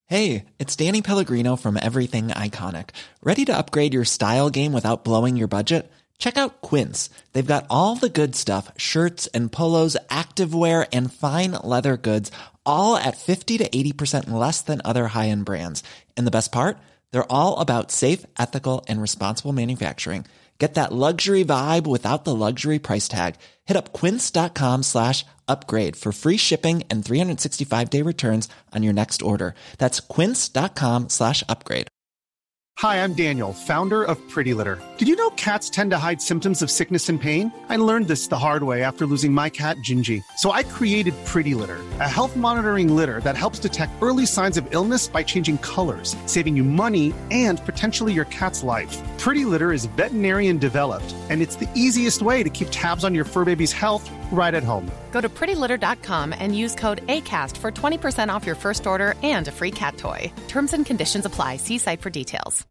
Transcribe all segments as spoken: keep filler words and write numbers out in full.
Hey, it's Danny Pellegrino from Everything Iconic. Ready to upgrade your style game without blowing your budget? Check out Quince. They've got all the good stuff, shirts and polos, activewear, and fine leather goods, all at fifty to eighty percent less than other high-end brands. And the best part? They're all about safe, ethical, and responsible manufacturing. Get that luxury vibe without the luxury price tag. Hit up quince.com slash upgrade for free shipping and three sixty-five day returns on your next order. That's quince.com slash upgrade. Hi, I'm Daniel, founder of Pretty Litter. Did you know cats tend to hide symptoms of sickness and pain? I learned this the hard way after losing my cat, Gingy. So I created Pretty Litter, a health monitoring litter that helps detect early signs of illness by changing colors, saving you money and potentially your cat's life. Pretty Litter is veterinarian developed, and it's the easiest way to keep tabs on your fur baby's health right at home. Go to pretty litter dot com and use code ACAST for twenty percent off your first order and a free cat toy. Terms and conditions apply. See site for details.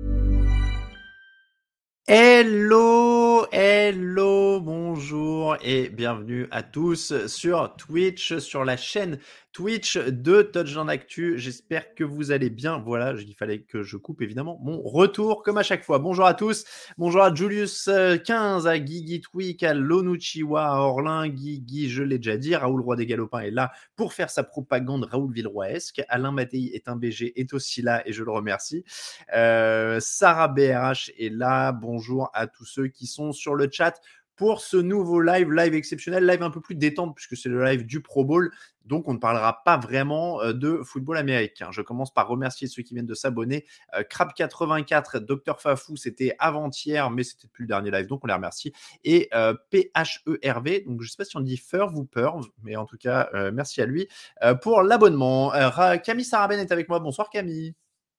Hello, hello, bonjour et bienvenue à tous sur Twitch, sur la chaîne Twitch de Touchdown Actu. J'espère que vous allez bien. Voilà, il fallait que je coupe évidemment mon retour comme à chaque fois. Bonjour à tous, bonjour à Julius quinze, à Guigui Tweak, à Lonuchiwa, à Orlin, Guigui, je l'ai déjà dit. Raoul Roi des Galopins est là pour faire sa propagande Raoul Villeroyesque. Alain Mattei est un B G, est aussi là et je le remercie. Euh, Sarah B R H est là. Bonjour à tous ceux qui sont sur le chat pour ce nouveau live, live exceptionnel, live un peu plus détente puisque c'est le live du Pro Bowl. Donc, on ne parlera pas vraiment de football américain. Je commence par remercier ceux qui viennent de s'abonner. Euh, Crab quatre-vingt-quatre, Docteur Fafou, c'était avant-hier, mais c'était plus le dernier live, donc on les remercie. Et euh, P H E R V, donc je ne sais pas si on dit Furv ou Purv, mais en tout cas, euh, merci à lui euh, pour l'abonnement. Euh, Camille Saraben est avec moi. Bonsoir Camille.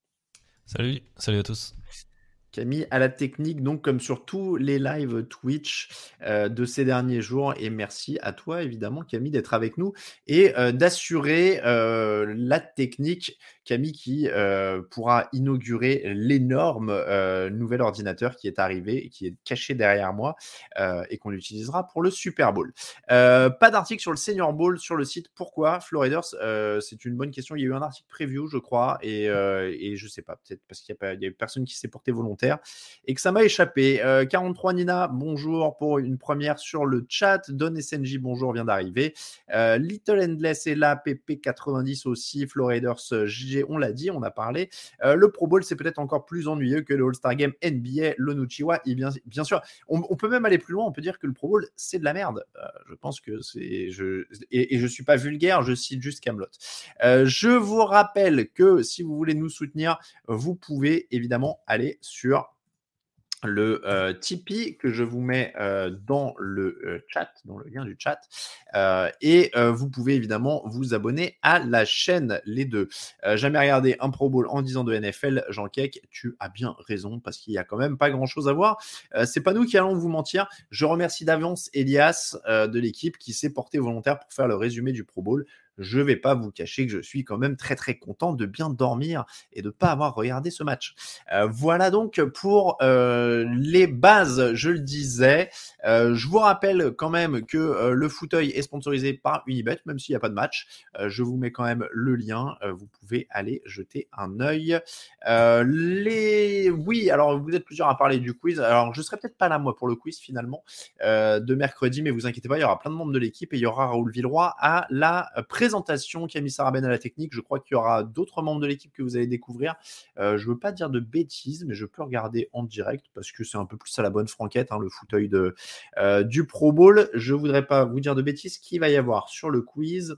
Salut, salut à tous. Camille à la technique, donc comme sur tous les lives Twitch euh, de ces derniers jours. Et merci à toi, évidemment, Camille, d'être avec nous et euh, d'assurer euh, la technique. Camille qui euh, pourra inaugurer l'énorme euh, nouvel ordinateur qui est arrivé et qui est caché derrière moi euh, et qu'on utilisera pour le Super Bowl. Euh, pas d'article sur le Senior Bowl sur le site. Pourquoi, Floriders euh, c'est une bonne question. Il y a eu un article preview, je crois, et, euh, et je sais pas, peut-être parce qu'il y a, pas, il y a eu personne qui s'est porté volontaire et que ça m'a échappé. Euh, quarante-trois Nina, bonjour pour une première sur le chat. Don S N J, bonjour, vient d'arriver. Euh, Little Endless est là, P P quatre-vingt-dix aussi, Floriders, J G, on l'a dit, on a parlé. Euh, le Pro Bowl, c'est peut-être encore plus ennuyeux que le All-Star Game N B A, l'Onuchiwa, et bien, bien sûr, on, on peut même aller plus loin, on peut dire que le Pro Bowl, c'est de la merde. Euh, je pense que c'est... Je, et, et je suis pas vulgaire, je cite juste Kaamelott. Euh, je vous rappelle que si vous voulez nous soutenir, vous pouvez évidemment aller sur le euh, Tipeee que je vous mets euh, dans le euh, chat, dans le lien du chat, euh, et euh, vous pouvez évidemment vous abonner à la chaîne, les deux. Euh, jamais regardé un Pro Bowl en dix ans de N F L, Jean Keck, tu as bien raison, parce qu'il y a quand même pas grand-chose à voir. Euh, c'est pas nous qui allons vous mentir. Je remercie d'avance Elias euh, de l'équipe qui s'est porté volontaire pour faire le résumé du Pro Bowl. Je vais pas vous cacher que je suis quand même très très content de bien dormir et de pas avoir regardé ce match. Euh, voilà donc pour euh, les bases, je le disais. Euh, je vous rappelle quand même que euh, le fauteuil est sponsorisé par Unibet, même s'il n'y a pas de match. Euh, je vous mets quand même le lien. Euh, vous pouvez aller jeter un œil. Euh, les... Oui, alors vous êtes plusieurs à parler du quiz. Alors je serai peut-être pas là moi pour le quiz finalement euh, de mercredi, mais vous inquiétez pas, il y aura plein de membres de l'équipe et il y aura Raoul Villeroy à la présentation. Présentation, Camille Saraben à la technique. Je crois qu'il y aura d'autres membres de l'équipe que vous allez découvrir. Euh, je ne veux pas dire de bêtises, mais je peux regarder en direct parce que c'est un peu plus à la bonne franquette, hein, le fauteuil de, euh, du Pro Bowl. Je ne voudrais pas vous dire de bêtises. Qui va y avoir sur le quiz?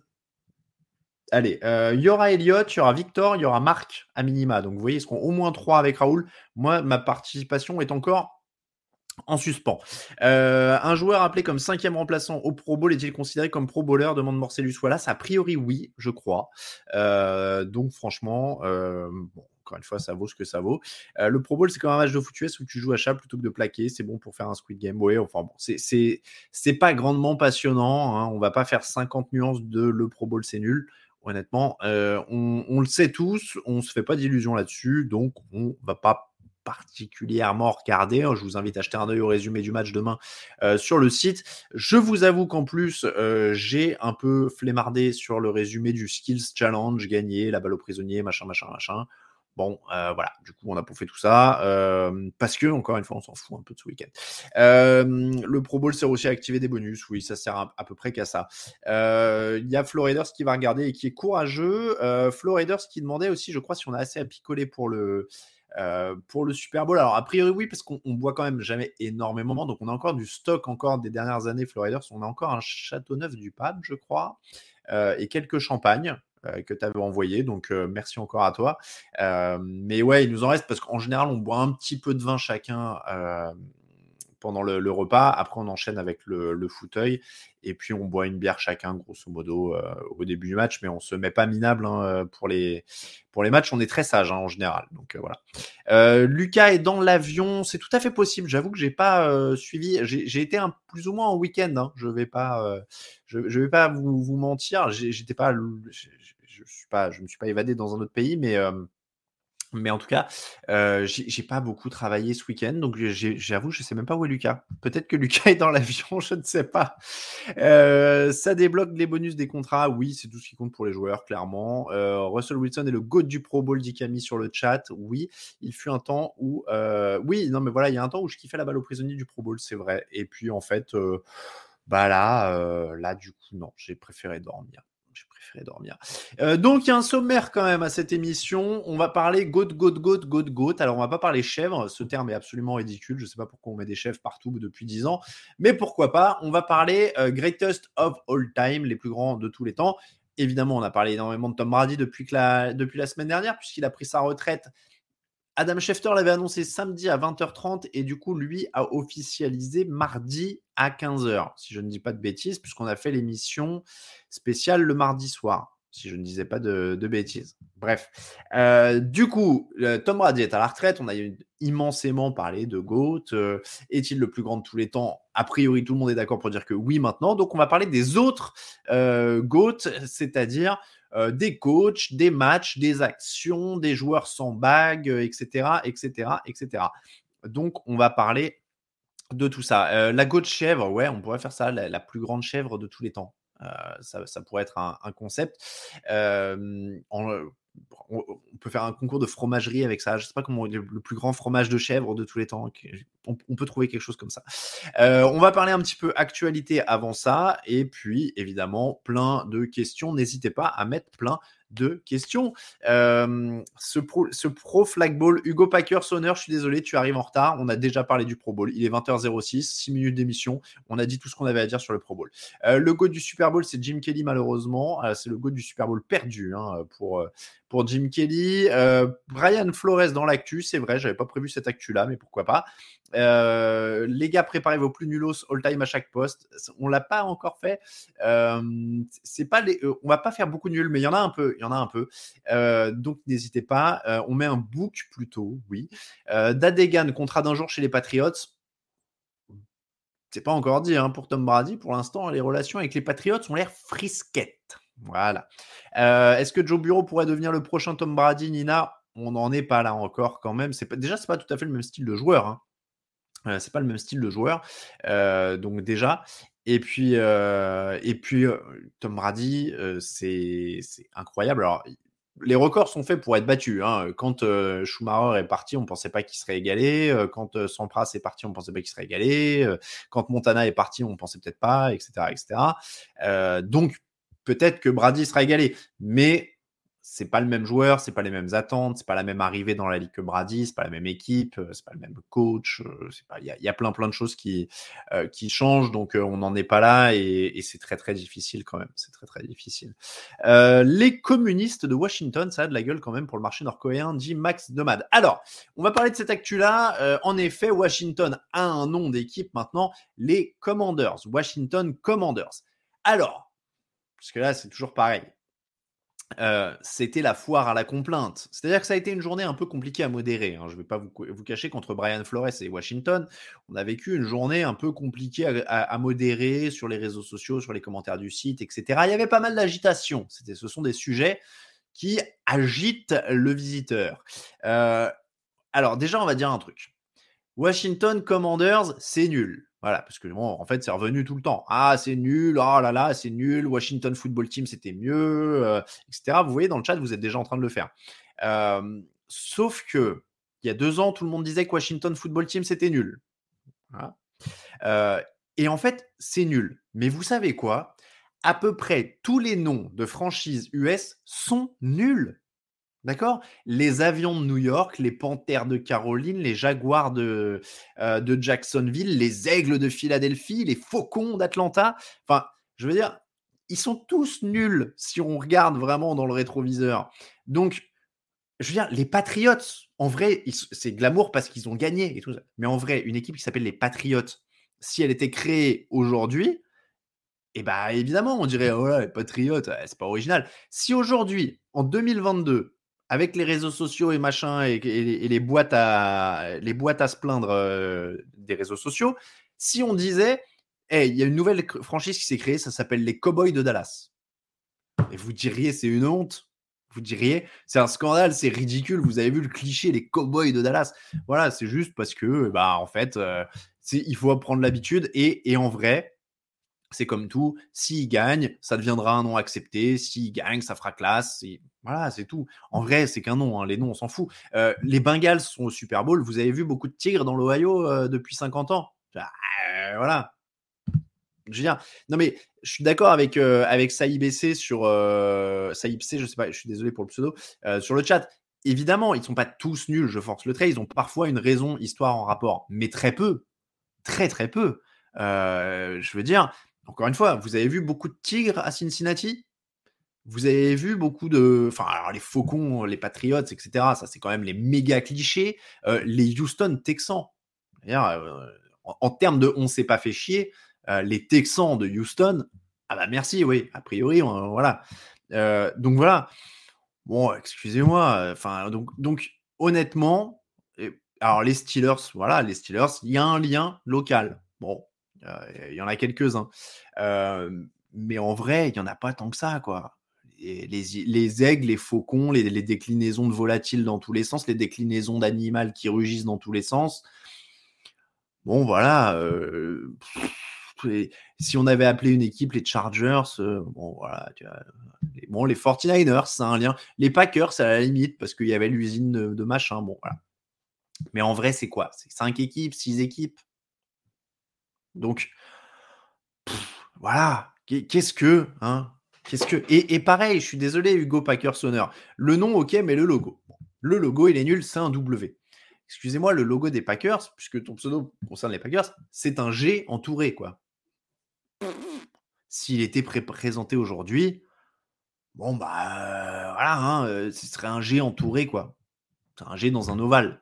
Allez, euh, il y aura Elliot, il y aura Victor, il y aura Marc à minima. Donc vous voyez, ils seront au moins trois avec Raoul. Moi, ma participation est encore en suspens. Euh, un joueur appelé comme cinquième remplaçant au Pro Bowl est-il considéré comme Pro Bowler? Demande Morcellus Wallace. A priori, oui, je crois. Euh, donc, franchement, euh, bon, encore une fois, ça vaut ce que ça vaut. Euh, le Pro Bowl, c'est comme un match de foot U S où tu joues à chat plutôt que de plaquer. C'est bon pour faire un Squid Game. Ouais, enfin bon, c'est, c'est, c'est pas grandement passionnant. Hein. On va pas faire cinquante nuances de le Pro Bowl, c'est nul. Honnêtement, euh, on, on le sait tous. On se fait pas d'illusions là-dessus. Donc, on va pas particulièrement regardé. Je vous invite à jeter un œil au résumé du match demain euh, sur le site. Je vous avoue qu'en plus, euh, j'ai un peu flemmardé sur le résumé du Skills Challenge, gagné, la balle au prisonnier, machin, machin, machin. Bon, euh, voilà, du coup, on a bouffé tout ça, euh, parce que, encore une fois, on s'en fout un peu de ce week-end. Euh, le Pro Bowl sert aussi à activer des bonus, oui, ça sert à, à peu près qu'à ça. Il euh, y a Flo Raiders qui va regarder et qui est courageux. Euh, Flo Raiders qui demandait aussi, je crois, si on a assez à picoler pour le... Euh, pour le Super Bowl. Alors a priori oui, parce qu'on on boit quand même jamais énormément, donc on a encore du stock encore des dernières années Flo Raiders. On a encore un Châteauneuf du Pape, je crois, euh, et quelques champagnes euh, que tu avais envoyé, donc euh, merci encore à toi. Euh, mais ouais, il nous en reste parce qu'en général on boit un petit peu de vin chacun euh, pendant le, le repas. Après on enchaîne avec le, le fauteuil et puis on boit une bière chacun grosso modo euh, au début du match, mais on se met pas minable hein, pour les pour les matchs. On est très sage hein, en général, donc euh, voilà. Euh, Lucas est dans l'avion, c'est tout à fait possible. J'avoue que j'ai pas euh, suivi, j'ai, j'ai été un, plus ou moins en week-end. Hein. Je vais pas, euh, je, je vais pas vous, vous mentir. J'ai, j'étais pas, je, je, je suis pas, je me suis pas évadé dans un autre pays, mais euh, mais en tout cas, euh, j'ai, j'ai pas beaucoup travaillé ce week-end, donc j'ai, j'avoue, je sais même pas où est Lucas. Peut-être que Lucas est dans l'avion, je ne sais pas. Euh, ça débloque les bonus des contrats, oui, c'est tout ce qui compte pour les joueurs, clairement. Euh, Russell Wilson est le GOAT du Pro Bowl, dit Camille sur le chat. Oui, il fut un temps où, euh, oui, non mais voilà, il y a un temps où je kiffais la balle aux prisonniers du Pro Bowl, c'est vrai. Et puis en fait, euh, bah là, euh, là du coup, non, j'ai préféré dormir. J'ai préféré dormir. Euh, donc, il y a un sommaire quand même à cette émission. On va parler goat, goat, goat, goat, goat. Alors, on va pas parler chèvre. Ce terme est absolument ridicule. Je sais pas pourquoi on met des chèvres partout depuis dix ans. Mais pourquoi pas. On va parler euh, greatest of all time, les plus grands de tous les temps. Évidemment, on a parlé énormément de Tom Brady depuis, que la, depuis la semaine dernière, puisqu'il a pris sa retraite. Adam Schefter l'avait annoncé samedi à vingt heures trente et du coup, lui a officialisé mardi à quinze heures, si je ne dis pas de bêtises, puisqu'on a fait l'émission spéciale le mardi soir, si je ne disais pas de, de bêtises. Bref, euh, du coup, euh, Tom Brady est à la retraite, on a immensément parlé de GOAT, euh, est-il le plus grand de tous les temps ? A priori, tout le monde est d'accord pour dire que oui maintenant, donc on va parler des autres euh, GOAT, c'est-à-dire... Euh, des coachs, des matchs, des actions, des joueurs sans bague, euh, et cetera, et cetera, et cetera. Donc, on va parler de tout ça. Euh, la GOAT chèvre, ouais, on pourrait faire ça, la, la plus grande chèvre de tous les temps. Euh, ça, ça pourrait être un, un concept. Euh, en, on, on peut faire un concours de fromagerie avec ça. Je ne sais pas comment le, le plus grand fromage de chèvre de tous les temps. On, on peut trouver quelque chose comme ça. Euh, on va parler un petit peu actualité avant ça. Et puis, évidemment, plein de questions. N'hésitez pas à mettre plein de questions. Euh, ce, pro, ce pro flag ball, Hugo Packer, Sonner, je suis désolé, tu arrives en retard. On a déjà parlé du Pro Bowl. Il est vingt heures zéro six, six minutes d'émission. On a dit tout ce qu'on avait à dire sur le Pro Bowl. Euh, le GOAT du Super Bowl, c'est Jim Kelly, malheureusement. Euh, c'est le GOAT du Super Bowl perdu hein, pour, euh, pour Jim Kelly. Euh, Brian Flores dans l'actu, c'est vrai, j'avais pas prévu cette actu-là, mais pourquoi pas. Euh, les gars, préparez vos plus nulos all-time à chaque poste. On l'a pas encore fait. Euh, c'est pas les, euh, on va pas faire beaucoup de nuls, mais il y en a un peu. Il y en a un peu. Euh, donc n'hésitez pas. Euh, on met un book plutôt, oui. Euh, Dadegan, contrat d'un jour chez les Patriots. C'est pas encore dit hein, pour Tom Brady. Pour l'instant, les relations avec les Patriots ont l'air frisquettes. Voilà. Euh, est-ce que Joe Burrow pourrait devenir le prochain Tom Brady, Nina ? On n'en est pas là encore quand même. C'est pas, déjà, c'est pas tout à fait le même style de joueur. Hein. Euh, c'est pas le même style de joueur. Euh, donc déjà. Et puis, euh, et puis euh, Tom Brady, euh, c'est, c'est incroyable. Alors, les records sont faits pour être battus. Hein. Quand euh, Schumacher est parti, on ne pensait pas qu'il serait égalé. Euh, quand euh, Sampras est parti, on ne pensait pas qu'il serait égalé. Euh, quand Montana est parti, on ne pensait peut-être pas, et cetera, et cetera. Euh, donc, peut-être que Brady sera égalé. Mais c'est pas le même joueur, c'est pas les mêmes attentes, c'est pas la même arrivée dans la ligue que Brady, c'est pas la même équipe, c'est pas le même coach, c'est pas, il y a, y a plein plein de choses qui euh, qui changent, donc euh, on n'en est pas là et, et c'est très très difficile quand même, c'est très très difficile. Euh, les communistes de Washington, ça a de la gueule quand même pour le marché nord-coréen, dit Max Nomad. Alors, on va parler de cette actu-là. Euh, en effet, Washington a un nom d'équipe maintenant, les Commanders, Washington Commanders. Alors, parce que là c'est toujours pareil. Euh, c'était la foire à la complainte. C'est-à-dire que ça a été une journée un peu compliquée à modérer. Hein. Je ne vais pas vous, vous cacher qu'entre Brian Flores et Washington, on a vécu une journée un peu compliquée à, à, à modérer sur les réseaux sociaux, sur les commentaires du site, et cetera. Il y avait pas mal d'agitation. C'était, ce sont des sujets qui agitent le visiteur. Euh, alors déjà, on va dire un truc. Washington Commanders, c'est nul. Voilà, parce que bon, en fait, c'est revenu tout le temps. Ah, c'est nul, oh là là, c'est nul. Washington Football Team, c'était mieux, euh, et cetera. Vous voyez, dans le chat, vous êtes déjà en train de le faire. Euh, sauf que, il y a deux ans, tout le monde disait que Washington Football Team, c'était nul. Voilà. Euh, et en fait, c'est nul. Mais vous savez quoi? À peu près tous les noms de franchises U S sont nuls. D'accord? Les Avions de New York, les Panthères de Caroline, les Jaguars de, euh, de Jacksonville, les Aigles de Philadelphie, les Faucons d'Atlanta. Enfin, je veux dire, ils sont tous nuls si on regarde vraiment dans le rétroviseur. Donc, je veux dire, les Patriots, en vrai, ils, c'est glamour parce qu'ils ont gagné et tout ça. Mais en vrai, une équipe qui s'appelle les Patriots, si elle était créée aujourd'hui, eh bien, évidemment, on dirait, oh là, les Patriotes, c'est pas original. Si aujourd'hui, en deux mille vingt-deux, avec les réseaux sociaux et machin, et, et, et les, boîtes à, les boîtes à se plaindre euh, des réseaux sociaux, si on disait, hey, il y a une nouvelle franchise qui s'est créée, ça s'appelle les Cowboys de Dallas. Et vous diriez, c'est une honte. Vous diriez, c'est un scandale, c'est ridicule. Vous avez vu le cliché, les Cowboys de Dallas. Voilà, c'est juste parce que, bah, en fait, euh, c'est, il faut prendre l'habitude. Et, et en vrai, c'est comme tout, s'il gagne, ça deviendra un nom accepté. S'il gagne, ça fera classe. Et voilà, c'est tout. En vrai, c'est qu'un nom. Hein. Les noms, on s'en fout. Euh, les Bengals sont au Super Bowl. Vous avez vu beaucoup de tigres dans l'Ohio euh, depuis cinquante ans. Euh, voilà. Je veux dire, non mais je suis d'accord avec euh, avec Saïb B C sur euh, Saïb C, je sais pas, je suis désolé pour le pseudo, euh, sur le chat. Évidemment, ils sont pas tous nuls. Je force le trait. Ils ont parfois une raison, histoire en rapport, mais très peu, très très peu. Euh, je veux dire. Encore une fois, vous avez vu beaucoup de tigres à Cincinnati? Vous avez vu beaucoup de... Enfin, alors les Faucons, les Patriots, et cetera. Ça, c'est quand même les méga clichés. Euh, les Houston Texans. Euh, en, en termes de « on s'est pas fait chier », euh, les Texans de Houston, ah bah merci, oui. A priori, on, voilà. Euh, donc voilà. Bon, excusez-moi. Enfin, donc, donc honnêtement, alors les Steelers, voilà, les Steelers, il y a un lien local. Bon, il euh, y en a quelques-uns. Euh, mais en vrai, il n'y en a pas tant que ça, quoi. Les, les, les aigles, les faucons, les, les déclinaisons de volatiles dans tous les sens, les déclinaisons d'animaux qui rugissent dans tous les sens. Bon, voilà. Euh, les, si on avait appelé une équipe les Chargers, euh, bon, voilà. Tu vois, les, bon, les forty-niners, c'est un lien. Les Packers, c'est à la limite, parce qu'il y avait l'usine de, de machin. Bon, voilà. Mais en vrai, c'est quoi? C'est cinq équipes, six équipes. Donc, pff, voilà. Qu'est-ce que, hein? Qu'est-ce que et, et pareil, je suis désolé, Hugo Packersonner. Le nom, ok, mais le logo. Bon, le logo, il est nul, c'est un W. Excusez-moi, le logo des Packers, puisque ton pseudo concerne les Packers, c'est un G entouré, quoi. S'il était pré- présenté aujourd'hui, bon, bah, euh, voilà, hein, euh, ce serait un G entouré, quoi. C'est un G dans un ovale.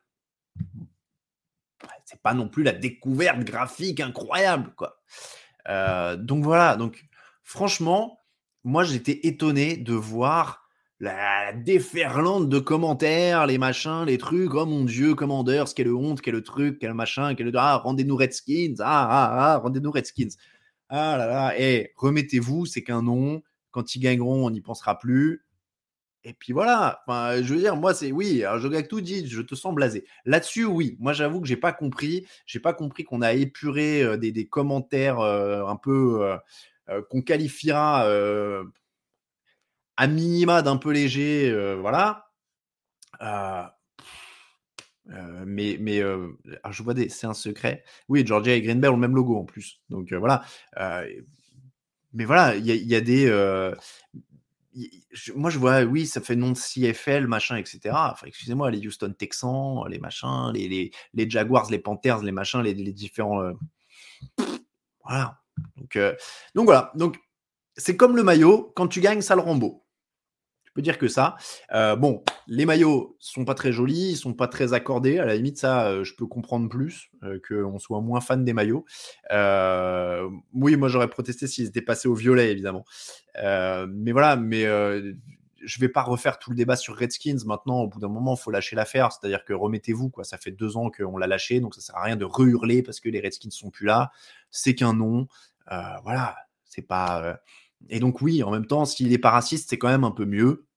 C'est pas non plus la découverte graphique incroyable, quoi. Euh, donc voilà, donc franchement, moi j'étais étonné de voir la déferlante de commentaires, les machins, les trucs, oh mon Dieu, Commanders, quelle honte, quel truc, quel machin, quel... Ah, rendez-nous Redskins, ah, ah, ah, rendez-nous Redskins. Ah là là, et remettez-vous, c'est qu'un nom, quand ils gagneront, on n'y pensera plus. Et puis voilà, enfin, je veux dire, moi, c'est oui, alors Jogactu dit, je te sens blasé. Là-dessus, oui, moi, j'avoue que j'ai pas compris, j'ai pas compris qu'on a épuré euh, des, des commentaires euh, un peu, euh, euh, qu'on qualifiera euh, à minima d'un peu léger, euh, voilà. Euh, euh, mais mais euh, alors je vois des, c'est un secret. Oui, Georgia et Green Bay ont le même logo en plus, donc euh, voilà. Euh, mais voilà, il y, y a des euh, moi je vois, oui, ça fait nom de C F L, machin, et cetera. Enfin, excusez-moi, les Houston Texans, les machins, les, les, les Jaguars, les Panthers, les machins, les, les différents. Euh... Voilà. Donc, euh, donc voilà. Donc, c'est comme le maillot, quand tu gagnes, ça le rend beau. Je peux dire que ça. Euh, bon, les maillots sont pas très jolis, ils sont pas très accordés. À la limite, ça, euh, je peux comprendre plus, euh, qu'on soit moins fan des maillots. Euh, oui, moi, j'aurais protesté s'ils étaient passés au violet, évidemment. Euh, mais voilà, mais euh, je vais pas refaire tout le débat sur Redskins. Maintenant, au bout d'un moment, il faut lâcher l'affaire. C'est-à-dire que remettez-vous, quoi. Ça fait deux ans qu'on l'a lâché, donc ça sert à rien de re-hurler parce que les Redskins sont plus là. C'est qu'un nom. Euh, voilà, c'est pas... Euh... Et donc oui, en même temps, s'il est pas raciste, c'est quand même un peu mieux.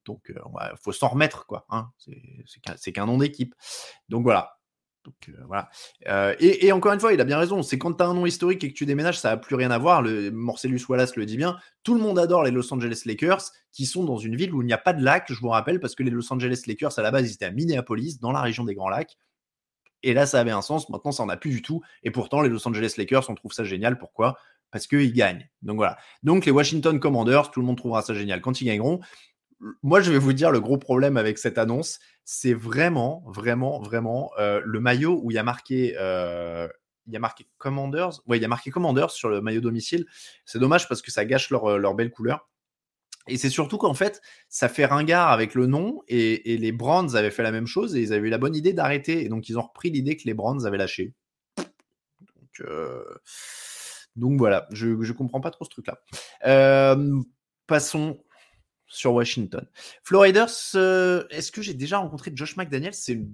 Donc, il euh, faut s'en remettre, quoi. Hein. C'est, c'est, qu'un, c'est qu'un nom d'équipe. Donc, voilà. Donc, euh, voilà. Euh, et, et encore une fois, il a bien raison. C'est quand tu as un nom historique et que tu déménages, ça n'a plus rien à voir. Le, Marcellus Wallace le dit bien. Tout le monde adore les Los Angeles Lakers qui sont dans une ville où il n'y a pas de lac, je vous rappelle, parce que les Los Angeles Lakers, à la base, ils étaient à Minneapolis, dans la région des Grands Lacs. Et là, ça avait un sens. Maintenant, ça n'en a plus du tout. Et pourtant, les Los Angeles Lakers, on trouve ça génial. Pourquoi ? Parce qu'ils gagnent. Donc, voilà. Donc, les Washington Commanders, tout le monde trouvera ça génial quand ils gagneront. Moi, je vais vous dire le gros problème avec cette annonce, c'est vraiment, vraiment, vraiment euh, le maillot où il y a marqué, euh, il y a marqué Commanders. Ouais, il y a marqué Commanders sur le maillot domicile. C'est dommage parce que ça gâche leur, leur belle couleur. Et c'est surtout qu'en fait, ça fait ringard avec le nom. Et, et les Browns avaient fait la même chose et ils avaient eu la bonne idée d'arrêter. Et donc, ils ont repris l'idée que les Browns avaient lâché. Donc, euh, donc voilà, je ne comprends pas trop ce truc-là. Euh, passons sur Washington. Flo Raiders, euh, est-ce que j'ai déjà rencontré Josh McDaniels ? C'est une...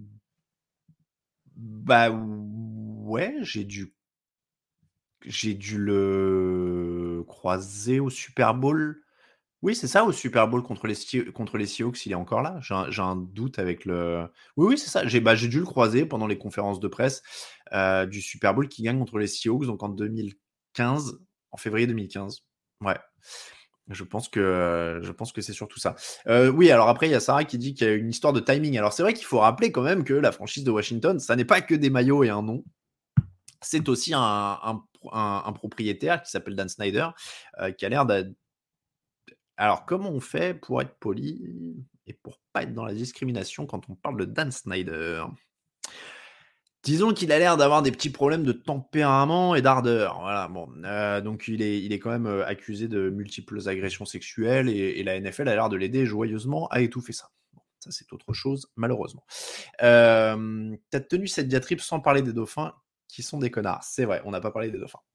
Bah ouais, j'ai dû j'ai dû le croiser au Super Bowl. Oui, c'est ça, au Super Bowl contre les, contre les Seahawks, il est encore là. J'ai un, j'ai un doute avec le... Oui, oui, c'est ça. J'ai, bah, j'ai dû le croiser pendant les conférences de presse euh, du Super Bowl qui gagne contre les Seahawks, donc en deux mille quinze, en février deux mille quinze. Ouais. Je pense que je pense que c'est surtout ça. Euh, oui, alors après il y a Sarah qui dit qu'il y a une histoire de timing. Alors c'est vrai qu'il faut rappeler quand même que la franchise de Washington, ça n'est pas que des maillots et un nom. C'est aussi un, un, un, un propriétaire qui s'appelle Dan Snyder, euh, qui a l'air d'être... Alors comment on fait pour être poli et pour pas être dans la discrimination quand on parle de Dan Snyder ? Disons qu'il a l'air d'avoir des petits problèmes de tempérament et d'ardeur. Voilà, bon, euh, donc il est, il est quand même euh, accusé de multiples agressions sexuelles et, et la N F L a l'air de l'aider joyeusement à étouffer ça. Bon, ça c'est autre chose, malheureusement. Euh, t'as tenu cette diatribe sans parler des dauphins qui sont des connards. C'est vrai, on n'a pas parlé des dauphins.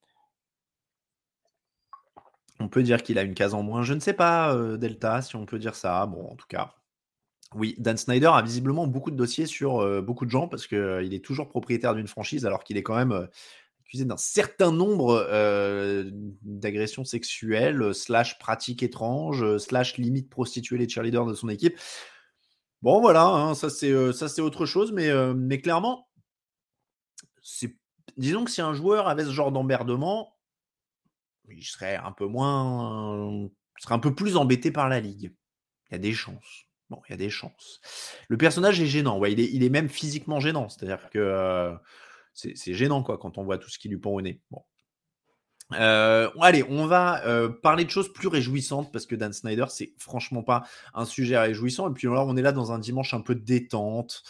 On peut dire qu'il a une case en moins. Je ne sais pas, euh, Delta, si on peut dire ça. Bon, en tout cas... Oui, Dan Snyder a visiblement beaucoup de dossiers sur euh, beaucoup de gens parce qu'il euh, est toujours propriétaire d'une franchise alors qu'il est quand même euh, accusé d'un certain nombre euh, d'agressions sexuelles, euh, slash pratiques étranges, euh, slash limite prostituer les cheerleaders de son équipe. Bon, voilà, hein, ça, c'est, euh, ça c'est autre chose, mais, euh, mais clairement, c'est... disons que si un joueur avait ce genre d'emmerdement, il serait un peu moins... il serait un peu plus embêté par la ligue. Il y a des chances. Bon, il y a des chances. Le personnage est gênant. Ouais, il, est, il est même physiquement gênant. C'est-à-dire que euh, c'est, c'est gênant quoi, quand on voit tout ce qui lui pend au nez. Bon. Euh, allez, on va euh, parler de choses plus réjouissantes parce que Dan Snyder, c'est franchement pas un sujet réjouissant. Et puis alors, on est là dans un dimanche un peu de détente.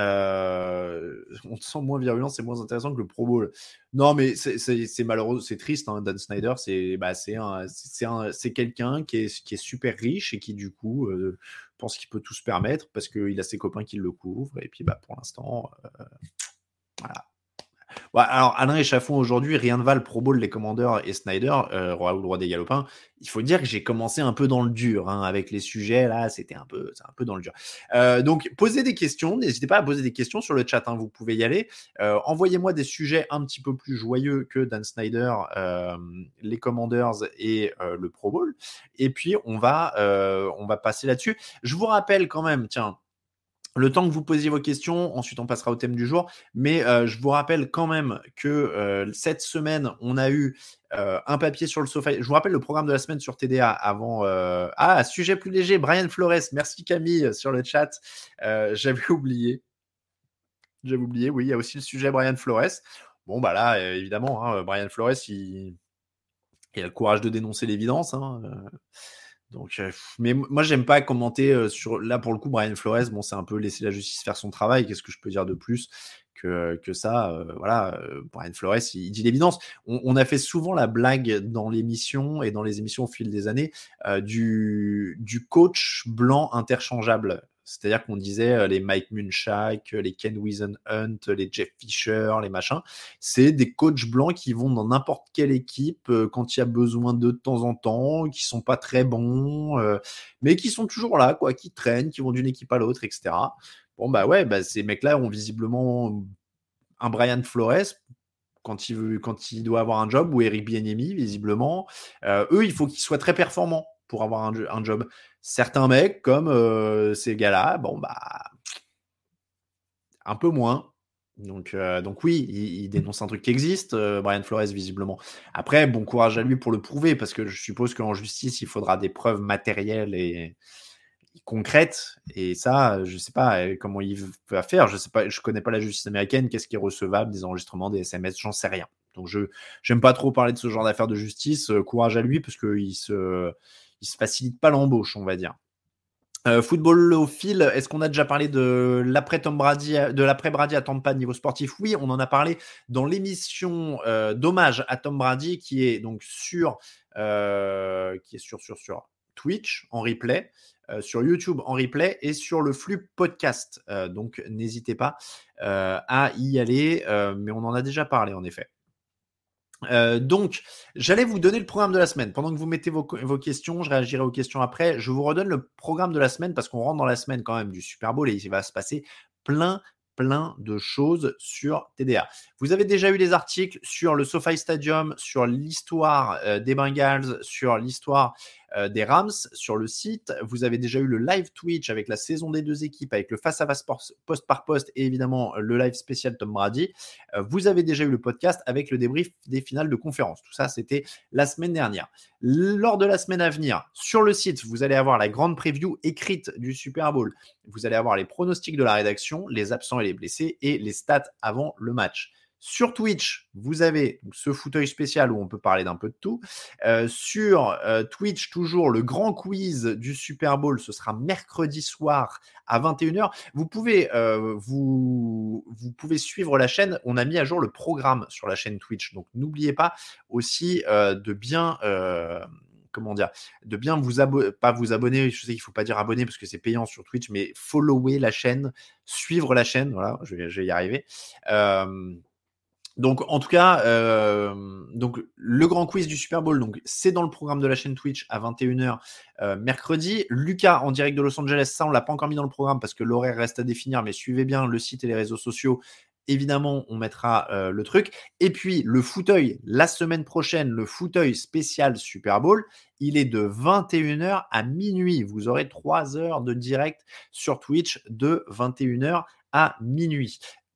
Euh, on te sent moins virulent, c'est moins intéressant que le Pro Bowl. Non, mais c'est, c'est, c'est malheureux, c'est triste. Hein, Dan Snyder, c'est, bah, c'est, un, c'est, un, c'est quelqu'un qui est, qui est super riche et qui du coup euh, pense qu'il peut tout se permettre parce qu'il a ses copains qui le couvrent. Et puis, bah, pour l'instant, euh, voilà. Ouais, alors, Alain Échaffon, aujourd'hui, rien ne va le Pro Bowl, les Commanders et Snyder, euh, roi, ou le roi des galopins. Il faut dire que j'ai commencé un peu dans le dur, hein, avec les sujets, là, c'était un peu, c'est un peu dans le dur. Euh, donc, posez des questions, n'hésitez pas à poser des questions sur le chat, hein, vous pouvez y aller. Euh, envoyez-moi des sujets un petit peu plus joyeux que Dan Snyder, euh, les Commanders et euh, le Pro Bowl. Et puis, on va, euh, on va passer là-dessus. Je vous rappelle quand même, tiens, le temps que vous posiez vos questions, ensuite on passera au thème du jour, mais euh, je vous rappelle quand même que euh, cette semaine, on a eu euh, un papier sur le sofa. Je vous rappelle le programme de la semaine sur T D A avant... Euh... Ah, sujet plus léger, Brian Flores, merci Camille sur le chat, euh, j'avais oublié. J'avais oublié, oui, il y a aussi le sujet Brian Flores. Bon, bah là, euh, évidemment, hein, Brian Flores, il... il a le courage de dénoncer l'évidence, hein, euh... Donc, euh, mais moi, j'aime pas commenter euh, sur. Là, pour le coup, Brian Flores, bon, c'est un peu laisser la justice faire son travail. Qu'est-ce que je peux dire de plus que, que ça euh, Voilà, euh, Brian Flores, il, il dit l'évidence. On, on a fait souvent la blague dans l'émission et dans les émissions au fil des années euh, du, du coach blanc interchangeable. C'est-à-dire qu'on disait euh, les Mike Munchak, les Ken Wisenhunt, les Jeff Fisher, les machins. C'est des coachs blancs qui vont dans n'importe quelle équipe euh, quand il y a besoin d'eux de temps en temps, qui sont pas très bons, euh, mais qui sont toujours là, quoi, qui traînent, qui vont d'une équipe à l'autre, et cetera. Bon, bah ouais, bah, ces mecs-là ont visiblement un Brian Flores quand il, veut, quand il doit avoir un job, ou Eric Bieniemy, visiblement. Euh, eux, il faut qu'ils soient très performants pour avoir un, un job. Certains mecs, comme euh, ces gars-là, bon, bah, un peu moins. Donc, euh, donc oui, il, il dénonce un truc qui existe, euh, Brian Flores, visiblement. Après, bon courage à lui pour le prouver, parce que je suppose qu'en justice, il faudra des preuves matérielles et concrètes. Et ça, je sais pas euh, comment il va faire. Je sais pas, je connais pas la justice américaine. Qu'est-ce qui est recevable, des enregistrements, des S M S, j'en sais rien. Donc, je j'aime pas trop parler de ce genre d'affaires de justice. Euh, courage à lui, parce qu'il se, il se facilite pas l'embauche, on va dire. Euh, football au fil, est-ce qu'on a déjà parlé de l'après Tom Brady, de l'après Brady à Tampa niveau sportif? Oui, on en a parlé dans l'émission euh, d'hommage à Tom Brady qui est donc sur, euh, qui est sur, sur, sur Twitch en replay, euh, sur YouTube en replay et sur le flux podcast. Euh, donc n'hésitez pas euh, à y aller, euh, mais on en a déjà parlé en effet. Euh, donc, j'allais vous donner le programme de la semaine. Pendant que vous mettez vos, vos questions, je réagirai aux questions après. Je vous redonne le programme de la semaine parce qu'on rentre dans la semaine quand même du Super Bowl et il va se passer plein, plein de choses sur T D A. Vous avez déjà eu les articles sur le SoFi Stadium, sur l'histoire euh, des Bengals, sur l'histoire euh, des Rams sur le site. Vous avez déjà eu le live Twitch avec la saison des deux équipes, avec le face-à-face poste par poste et évidemment le live spécial Tom Brady. Euh, vous avez déjà eu le podcast avec le débrief des finales de conférence. Tout ça, c'était la semaine dernière. Lors de la semaine à venir, sur le site, vous allez avoir la grande preview écrite du Super Bowl. Vous allez avoir les pronostics de la rédaction, les absents et les blessés et les stats avant le match. Sur Twitch, vous avez ce fauteuil spécial où on peut parler d'un peu de tout. Euh, sur euh, Twitch, toujours le grand quiz du Super Bowl. Ce sera mercredi soir à vingt et une heures. Vous pouvez, euh, vous, vous pouvez suivre la chaîne. On a mis à jour le programme sur la chaîne Twitch. Donc, n'oubliez pas aussi euh, de bien... Euh, comment dire, de bien vous abonner, pas vous abonner, je sais qu'il ne faut pas dire abonner parce que c'est payant sur Twitch, mais follower la chaîne, suivre la chaîne, voilà, je vais, je vais y arriver. Euh, Donc, en tout cas, euh, donc, le grand quiz du Super Bowl, donc, c'est dans le programme de la chaîne Twitch à vingt et une heures euh, mercredi. Lucas en direct de Los Angeles, ça, on ne l'a pas encore mis dans le programme parce que l'horaire reste à définir, mais suivez bien le site et les réseaux sociaux. Évidemment, on mettra euh, le truc. Et puis, le fauteuil, la semaine prochaine, le fauteuil spécial Super Bowl, il est de vingt et une heures à minuit. Vous aurez trois heures de direct sur Twitch de vingt et une heures à minuit.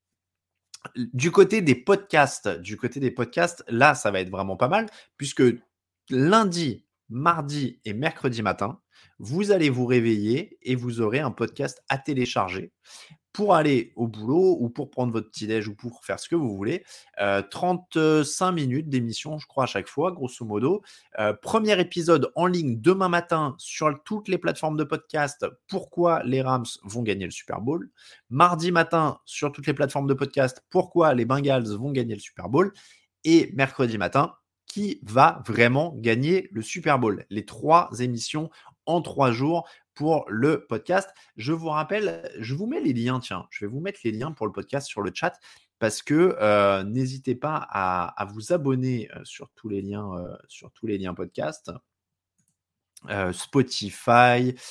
Du côté des podcasts, du côté des podcasts, là, ça va être vraiment pas mal, puisque lundi, mardi et mercredi matin, vous allez vous réveiller et vous aurez un podcast à télécharger pour aller au boulot ou pour prendre votre petit-déj ou pour faire ce que vous voulez. Euh, trente-cinq minutes d'émission, je crois, à chaque fois, grosso modo. Euh, premier épisode en ligne demain matin sur toutes les plateformes de podcast. Pourquoi les Rams vont gagner le Super Bowl. Mardi matin sur toutes les plateformes de podcast. Pourquoi les Bengals vont gagner le Super Bowl. Et mercredi matin, qui va vraiment gagner le Super Bowl. Les trois émissions en trois jours pour le podcast. Je vous rappelle, je vous mets les liens, tiens, je vais vous mettre les liens pour le podcast sur le chat parce que euh, n'hésitez pas à, à vous abonner euh, sur tous les liens, euh, sur tous les liens podcast. Euh, Spotify, il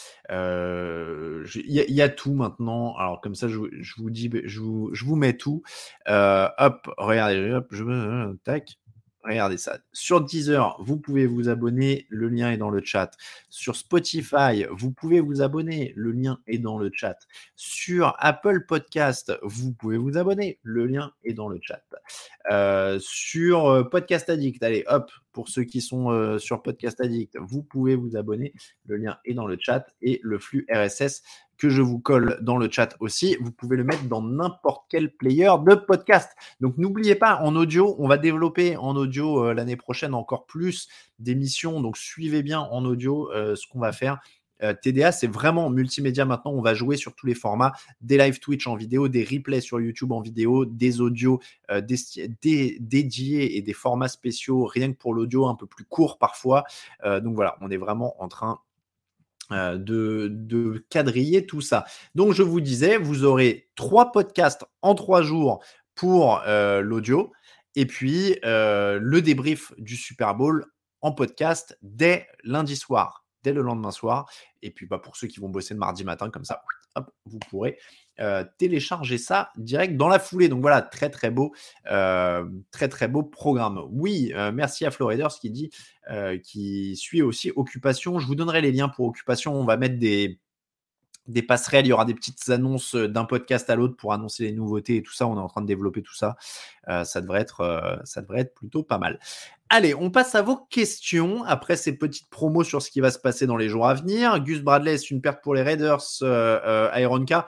euh, y, y a tout maintenant. Alors comme ça, je, je vous dis, je vous, je vous mets tout. Euh, hop, regardez, hop, je me tac. Regardez ça. Sur Deezer, vous pouvez vous abonner. Le lien est dans le chat. Sur Spotify, vous pouvez vous abonner. Le lien est dans le chat. Sur Apple Podcast, vous pouvez vous abonner. Le lien est dans le chat. Euh, sur Podcast Addict, allez, hop, pour ceux qui sont euh, sur Podcast Addict, vous pouvez vous abonner. Le lien est dans le chat et le flux R S S que je vous colle dans le chat aussi. Vous pouvez le mettre dans n'importe quel player de podcast. Donc, n'oubliez pas, en audio, on va développer en audio euh, l'année prochaine encore plus d'émissions. Donc, suivez bien en audio euh, ce qu'on va faire. Euh, T D A, c'est vraiment multimédia maintenant. On va jouer sur tous les formats, des live Twitch en vidéo, des replays sur YouTube en vidéo, des audios euh, dé- dé- dédiés et des formats spéciaux, rien que pour l'audio, un peu plus court parfois. Euh, donc voilà, on est vraiment en train Euh, de, de quadriller tout ça. Donc, je vous disais, vous aurez trois podcasts en trois jours pour euh, l'audio et puis euh, le débrief du Super Bowl en podcast dès lundi soir, dès le lendemain soir. Et puis, bah, pour ceux qui vont bosser le mardi matin, comme ça, hop, vous pourrez euh, télécharger ça direct dans la foulée. Donc voilà, très très beau, euh, très très beau programme. Oui, euh, merci à Floriders qui dit, euh, qui suit aussi Occupation. Je vous donnerai les liens pour Occupation. On va mettre des des passerelles, il y aura des petites annonces d'un podcast à l'autre pour annoncer les nouveautés et tout ça. On est en train de développer tout ça. Euh, ça devrait être, euh, ça devrait être plutôt pas mal. Allez, on passe à vos questions après ces petites promos sur ce qui va se passer dans les jours à venir. Gus Bradley, est une perte pour les Raiders? euh, euh, Iron K,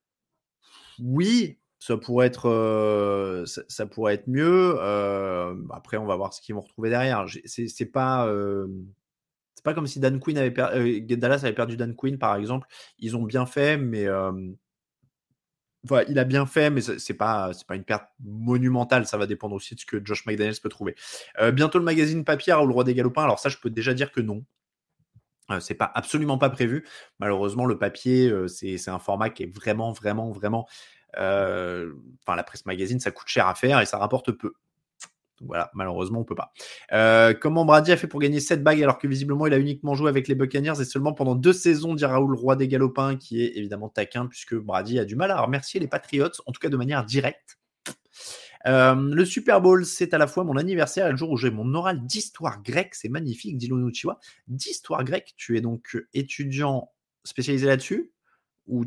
oui, ça pourrait être, euh, ça, ça pourrait être mieux. Euh, après, on va voir ce qu'ils vont retrouver derrière. J'ai- C'est, c'est pas, euh, c'est pas comme si Dan Quinn avait per- euh, Dallas avait perdu Dan Quinn, par exemple. Ils ont bien fait, mais euh, voilà, il a bien fait, mais c'est c'est pas, c'est pas une perte monumentale. Ça va dépendre aussi de ce que Josh McDaniels peut trouver. Euh, bientôt le magazine papier ou le Roi des Galopins. Alors ça, je peux déjà dire que non. Euh, c'est pas absolument pas prévu. Malheureusement, le papier, euh, c'est c'est un format qui est vraiment, vraiment, vraiment. euh, Enfin, la presse magazine, ça coûte cher à faire et ça rapporte peu. Donc voilà, malheureusement, on peut pas. Euh, comment Brady a fait pour gagner sept bagues alors que visiblement il a uniquement joué avec les Buccaneers et seulement pendant deux saisons, dit Raoul Roi des Galopins, qui est évidemment taquin puisque Brady a du mal à remercier les Patriots, en tout cas de manière directe. Euh, le Super Bowl, c'est à la fois mon anniversaire et le jour où j'ai mon oral d'histoire grecque. C'est magnifique, Dilo Nuchiwa. D'histoire grecque, tu es donc étudiant spécialisé là-dessus ou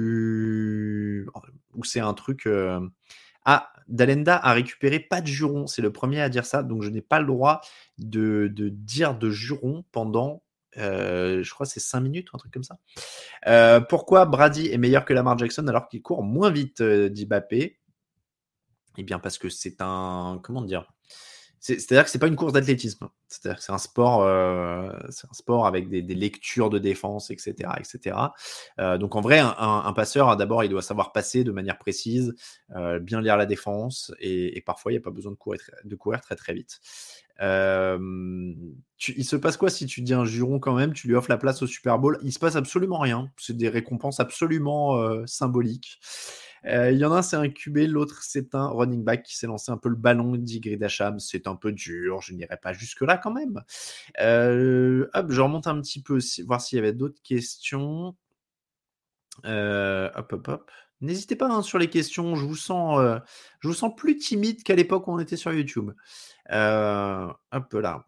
tu ou c'est un truc euh... Ah, Dalenda a récupéré pas de juron. C'est le premier à dire ça, donc je n'ai pas le droit de, de dire de juron pendant, euh, je crois, que c'est cinq minutes ou un truc comme ça. Euh, pourquoi Brady est meilleur que Lamar Jackson alors qu'il court moins vite, euh, dit Mbappé? Eh bien, parce que c'est un, comment dire, c'est, c'est-à-dire que c'est pas une course d'athlétisme. C'est-à-dire que c'est un sport, euh, c'est un sport avec des, des lectures de défense, et cetera, et cetera. Euh, donc en vrai, un, un, un passeur, d'abord, il doit savoir passer de manière précise, euh, bien lire la défense, et, et parfois, il n'y a pas besoin de courir, de courir très très vite. Euh, tu, il se passe quoi si tu dis un juron quand même, tu lui offres la place au Super Bowl? Il se passe absolument rien. C'est des récompenses absolument euh, symboliques. Euh, il y en a un, c'est un Q B, l'autre, c'est un running back qui s'est lancé un peu le ballon, dit Gridacham. C'est un peu dur, je n'irai pas jusque-là quand même. Euh, hop, je remonte un petit peu, voir s'il y avait d'autres questions. Euh, hop, hop, hop. N'hésitez pas hein, sur les questions, je vous sens, euh, je vous sens plus timide qu'à l'époque où on était sur YouTube. Euh, hop là.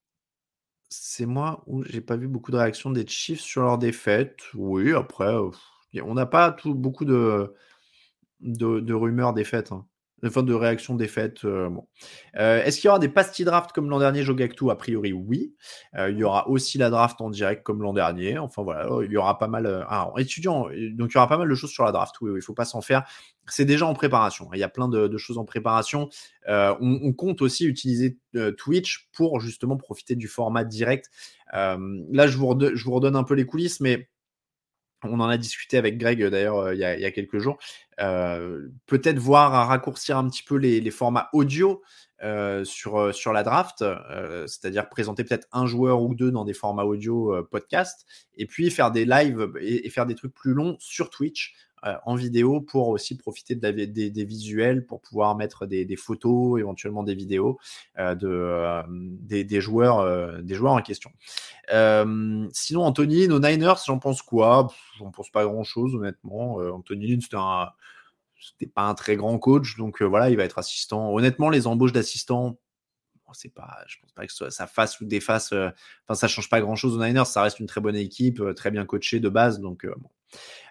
C'est moi où j'ai pas vu beaucoup de réactions des Chiefs sur leur défaite. Oui, après, euh, on n'a pas tout, beaucoup de, de, de rumeurs défaites. Hein. Enfin, de réactions défaites. Euh, bon. euh, est-ce qu'il y aura des pastilles draft comme l'an dernier, Jogactu? A priori, oui. Euh, il y aura aussi la draft en direct comme l'an dernier. Enfin, voilà, il y aura pas mal. Euh, ah, étudiant, donc il y aura pas mal de choses sur la draft. Oui, oui, il faut pas s'en faire. C'est déjà en préparation. Il y a plein de, de choses en préparation. Euh, on, on compte aussi utiliser euh, Twitch pour justement profiter du format direct. Euh, là, je vous, redonne, je vous redonne un peu les coulisses, mais on en a discuté avec Greg d'ailleurs euh, il, y a, il y a quelques jours. Euh, peut-être voir à raccourcir un petit peu les, les formats audio euh, sur, sur la draft, euh, c'est-à-dire présenter peut-être un joueur ou deux dans des formats audio euh, podcast, et puis faire des lives et, et faire des trucs plus longs sur Twitch euh, en vidéo pour aussi profiter de la, des, des visuels, pour pouvoir mettre des, des photos, éventuellement des vidéos euh, de, euh, des, des, joueurs, euh, des joueurs en question. Euh, sinon, Anthony, nos Niners, j'en pense quoi? Pff, j'en pense pas grand-chose, honnêtement. Euh, Anthony Lynn, c'était un, c'était pas un très grand coach, donc euh, voilà, il va être assistant. Honnêtement, les embauches d'assistants, bon, c'est pas, je pense pas que ça, ça fasse ou défasse. Euh, enfin, ça change pas grand-chose aux Niners. Ça reste une très bonne équipe, euh, très bien coachée de base, donc euh, bon.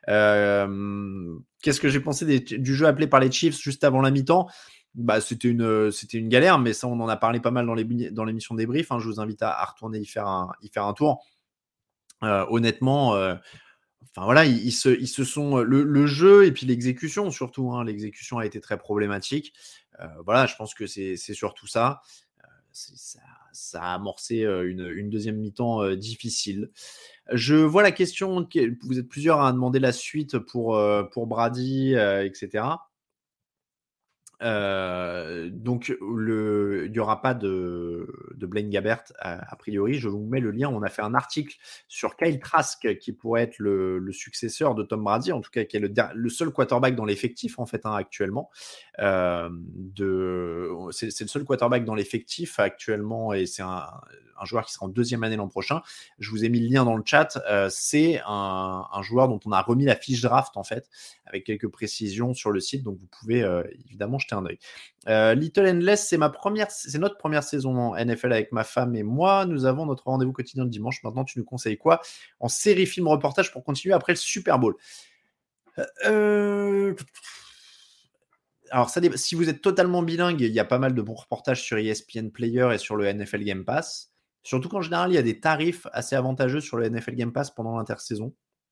Euh, qu'est-ce que j'ai pensé des, du jeu appelé par les Chiefs juste avant la mi-temps? Bah, c'était une, c'était une galère, mais ça, on en a parlé pas mal dans, les, dans l'émission débrief. Hein, je vous invite à, à retourner y faire un, y faire un tour. Euh, honnêtement, euh, enfin voilà, ils, ils, se, ils se sont le, le jeu et puis l'exécution surtout. Hein, l'exécution a été très problématique. Euh, voilà, je pense que c'est, c'est surtout ça. Euh, c'est, ça. Ça a amorcé une, une deuxième mi-temps euh, difficile. Je vois la question, vous êtes plusieurs à demander la suite pour, euh, pour Brady, euh, et cetera. Euh, donc, le, il n'y aura pas de, de Blaine Gabbert a, a priori. Je vous mets le lien. On a fait un article sur Kyle Trask qui pourrait être le, le successeur de Tom Brady, en tout cas qui est le, le seul quarterback dans l'effectif en fait hein, actuellement. Euh, de, c'est, c'est le seul quarterback dans l'effectif actuellement et c'est un, un joueur qui sera en deuxième année l'an prochain. Je vous ai mis le lien dans le chat. Euh, c'est un, un joueur dont on a remis la fiche draft en fait avec quelques précisions sur le site, donc vous pouvez euh, évidemment jeter un œil. Euh, Little Endless, c'est ma première, c'est notre première saison en N F L avec ma femme et moi. Nous avons notre rendez-vous quotidien le dimanche. Maintenant, tu nous conseilles quoi en série, film, reportage pour continuer après le Super Bowl? euh... Alors, ça, si vous êtes totalement bilingue, il y a pas mal de bons reportages sur E S P N Player et sur le N F L Game Pass. Surtout qu'en général, il y a des tarifs assez avantageux sur le N F L Game Pass pendant l'intersaison.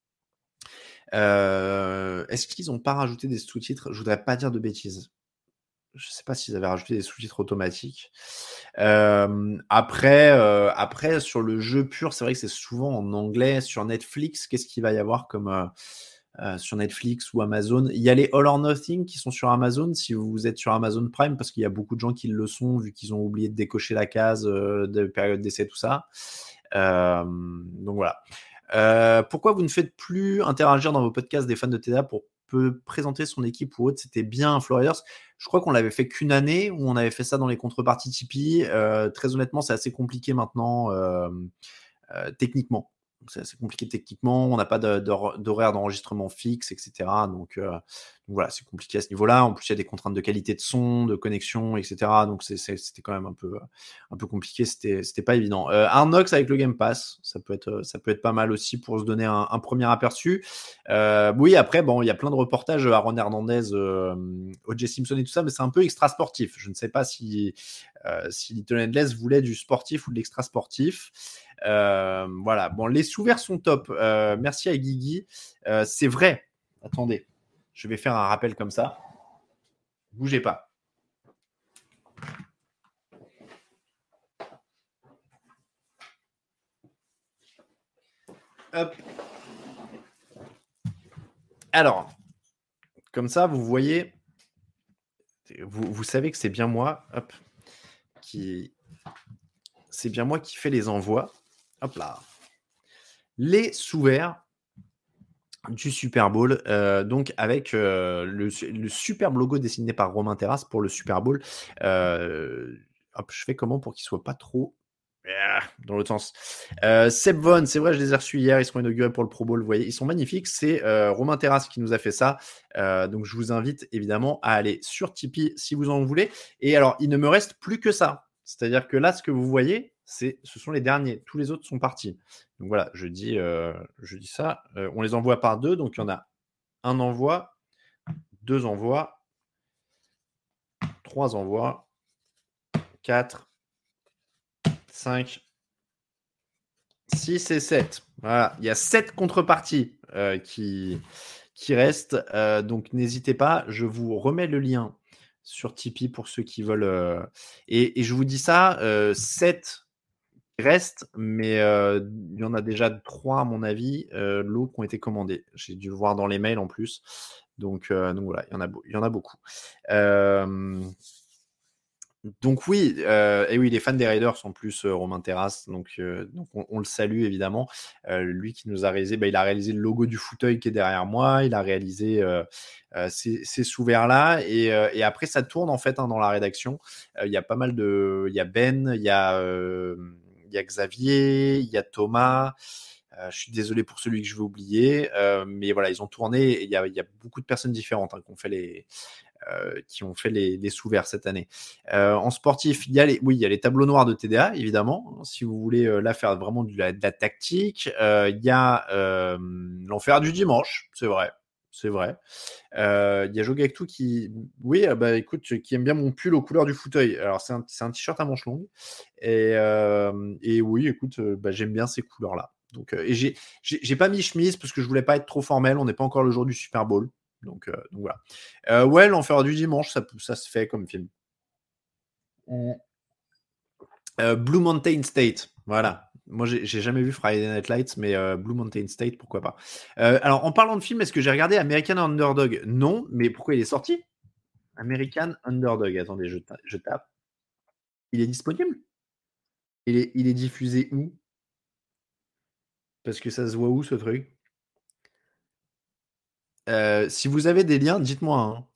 Euh, est-ce qu'ils n'ont pas rajouté des sous-titres? Je voudrais pas dire de bêtises. Je sais pas s'ils avaient rajouté des sous-titres automatiques. Euh, après, euh, après, sur le jeu pur, c'est vrai que c'est souvent en anglais. Sur Netflix, qu'est-ce qu'il va y avoir comme euh, euh, sur Netflix ou Amazon? Il y a les All or Nothing qui sont sur Amazon, si vous êtes sur Amazon Prime, parce qu'il y a beaucoup de gens qui le sont, vu qu'ils ont oublié de décocher la case euh, de période d'essai, tout ça. Euh, donc voilà. Euh, pourquoi vous ne faites plus interagir dans vos podcasts des fans de T D A pour peut présenter son équipe ou autre? C'était bien Floriers. Je crois qu'on l'avait fait qu'une année où on avait fait ça dans les contreparties Tipeee. Euh, très honnêtement, c'est assez compliqué maintenant euh, euh, techniquement. C'est assez compliqué techniquement. On n'a pas de, de, d'horaire d'enregistrement fixe, et cetera. Donc, euh, donc voilà, c'est compliqué à ce niveau-là. En plus, il y a des contraintes de qualité de son, de connexion, et cetera. Donc c'est, c'est, c'était quand même un peu, un peu compliqué. C'était, c'était pas évident. Euh, Arnox avec le Game Pass, ça peut être, ça peut être pas mal aussi pour se donner un, un premier aperçu. Euh, oui, après, bon, il y a plein de reportages Aaron Hernandez, euh, O J Simpson et tout ça, mais c'est un peu extra sportif. Je ne sais pas si, euh, si Little Endless voulait du sportif ou de l'extra sportif. Euh, voilà, bon, les sous-verts sont top. Euh, merci à Guigui. Euh, c'est vrai. Attendez, je vais faire un rappel comme ça. Bougez pas. Hop. Alors, comme ça, vous voyez, vous, vous savez que c'est bien moi, hop, qui, c'est bien moi qui fais les envois. Hop là. Les sous-verts du Super Bowl, euh, donc avec euh, le, le superbe logo dessiné par Romain Terrasse pour le Super Bowl. Euh, hop, je fais comment pour qu'il soit pas trop dans l'autre sens. Euh, Seb Von, c'est vrai, je les ai reçus hier, ils seront inaugurés pour le Pro Bowl, vous voyez, ils sont magnifiques. C'est euh, Romain Terrasse qui nous a fait ça. Euh, donc je vous invite évidemment à aller sur Tipeee si vous en voulez. Et alors, il ne me reste plus que ça. C'est-à-dire que là, ce que vous voyez, c'est, ce sont les derniers. Tous les autres sont partis. Donc voilà, je dis, euh, je dis ça. Euh, on les envoie par deux. Donc il y en a un envoi, deux envois, trois envois, quatre, cinq, six et sept. Voilà, il y a sept contreparties euh, qui, qui restent. Euh, donc n'hésitez pas, je vous remets le lien sur Tipeee pour ceux qui veulent. Euh, et, et je vous dis ça, euh, sept restent, mais euh, il y en a déjà trois à mon avis, euh, l'eau qui ont été commandés. J'ai dû le voir dans les mails en plus. Donc, euh, donc voilà, il y en a, il y en a beaucoup. Euh, donc oui, euh, et oui, les fans des Raiders sont plus euh, Romain Terrasse, donc, euh, donc on, on le salue évidemment. Euh, lui qui nous a réalisé, bah, il a réalisé le logo du fauteuil qui est derrière moi, il a réalisé euh, euh, ces, ces sous-verts là, et, euh, et après ça tourne en fait hein, dans la rédaction. Il euh, y a pas mal de, il y a Ben, il y a, euh, il y a Xavier, il y a Thomas. Euh, je suis désolé pour celui que je vais oublier, euh, mais voilà, ils ont tourné. Et il y a, il y a beaucoup de personnes différentes hein, qui ont fait les Euh, qui ont fait les, les sous-verts cette année. Euh, en sportif, il y a les, oui, il y a les tableaux noirs de T D A, évidemment, si vous voulez euh, là faire vraiment de la, de la tactique. Euh, il y a euh, l'enfer du dimanche, c'est vrai, c'est vrai. Euh, il y a Jogactu qui, oui, bah écoute, qui aime bien mon pull aux couleurs du fauteuil. Alors c'est un, c'est un t-shirt à manches longues, et, euh, et oui, écoute, bah, j'aime bien ces couleurs-là. Donc, euh, et j'ai, j'ai, j'ai pas mis chemise parce que je voulais pas être trop formel. On n'est pas encore le jour du Super Bowl. Donc, euh, donc voilà. Euh, ouais, l'enfer du dimanche, ça, ça se fait comme film. Euh, Blue Mountain State, voilà. Moi, j'ai, j'ai jamais vu Friday Night Lights, mais euh, Blue Mountain State, pourquoi pas. Euh, alors, en parlant de film, est-ce que j'ai regardé American Underdog? Non, mais pourquoi il est sorti? American Underdog. Attendez, je, ta- je tape. Il est disponible? Il est, il est diffusé où? Parce que ça se voit où ce truc? Euh, si vous avez des liens, dites-moi. Hein.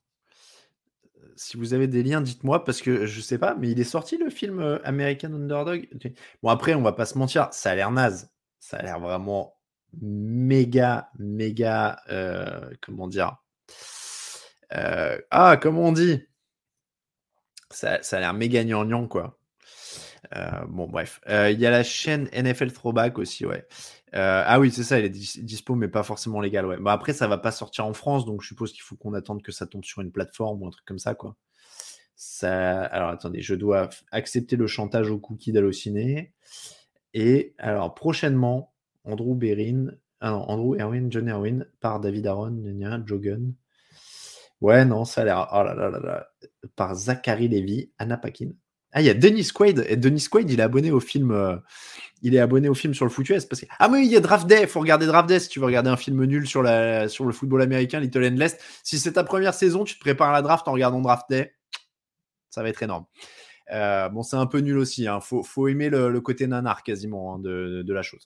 Si vous avez des liens, dites-moi parce que je sais pas, mais il est sorti le film euh, American Underdog. Bon, après, on va pas se mentir, ça a l'air naze. Ça a l'air vraiment méga, méga. euh, comment dire Euh, Ah, comment on dit ça, ça a l'air méga gnangnan, quoi. Euh, bon, bref. Euh, Il y a la chaîne N F L Throwback aussi, ouais. Euh, ah oui, c'est ça, elle est dis- dispo, mais pas forcément légale, ouais. Bah après, ça va pas sortir en France, donc je suppose qu'il faut qu'on attende que ça tombe sur une plateforme ou un truc comme ça, quoi. Ça... Alors, attendez, je dois f- accepter le chantage au cookie d'Allociné. Et alors, prochainement, Andrew Berrin, ah non, Andrew Erwin, John Erwin, par David Aaron, gna gna, Jogan. Ouais, non, ça a l'air. Oh là là là là. Par Zachary Levy, Anna Paquin. Ah, il y a Dennis Quaid. Et Dennis Quaid, il est abonné au film. euh, il est abonné au film sur le foot U S. Parce que... Ah, mais oui, il y a Draft Day. Il faut regarder Draft Day si tu veux regarder un film nul sur, la... sur le football américain, Little and Lest. Si c'est ta première saison, tu te prépares à la draft en regardant Draft Day. Ça va être énorme. Euh, bon, c'est un peu nul aussi. Il hein. faut, faut aimer le, le côté nanar quasiment hein, de, de la chose.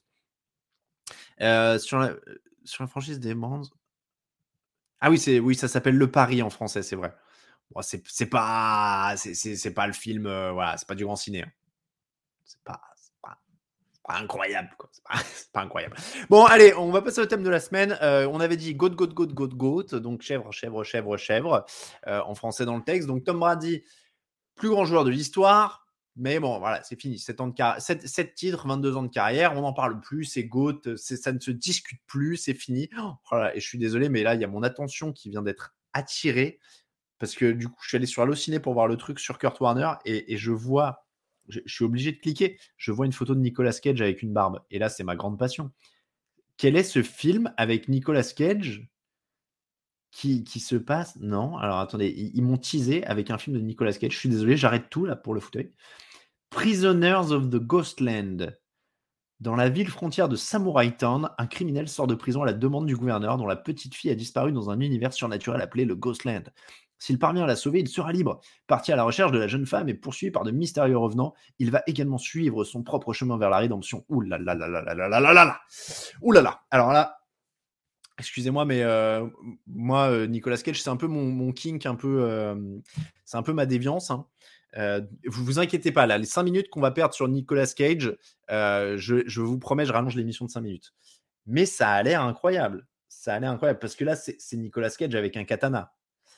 Euh, sur, la, sur la franchise des Brands. Ah oui, c'est, oui, ça s'appelle Le Pari en français, c'est vrai. Bon, c'est, c'est pas, c'est, c'est, c'est pas le film, euh, voilà, c'est pas du grand ciné. Hein. C'est pas, c'est pas, c'est pas incroyable, quoi. C'est pas, c'est pas incroyable. Bon, allez, on va passer au thème de la semaine. Euh, on avait dit goat, goat, goat, goat, goat, donc chèvre, chèvre, chèvre, chèvre, euh, en français dans le texte. Donc Tom Brady, plus grand joueur de l'histoire. Mais bon, voilà, c'est fini. sept, ans de car... sept, sept titres, vingt-deux ans de carrière, on n'en parle plus, c'est GOAT, c'est, ça ne se discute plus, c'est fini. Oh, voilà, et je suis désolé, mais là, il y a mon attention qui vient d'être attirée parce que du coup, je suis allé sur Allociné pour voir le truc sur Kurt Warner et, et je vois, je, je suis obligé de cliquer, je vois une photo de Nicolas Cage avec une barbe. Et là, c'est ma grande passion. Quel est ce film avec Nicolas Cage qui, qui se passe? Non, alors attendez, ils, ils m'ont teasé avec un film de Nicolas Cage. Je suis désolé, j'arrête tout là pour le fauteuil. Prisoners of the Ghostland. Dans la ville frontière de Samurai Town, un criminel sort de prison à la demande du gouverneur dont la petite fille a disparu dans un univers surnaturel appelé le Ghostland. S'il parvient à la sauver, il sera libre. Parti à la recherche de la jeune femme et poursuivi par de mystérieux revenants, il va également suivre son propre chemin vers la rédemption. Ouh là là là là là là là là là là. Ouh là là. Alors là, excusez-moi, mais euh, moi, euh, Nicolas Cage, c'est un peu mon, mon kink, un peu, euh, c'est un peu ma déviance. Hein. Euh, vous vous inquiétez pas, là, les cinq minutes qu'on va perdre sur Nicolas Cage, euh, je, je vous promets, je rallonge l'émission de cinq minutes. Mais ça a l'air incroyable. Ça a l'air incroyable parce que là, c'est, c'est Nicolas Cage avec un katana.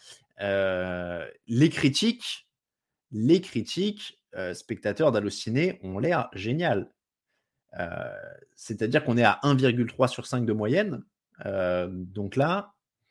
Euh, les critiques, les critiques, euh, spectateurs d'Allociné ont l'air génial. Euh, c'est-à-dire qu'on est à un virgule trois sur cinq de moyenne. Euh, donc là,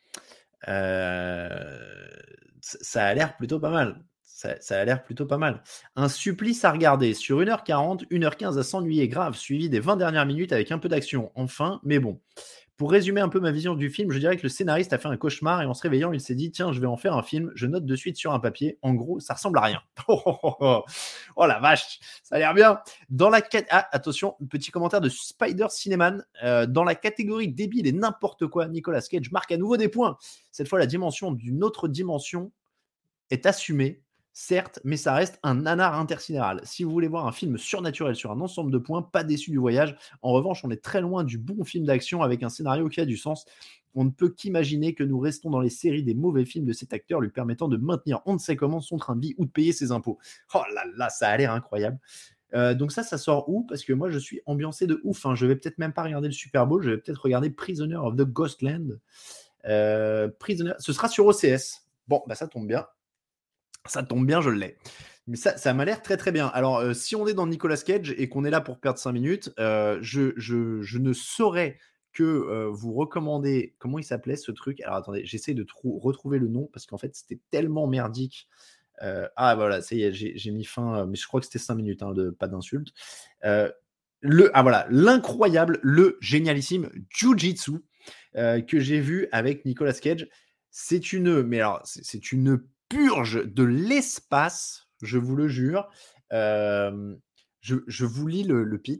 euh, ça a l'air plutôt pas mal. Ça, ça a l'air plutôt pas mal. Un supplice à regarder sur une heure quarante, une heure quinze à s'ennuyer grave, suivi des vingt dernières minutes avec un peu d'action. Enfin, mais bon. Pour résumer un peu ma vision du film, je dirais que le scénariste a fait un cauchemar et en se réveillant, il s'est dit « Tiens, je vais en faire un film. » Je note de suite sur un papier. En gros, ça ressemble à rien. Oh, oh, oh, oh. Oh la vache, ça a l'air bien. Dans la cat... Ah, attention, petit commentaire de Spider Cinéman. Euh, dans la catégorie débile et n'importe quoi, Nicolas Cage marque à nouveau des points. Cette fois, la dimension d'une autre dimension est assumée. Certes, mais ça reste un nanar intersidéral. Si vous voulez voir un film surnaturel sur un ensemble de points, pas déçu du voyage. En revanche, on est très loin du bon film d'action avec un scénario qui a du sens. On ne peut qu'imaginer que nous restons dans les séries des mauvais films de cet acteur lui permettant de maintenir on ne sait comment son train de vie ou de payer ses impôts. Oh là là, ça a l'air incroyable. Euh, donc ça, ça sort où? Parce que moi, je suis ambiancé de ouf. Hein. Je vais peut-être même pas regarder le Super Bowl. Je vais peut-être regarder Prisoner of the Ghostland. Euh, Prisoner... Ce sera sur O C S. Bon, bah ça tombe bien. Ça tombe bien, je l'ai. Mais ça, ça m'a l'air très très bien. Alors, euh, si on est dans Nicolas Cage et qu'on est là pour perdre cinq minutes, euh, je, je, je ne saurais que euh, vous recommander... Comment il s'appelait ce truc? Alors, attendez, j'essaie de trou- retrouver le nom parce qu'en fait, c'était tellement merdique. Euh, ah, voilà, ça y est, j'ai, j'ai mis fin, euh, mais je crois que c'était cinq minutes, hein, de, pas d'insulte. Euh, le, ah, voilà, l'incroyable, le génialissime Jiu-Jitsu euh, que j'ai vu avec Nicolas Cage. C'est une... Mais alors, c'est, c'est une... purge de l'espace, je vous le jure. Euh, je, je vous lis le, le pitch.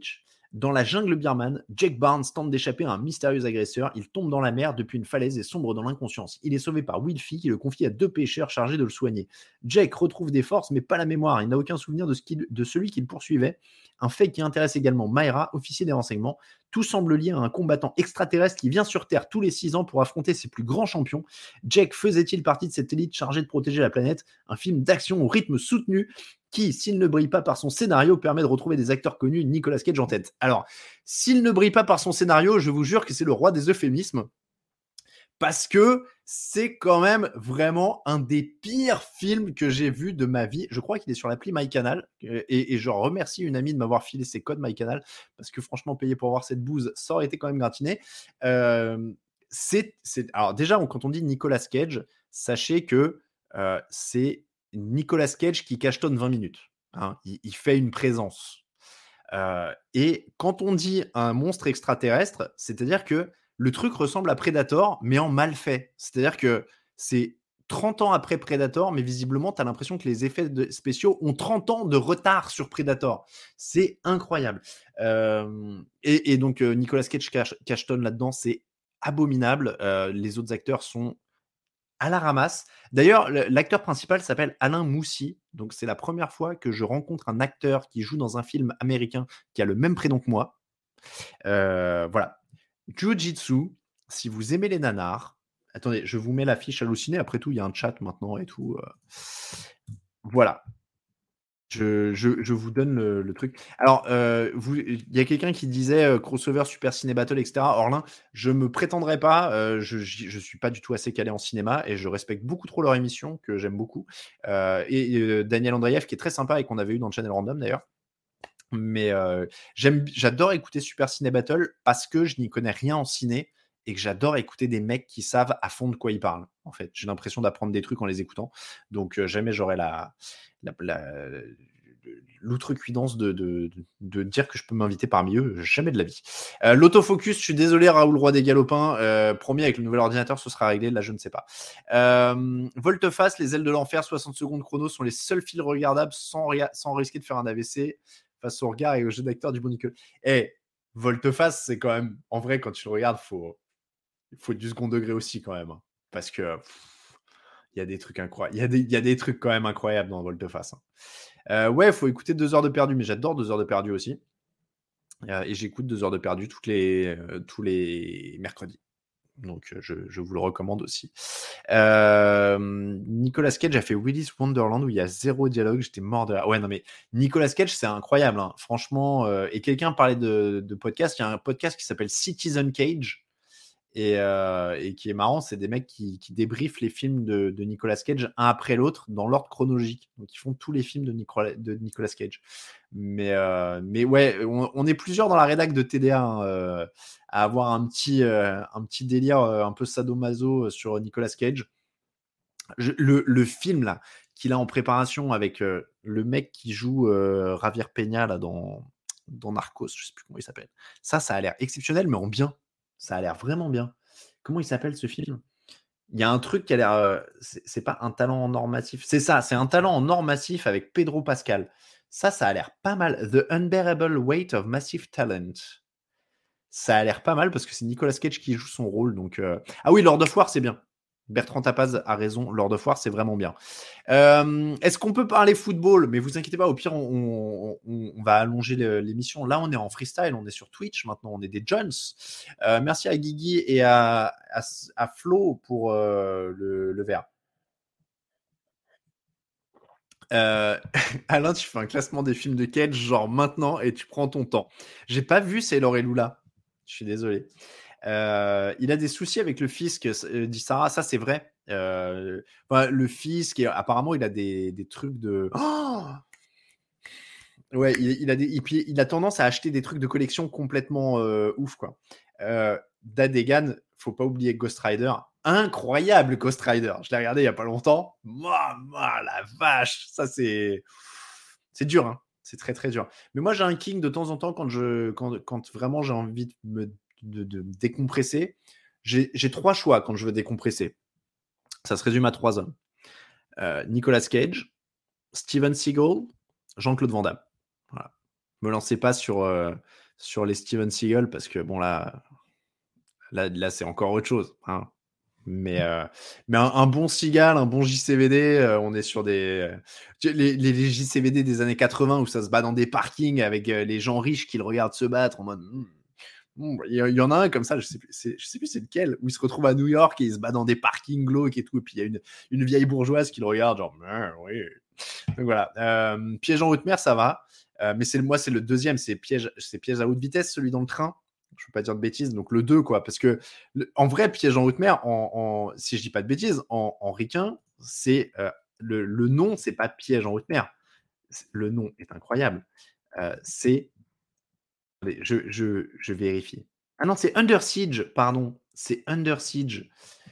Dans la jungle birmane, Jake Barnes tente d'échapper à un mystérieux agresseur. Il tombe dans la mer depuis une falaise et sombre dans l'inconscience. Il est sauvé par Wilfie qui le confie à deux pêcheurs chargés de le soigner. Jake retrouve des forces mais pas la mémoire. Il n'a aucun souvenir de, ce qu'il- de celui qui le poursuivait. Un fait qui intéresse également Myra, officier des renseignements. Tout semble lié à un combattant extraterrestre qui vient sur Terre tous les six ans pour affronter ses plus grands champions. Jake faisait-il partie de cette élite chargée de protéger la planète? Un film d'action au rythme soutenu qui, s'il ne brille pas par son scénario, permet de retrouver des acteurs connus, Nicolas Cage en tête. Alors, s'il ne brille pas par son scénario, je vous jure que c'est le roi des euphémismes, parce que c'est quand même vraiment un des pires films que j'ai vu de ma vie. Je crois qu'il est sur l'appli MyCanal, euh, et, et je remercie une amie de m'avoir filé ses codes MyCanal, parce que franchement, payer pour voir cette bouse, ça aurait été quand même gratiné. Euh, c'est, c'est... Alors déjà, on- quand on dit Nicolas Cage, sachez que euh, c'est Nicolas Cage qui cachetonne vingt minutes. Hein. Il, il fait une présence. Euh, et quand on dit un monstre extraterrestre, c'est-à-dire que le truc ressemble à Predator, mais en mal fait. C'est-à-dire que c'est trente ans après Predator, mais visiblement, tu as l'impression que les effets de- spéciaux ont trente ans de retard sur Predator. C'est incroyable. Euh, et, et donc, euh, Nicolas Cage cache- cachetonne là-dedans, c'est abominable. Euh, les autres acteurs sont à la ramasse. D'ailleurs, le- l'acteur principal s'appelle Alain Moussy. Donc, c'est la première fois que je rencontre un acteur qui joue dans un film américain qui a le même prénom que moi. Euh, voilà. Jiu-Jitsu, si vous aimez les nanars. Attendez, je vous mets la fiche hallucinée. Après tout, il y a un chat maintenant et tout. euh. Voilà. Je, je, je vous donne le, le truc. Alors, euh, vous- il y a quelqu'un qui disait euh, crossover, Super Ciné Battle, et cetera. Orlin, je me prétendrai pas. euh, je, j'y- je suis pas du tout assez calé en cinéma et je respecte beaucoup trop leur émission que j'aime beaucoup. Euh, et euh, Daniel Andreev qui est très sympa et qu'on avait eu dans le Channel Random d'ailleurs. Mais euh, j'aime, j'adore écouter Super Ciné Battle parce que je n'y connais rien en ciné et que j'adore écouter des mecs qui savent à fond de quoi ils parlent. En fait, j'ai l'impression d'apprendre des trucs en les écoutant. Donc euh, jamais j'aurai la, la, la- l'outrecuidance de, de, de, de dire que je peux m'inviter parmi eux. Jamais de la vie. Euh, l'autofocus, je suis désolé Raoul Roi des Galopins. Euh, promis, avec le nouvel ordinateur, ce sera réglé. Là, je ne sais pas. Euh, Volte-face, les ailes de l'enfer, soixante secondes chrono sont les seuls fils regardables sans, ria- sans risquer de faire un A V C face au regard et au jeu d'acteur du bon Nicole. Eh, Volte-face, c'est quand même... En vrai, quand tu le regardes, il faut... faut du second degré aussi quand même. Hein, parce que... Il y a des trucs incroyables. Il y a des, il y a des trucs quand même incroyables dans Volte-face. Hein. Euh, ouais, il faut écouter deux heures de perdu, mais j'adore deux heures de perdu aussi. Euh, et j'écoute deux heures de perdu toutes les, euh, tous les mercredis. Donc, je, je vous le recommande aussi. Euh, Nicolas Cage a fait Willy's Wonderland où il y a zéro dialogue. J'étais mort de la... Ouais, non, mais Nicolas Cage, c'est incroyable. Hein. Franchement, euh, et quelqu'un parlait de, de podcast. Il y a un podcast qui s'appelle Citizen Cage. Et, euh, et qui est marrant, c'est des mecs qui, qui débriefent les films de, de Nicolas Cage un après l'autre dans l'ordre chronologique. Donc ils font tous les films de, Nicolas, de Nicolas Cage. Mais, euh, mais ouais, on, on est plusieurs dans la rédac de T D A hein, euh, à avoir un petit, euh, un petit délire euh, un peu sadomaso sur Nicolas Cage. Je, le, le film là qu'il a en préparation avec euh, le mec qui joue euh, Javier Peña là, dans, dans Narcos, je sais plus comment il s'appelle. Ça, ça a l'air exceptionnel, mais en bien. Ça a l'air vraiment bien. Comment il s'appelle ce film? Il y a un truc qui a l'air. Euh, c'est, c'est pas un talent en or massif. C'est ça, c'est un talent en or massif avec Pedro Pascal. Ça, ça a l'air pas mal. The Unbearable Weight of Massive Talent. Ça a l'air pas mal parce que c'est Nicolas Cage qui joue son rôle. Donc, euh... Ah oui, Lord of War, c'est bien. Bertrand Tapaz a raison. Lord of War, c'est vraiment bien. Euh, est-ce qu'on peut parler football? Mais vous inquiétez pas, au pire, on, on, on va allonger le, l'émission. Là, on est en freestyle, on est sur Twitch. Maintenant, on est des Jones. Euh, merci à Guigui et à, à, à Flo pour euh, le, le verre. Euh, Alain, tu fais un classement des films de Cage, genre maintenant, et tu prends ton temps. J'ai pas vu Sailor et Lula. Je suis désolé. Euh, il a des soucis avec le fisc, euh, dit Sarah. Ça, c'est vrai. Euh, enfin, le fisc, et apparemment, il a des, des trucs de. Oh ouais, il, il, a des, il, il a tendance à acheter des trucs de collection complètement euh, ouf, quoi. Euh, Dadegan, faut pas oublier Ghost Rider. Incroyable Ghost Rider. Je l'ai regardé il y a pas longtemps. Moi, moi, la vache. Ça, c'est. C'est dur, hein. C'est très, très dur. Mais moi, j'ai un king de temps en temps quand, je, quand, quand vraiment j'ai envie de me de, de décompresser. J'ai, j'ai trois choix quand je veux décompresser. Ça se résume à trois hommes. Euh, Nicolas Cage, Steven Seagal, Jean-Claude Van Damme. Voilà. Me lancez pas sur, euh, sur les Steven Seagal parce que bon là, là, là c'est encore autre chose. Hein. Mais, euh, mais un, un bon Seagal, un bon J C V D, euh, on est sur des euh, les, les, les J C V D des années quatre-vingts où ça se bat dans des parkings avec euh, les gens riches qui le regardent se battre en mode. Hmm, hmm. Il y, y en a un comme ça, je sais plus, c'est, je sais plus c'est lequel, où il se retrouve à New York et il se bat dans des parkings glauques et tout, et puis il y a une, une vieille bourgeoise qui le regarde genre ah, oui. Donc voilà, euh, piège en haute mer ça va, euh, mais c'est moi c'est le deuxième, c'est piège, c'est piège à haute vitesse celui dans le train. Je ne veux pas dire de bêtises, donc le deux, quoi. Parce que, le, en vrai, piège en haute mer, en, en, si je ne dis pas de bêtises, en, en ricain, c'est, euh, le, le nom, c'est pas piège en haute mer. Le nom est incroyable. Euh, c'est. Allez, je, je, je vérifie. Ah non, c'est Under Siege, pardon. C'est Under Siege,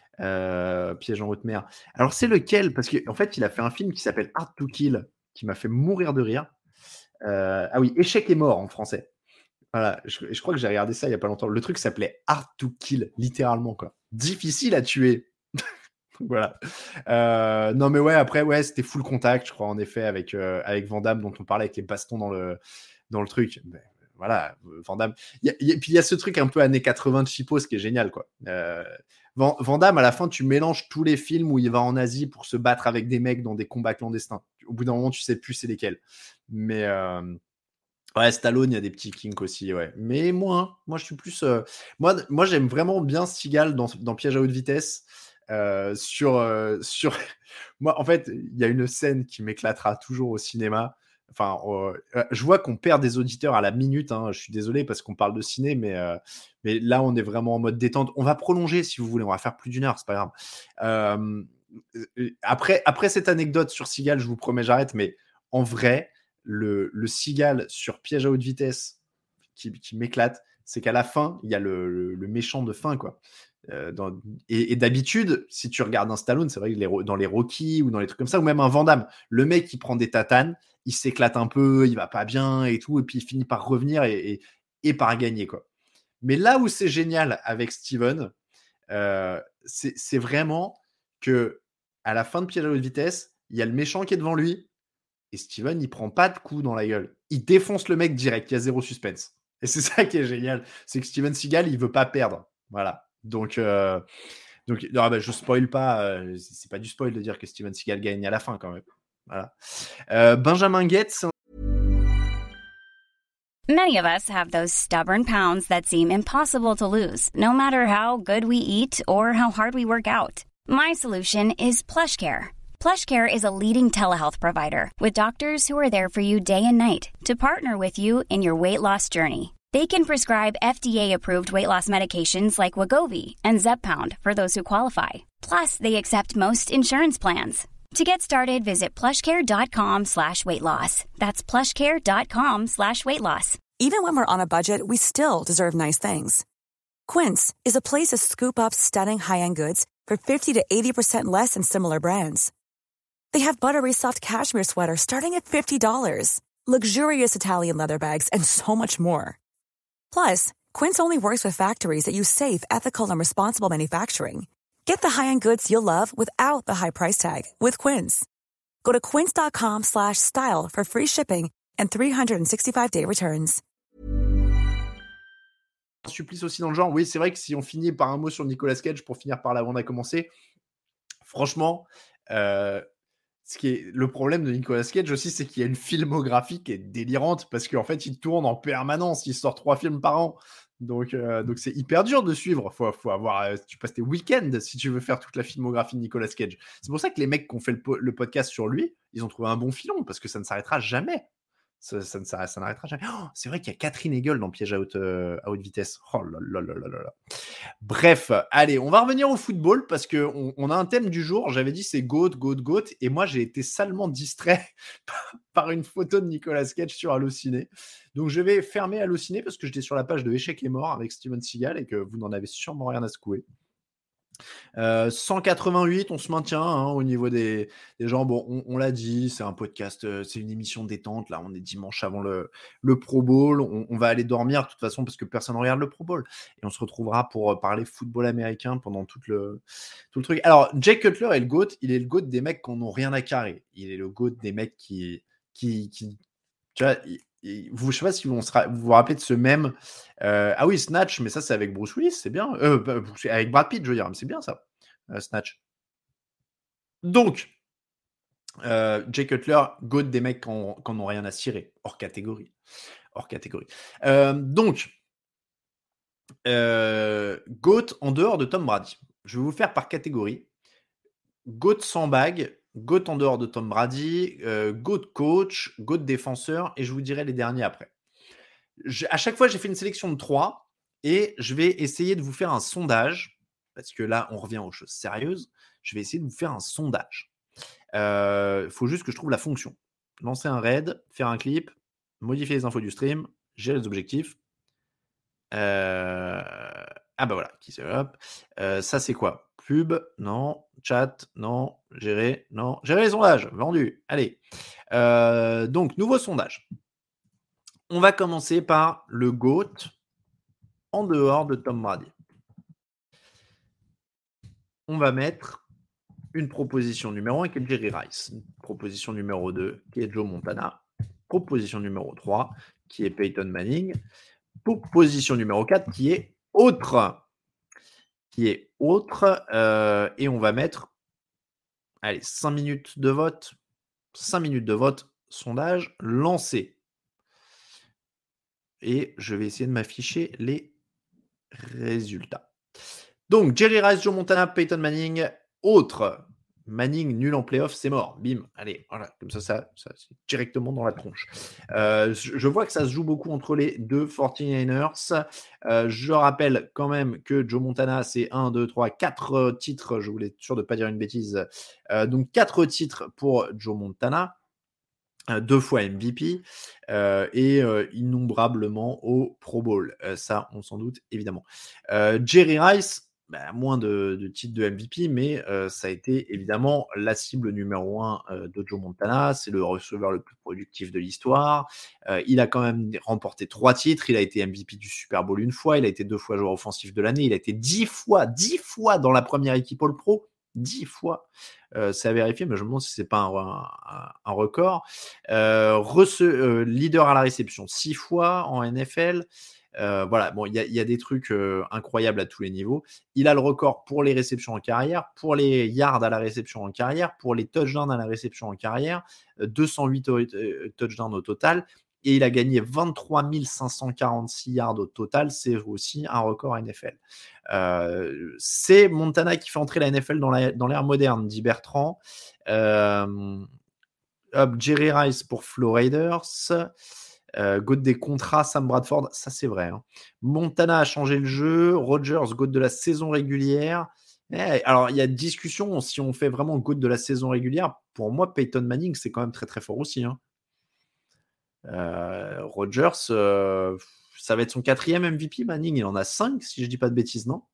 euh, piège en haute mer. Alors, c'est lequel? Parce qu'en en fait, il a fait un film qui s'appelle Hard to Kill, qui m'a fait mourir de rire. Euh, ah oui, Échec et mort en français. Voilà, je, je crois que j'ai regardé ça il n'y a pas longtemps. Le truc s'appelait Hard to Kill, littéralement, quoi. Difficile à tuer. Voilà. Euh, non, mais ouais, après, ouais, c'était full contact, je crois, en effet, avec, euh, avec Van Damme, dont on parlait avec les bastons dans le, dans le truc. Mais, voilà, Van Damme. Y a, y a, puis il y a ce truc un peu années quatre-vingts de Chipos qui est génial, quoi. Euh, Van, Van Damme, à la fin, tu mélanges tous les films où il va en Asie pour se battre avec des mecs dans des combats clandestins. Au bout d'un moment, tu sais plus c'est lesquels. Mais. Euh, Ouais, Stallone, il y a des petits kinks aussi, ouais. Mais moi, moi, je suis plus. Euh... Moi, moi, j'aime vraiment bien Seagal dans, dans Piège à haute vitesse. Euh, sur, euh, sur. Moi, en fait, il y a une scène qui m'éclatera toujours au cinéma. Enfin, euh, je vois qu'on perd des auditeurs à la minute. Hein. Je suis désolé parce qu'on parle de ciné, mais, euh, mais là, on est vraiment en mode détente. On va prolonger si vous voulez. On va faire plus d'une heure, c'est pas grave. Euh, après, après cette anecdote sur Seagal, je vous promets, j'arrête. Mais en vrai. Le, le Seagal sur Piège à haute vitesse qui, qui m'éclate, c'est qu'à la fin, il y a le, le, le méchant de fin, quoi. Euh, dans, et, et d'habitude, si tu regardes un Stallone, c'est vrai que les, dans les Rocky ou dans les trucs comme ça, ou même un Van Damme, le mec qui prend des tatanes, il s'éclate un peu, il va pas bien et tout, et puis il finit par revenir et, et, et par gagner, quoi. Mais là où c'est génial avec Steven, euh, c'est, c'est vraiment que à la fin de Piège à haute vitesse, il y a le méchant qui est devant lui. Et Steven, il prend pas de coup dans la gueule. Il défonce le mec direct. Il y a zéro suspense. Et c'est ça qui est génial. C'est que Steven Seagal, il veut pas perdre. Voilà. Donc, euh, donc non, bah, je spoil pas. Euh, c'est pas du spoil de dire que Steven Seagal gagne à la fin quand même. Voilà. Euh, Benjamin Gates. Many of us have those stubborn pounds that seem impossible to lose, no matter how good we eat or how hard we work out. My solution is PlushCare. PlushCare is a leading telehealth provider with doctors who are there for you day and night to partner with you in your weight loss journey. They can prescribe F D A-approved weight loss medications like Wegovy and Zepbound for those who qualify. Plus, they accept most insurance plans. To get started, visit plushcare.com slash weight loss. That's plushcare.com slash weight loss. Even when we're on a budget, we still deserve nice things. Quince is a place to scoop up stunning high-end goods for fifty to eighty percent less than similar brands. They have buttery soft cashmere sweaters starting at fifty dollars, luxurious Italian leather bags, and so much more. Plus, Quince only works with factories that use safe, ethical, and responsible manufacturing. Get the high-end goods you'll love without the high price tag with Quince. Go to quince.com slash style for free shipping and three sixty-five day returns. Supplice aussi dans le genre. Oui, c'est vrai que si on finit par un mot sur Nicolas Cage pour finir par là où on a commencé, franchement, euh, ce qui est le problème de Nicolas Cage aussi, c'est qu'il y a une filmographie qui est délirante parce qu'en fait, il tourne en permanence, il sort trois films par an. Donc, euh, donc c'est hyper dur de suivre. Faut, faut avoir, euh, tu passes tes week-ends si tu veux faire toute la filmographie de Nicolas Cage. C'est pour ça que les mecs qui ont fait le, po- le podcast sur lui, ils ont trouvé un bon filon parce que ça ne s'arrêtera jamais. Ça, ça, ne s'arrête- ça n'arrêtera jamais. Oh, c'est vrai qu'il y a Catherine Hegel dans Piège à haute, euh, à haute vitesse. Oh là là là là là là. Bref, allez, on va revenir au football parce qu'on on a un thème du jour. J'avais dit c'est GOAT, GOAT, GOAT. Et moi, j'ai été salement distrait par une photo de Nicolas Cage sur Allociné. Donc, je vais fermer Allociné parce que j'étais sur la page de Échec et mort avec Steven Seagal et que vous n'en avez sûrement rien à secouer. Euh, cent quatre-vingt-huit, on se maintient hein, au niveau des, des gens. Bon, on, on l'a dit, c'est un podcast, euh, c'est une émission détente. Là, on est dimanche avant le, le Pro Bowl. On, on va aller dormir de toute façon parce que personne ne regarde le Pro Bowl. Et on se retrouvera pour parler football américain pendant tout le, tout le truc. Alors, Jay Cutler est le GOAT. Il est le GOAT des mecs qui n'ont rien à carrer. Il est le GOAT des mecs qui, qui, qui tu vois, il, et vous, je sais pas si vous, on sera, vous vous rappelez de ce même. Euh, ah oui, Snatch, mais ça, c'est avec Bruce Willis, c'est bien. Euh, bah, avec Brad Pitt, je veux dire, mais c'est bien ça, euh, Snatch. Donc, euh, Jay Cutler, goat des mecs qui n'ont rien à cirer, hors catégorie. Hors catégorie. Euh, donc, euh, goat en dehors de Tom Brady. Je vais vous faire par catégorie. Goat sans bague, goat en dehors de Tom Brady, euh, goat coach, goat défenseur, et je vous dirai les derniers après. Je, à chaque fois, j'ai fait une sélection de trois, et je vais essayer de vous faire un sondage, parce que là, on revient aux choses sérieuses. Je vais essayer de vous faire un sondage. Il euh, faut juste que je trouve la fonction. Lancer un raid, faire un clip, modifier les infos du stream, gérer les objectifs. Euh... Ah bah voilà, qui se hop. Euh, ça c'est quoi? Pub, non. Chat, non. Gérer, non. Gérer les sondages, vendu. Allez. Euh, donc, nouveau sondage. On va commencer par le GOAT en dehors de Tom Brady. On va mettre une proposition numéro un qui est Jerry Rice. Une proposition numéro deux qui est Joe Montana. Proposition numéro trois qui est Peyton Manning. Proposition numéro quatre qui est autre. Qui est autre. Euh, et on va mettre allez, cinq minutes de vote. cinq minutes de vote. Sondage lancé. Et je vais essayer de m'afficher les résultats. Donc, Jerry Rice, Joe Montana, Peyton Manning, autre. Manning nul en playoff, c'est mort. Bim. Allez, voilà. Comme ça, ça, ça c'est directement dans la tronche. Euh, je vois que ça se joue beaucoup entre les deux forty-niners. Euh, je rappelle quand même que Joe Montana, c'est un, deux, trois, quatre titres. Je voulais être sûr de ne pas dire une bêtise. Euh, donc, quatre titres pour Joe Montana. Euh, deux fois M V P euh, et euh, innombrablement au Pro Bowl. Euh, ça, on s'en doute, évidemment. Euh, Jerry Rice, bah, moins de, de titres de M V P, mais euh, ça a été évidemment la cible numéro un euh, de Joe Montana. C'est le receveur le plus productif de l'histoire. Euh, il a quand même remporté trois titres. Il a été M V P du Super Bowl une fois. Il a été deux fois joueur offensif de l'année. Il a été dix fois, dix fois dans la première équipe All-Pro. Dix fois. Euh, c'est à vérifier, mais je me demande si c'est pas un, un, un record. Euh, rece- euh, leader à la réception, six fois en N F L. Euh, voilà, bon, il y, y a des trucs euh, incroyables à tous les niveaux. Il a le record pour les réceptions en carrière, pour les yards à la réception en carrière, pour les touchdowns à la réception en carrière, euh, deux cent huit euh, touchdowns au total. Et il a gagné vingt-trois mille cinq cent quarante-six yards au total. C'est aussi un record N F L. Euh, c'est Montana qui fait entrer la N F L dans, la, dans l'ère moderne, dit Bertrand. Euh, hop, Jerry Rice pour Flow Raiders. Euh, goat des contrats, Sam Bradford. Ça, c'est vrai. Hein. Montana a changé le jeu. Rodgers, goat de la saison régulière. Eh, alors, il y a discussion si on fait vraiment goat de la saison régulière. Pour moi, Peyton Manning, c'est quand même très, très fort aussi. Hein. Euh, Rodgers, euh, ça va être son quatrième M V P. Manning, il en a cinq, si je dis pas de bêtises, non?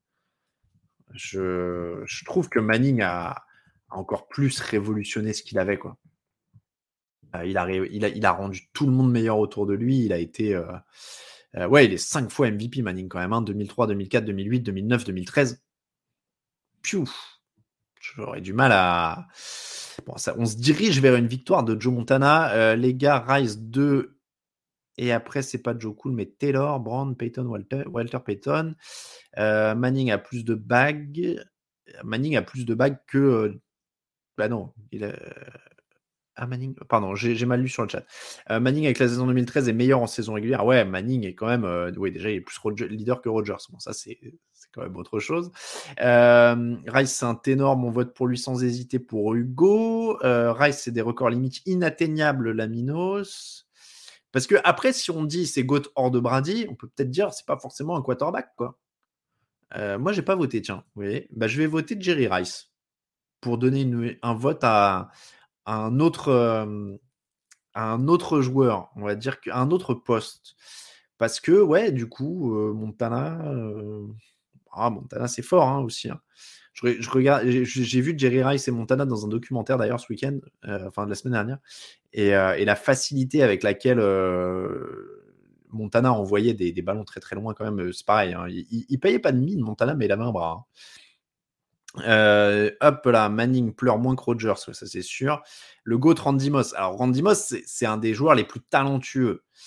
Je, je trouve que Manning a, a encore plus révolutionné ce qu'il avait, quoi. Euh, il, a, il, a, il a rendu tout le monde meilleur autour de lui. Il a été, euh, euh, ouais, il est cinq fois M V P, Manning quand même. Hein, deux mille trois, deux mille quatre, deux mille huit, deux mille neuf, deux mille treize. Piou, j'aurais du mal à. Bon, ça, on se dirige vers une victoire de Joe Montana. Euh, les gars, Rice deux. Et après, c'est pas Joe Cool, mais Taylor, Brown, Peyton, Walter, Walter Payton. Euh, Manning a plus de bagues. Manning a plus de bagues que. Euh, bah non, il a. Ah, Manning. Pardon, j'ai, j'ai mal lu sur le chat. Euh, Manning avec la saison deux mille treize est meilleur en saison régulière. Ouais, Manning est quand même. Euh, oui, déjà, il est plus Roger, leader que Rodgers. Bon, ça, c'est, c'est quand même autre chose. Euh, Rice, c'est un ténor. Mon vote pour lui sans hésiter pour Hugo. Euh, Rice, c'est des records limites inatteignables, Laminos. Parce que après, si on dit c'est GOAT hors de Brady, on peut peut-être dire c'est pas forcément un quarterback, quoi. Euh, moi, j'ai pas voté, tiens. Vous voyez, bah, je vais voter Jerry Rice pour donner une, un vote à, à un autre, euh, à un autre joueur, on va dire qu'à un autre poste. Parce que, ouais, du coup, euh, Montana, euh, ah, Montana, c'est fort hein, aussi. Hein. Je, je regarde, j'ai, j'ai vu Jerry Rice et Montana dans un documentaire d'ailleurs ce week-end, euh, enfin de la semaine dernière, et, euh, et la facilité avec laquelle euh, Montana envoyait des, des ballons très très loin quand même, c'est pareil. Hein, il, il, il payait pas de mine, Montana, mais il avait un bras. Hein. Euh, hop là, Manning pleure moins que Rodgers, ça c'est sûr. Le GOAT Randy Moss. Alors Randy Moss, c'est, c'est un des joueurs les plus talentueux.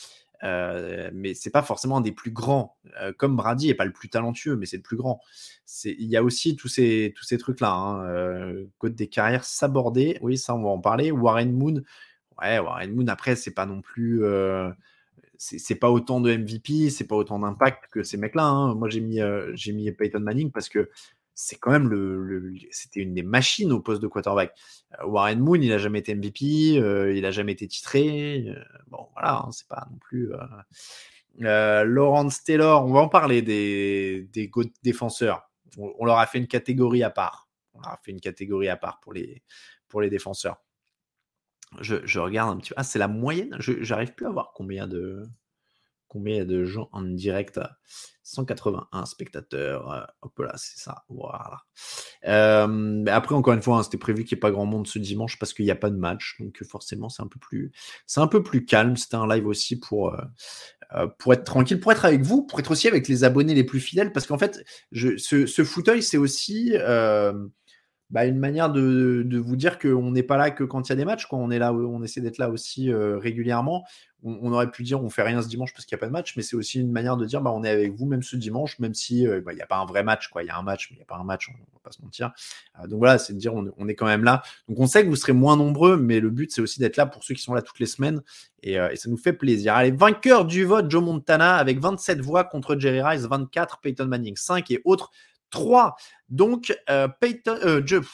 euh, mais c'est pas forcément un des plus grands. Euh, comme Brady est pas le plus talentueux, mais c'est le plus grand. C'est, il y a aussi tous ces, tous ces trucs-là. Hein. Euh, côté des carrières sabordées, oui, ça, on va en parler. Warren Moon, ouais, Warren Moon, après, c'est pas non plus. Euh, c'est, c'est pas autant de M V P, c'est pas autant d'impact que ces mecs-là. Hein. Moi, j'ai mis, euh, j'ai mis Peyton Manning parce que c'est quand même le, le, c'était une des machines au poste de quarterback. Euh, Warren Moon, il a jamais été M V P, euh, il a jamais été titré. Euh, bon, voilà, hein, c'est pas non plus. Euh... Euh, Lawrence Taylor, on va en parler des, des go- défenseurs. On, on leur a fait une catégorie à part. On leur a fait une catégorie à part pour les, pour les défenseurs. Je, je regarde un petit peu. Ah, c'est la moyenne. Je j'arrive plus à voir combien de combien de gens en direct. cent quatre-vingt-un spectateurs. Hop là, c'est ça. Voilà. Euh, après, encore une fois, hein, c'était prévu qu'il n'y ait pas grand monde ce dimanche parce qu'il n'y a pas de match. Donc forcément, c'est un peu plus, c'est un peu plus calme. C'était un live aussi pour. Euh, pour être tranquille, pour être avec vous, pour être aussi avec les abonnés les plus fidèles, parce qu'en fait, je, ce, ce fauteuil, c'est aussi euh, bah, une manière de, de vous dire qu'on n'est pas là que quand il y a des matchs, quoi. On est là, on essaie d'être là aussi euh, régulièrement. On, on aurait pu dire on fait rien ce dimanche parce qu'il n'y a pas de match, mais c'est aussi une manière de dire bah, on est avec vous même ce dimanche, même si euh, bah, il n'y a pas un vrai match, quoi. Il y a un match, mais il n'y a pas un match, on ne va pas se mentir. Euh, donc voilà, c'est de dire on, on est quand même là. Donc on sait que vous serez moins nombreux, mais le but c'est aussi d'être là pour ceux qui sont là toutes les semaines et, euh, et ça nous fait plaisir. Allez, vainqueur du vote, Joe Montana avec vingt-sept voix contre Jerry Rice, vingt-quatre, Peyton Manning cinq et autres trois. Donc euh, Peyton, euh, Joe,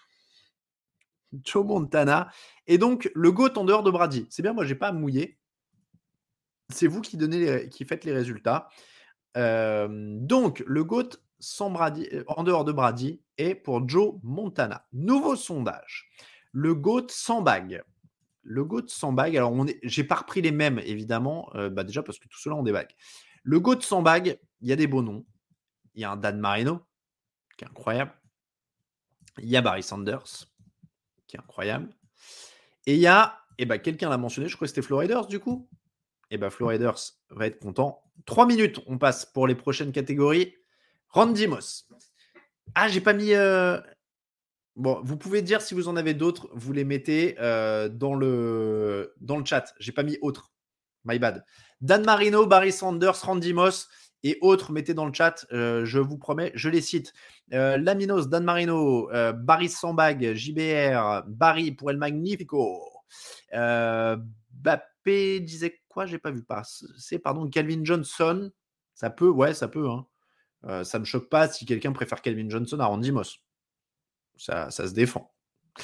Joe Montana et donc le GOAT en dehors de Brady. C'est bien, moi j'ai pas à me mouiller. C'est vous qui, donnez les, qui faites les résultats. Euh, donc, le GOAT sans Brady, en dehors de Brady est pour Joe Montana. Nouveau sondage. Le GOAT sans bague. Le GOAT sans bague. Alors, on est, j'ai pas repris les mêmes, évidemment, euh, bah déjà parce que tout cela ont des bagues. Le GOAT sans bague, il y a des beaux noms. Il y a un Dan Marino, qui est incroyable. Il y a Barry Sanders, qui est incroyable. Et il y a, eh ben, quelqu'un l'a mentionné, je crois que c'était Flo Raiders, du coup. Et bien, Flo Raiders va être content. Trois minutes, on passe pour les prochaines catégories. Randy Moss. Ah, j'ai pas mis... Euh... Bon, vous pouvez dire si vous en avez d'autres, vous les mettez euh, dans, le... dans le chat. J'ai pas mis autres. My bad. Dan Marino, Barry Sanders, Randy Moss et autres, mettez dans le chat. Euh, je vous promets, je les cite. Euh, Laminos, Dan Marino, euh, Barry Sambag, J B R, Barry pour El Magnifico. Euh, Bappé disait quoi? J'ai pas vu passer. Pardon, Calvin Johnson. Ça peut, ouais, ça peut. Hein. Euh, ça me choque pas si quelqu'un préfère Calvin Johnson à Randy Moss. Ça, ça se défend.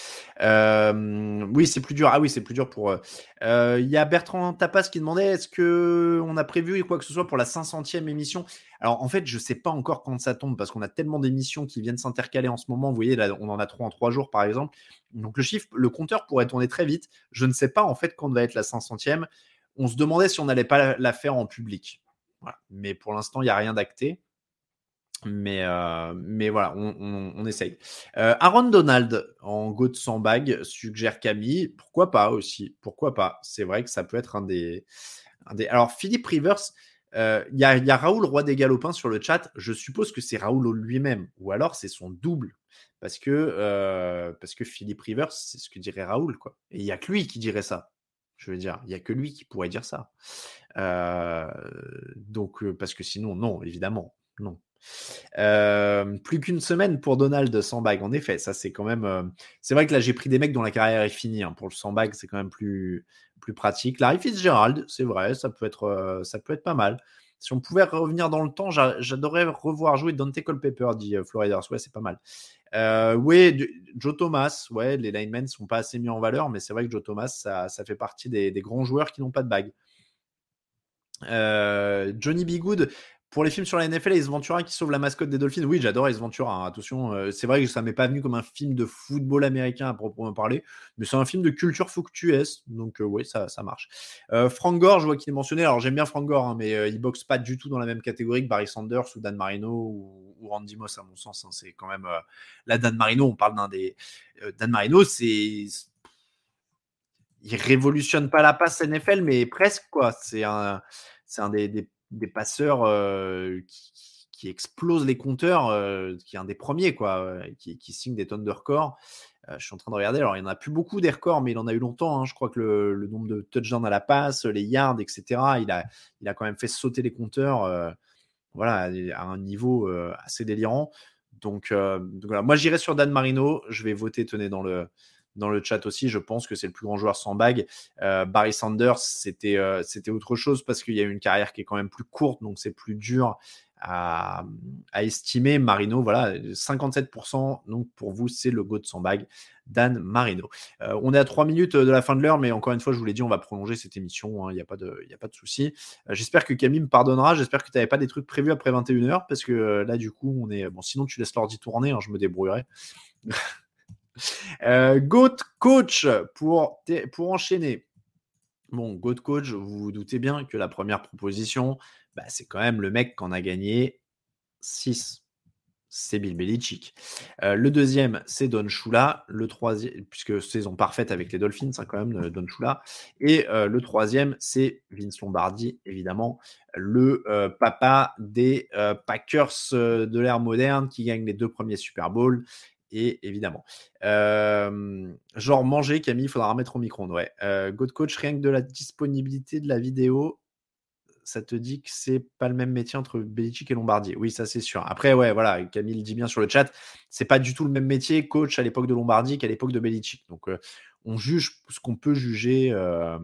Euh, oui, c'est plus dur. Ah oui, c'est plus dur pour. Il euh, y a Bertrand Tapas qui demandait est-ce que on a prévu quoi que ce soit pour la cinq centième émission. Alors en fait, je sais pas encore quand ça tombe parce qu'on a tellement d'émissions qui viennent s'intercaler en ce moment. Vous voyez, là, on en a trois en trois jours par exemple. Donc le chiffre, le compteur pourrait tourner très vite. Je ne sais pas en fait quand va être la cinq centième. On se demandait si on n'allait pas la faire en public. Voilà. Mais pour l'instant, il n'y a rien d'acté. Mais, euh, mais voilà, on, on, on essaye. Euh, Aaron Donald en GOAT sans bague suggère Camille. Pourquoi pas aussi? Pourquoi pas? C'est vrai que ça peut être un des. Un des... Alors, Philippe Rivers, il euh, y, a, y a Raoul Roi des Galopins sur le chat. Je suppose que c'est Raoul lui-même ou alors c'est son double. Parce que, euh, parce que Philippe Rivers, c'est ce que dirait Raoul, quoi. Et il n'y a que lui qui dirait ça. Je veux dire, il n'y a que lui qui pourrait dire ça. Euh, donc, parce que sinon, non, évidemment, non. Euh, plus qu'une semaine pour Donald sans bague. En effet, ça c'est quand même. Euh, c'est vrai que là j'ai pris des mecs dont la carrière est finie. Hein. Pour le sans bague, c'est quand même plus plus pratique. Larry Fitzgerald, c'est vrai, ça peut être euh, ça peut être pas mal. Si on pouvait revenir dans le temps, j'a, j'adorerais revoir jouer Dante Culpepper, dit euh, Florida. Ouais, c'est pas mal. Euh, oui, Joe Thomas. Ouais, les linemen sont pas assez mis en valeur, mais c'est vrai que Joe Thomas, ça, ça fait partie des, des grands joueurs qui n'ont pas de bague. Euh, Johnny B. Good. Pour les films sur la N F L, Ace Ventura qui sauve la mascotte des Dolphins. Oui, j'adore Ace Ventura. Hein. Attention, euh, c'est vrai que ça m'est pas venu comme un film de football américain à proprement parler, mais c'est un film de culture fructueuse. Donc, euh, oui, ça, ça marche. Euh, Frank Gore, je vois qu'il est mentionné. Alors, j'aime bien Frank Gore, hein, mais euh, il boxe pas du tout dans la même catégorie que Barry Sanders ou Dan Marino ou, ou Randy Moss, à mon sens. Hein. C'est quand même. Euh, là, Dan Marino, on parle d'un des. Euh, Dan Marino, c'est. Il révolutionne pas la passe N F L, mais presque, quoi. C'est un, c'est un des. des des passeurs euh, qui, qui explosent les compteurs, euh, qui est un des premiers, quoi, euh, qui, qui signe des tonnes de records. Euh, je suis en train de regarder. Alors, il n'y en a plus beaucoup des records, mais il en a eu longtemps. Hein. Je crois que le, le nombre de touchdowns à la passe, les yards, et cetera, il a, il a quand même fait sauter les compteurs euh, voilà, à un niveau euh, assez délirant. Donc, euh, donc voilà. Moi, j'irai sur Dan Marino. Je vais voter, tenez, dans le, dans le chat aussi. Je pense que c'est le plus grand joueur sans bague. Euh, Barry Sanders, c'était, euh, c'était autre chose parce qu'il y a eu une carrière qui est quand même plus courte, donc c'est plus dur à, à estimer. Marino, voilà, cinquante-sept pour cent. Donc pour vous, c'est le GOAT sans bague, Dan Marino. Euh, on est à trois minutes de la fin de l'heure, mais encore une fois, je vous l'ai dit, on va prolonger cette émission. Il hein, n'y a pas de, y a pas de souci. Euh, j'espère que Camille me pardonnera. J'espère que tu n'avais pas des trucs prévus après vingt et une heures parce que euh, là, du coup, on est bon. Sinon, tu laisses l'ordi tourner. Hein, je me débrouillerai. euh, GOAT coach pour, pour enchaîner. Bon, GOAT coach, vous vous doutez bien que la première proposition, bah, c'est quand même le mec qu'on a gagné six. C'est Bill Belichick. Euh, le deuxième, c'est Don Shula. Le troisième, puisque saison parfaite avec les Dolphins, hein, quand même, Don Shula. Et euh, le troisième, c'est Vince Lombardi, évidemment, le euh, papa des euh, Packers euh, de l'ère moderne qui gagne les deux premiers Super Bowls. Et évidemment, euh, genre manger, Camille, il faudra remettre au micro-ondes. Ouais. Euh, GOAT coach, rien que de la disponibilité de la vidéo, ça te dit que c'est pas le même métier entre Belichick et Lombardi. Oui, ça c'est sûr. Après, ouais, voilà, Camille le dit bien sur le chat, c'est pas du tout le même métier, coach à l'époque de Lombardi qu'à l'époque de Belichick. Donc, euh, on juge ce qu'on peut juger. Euh,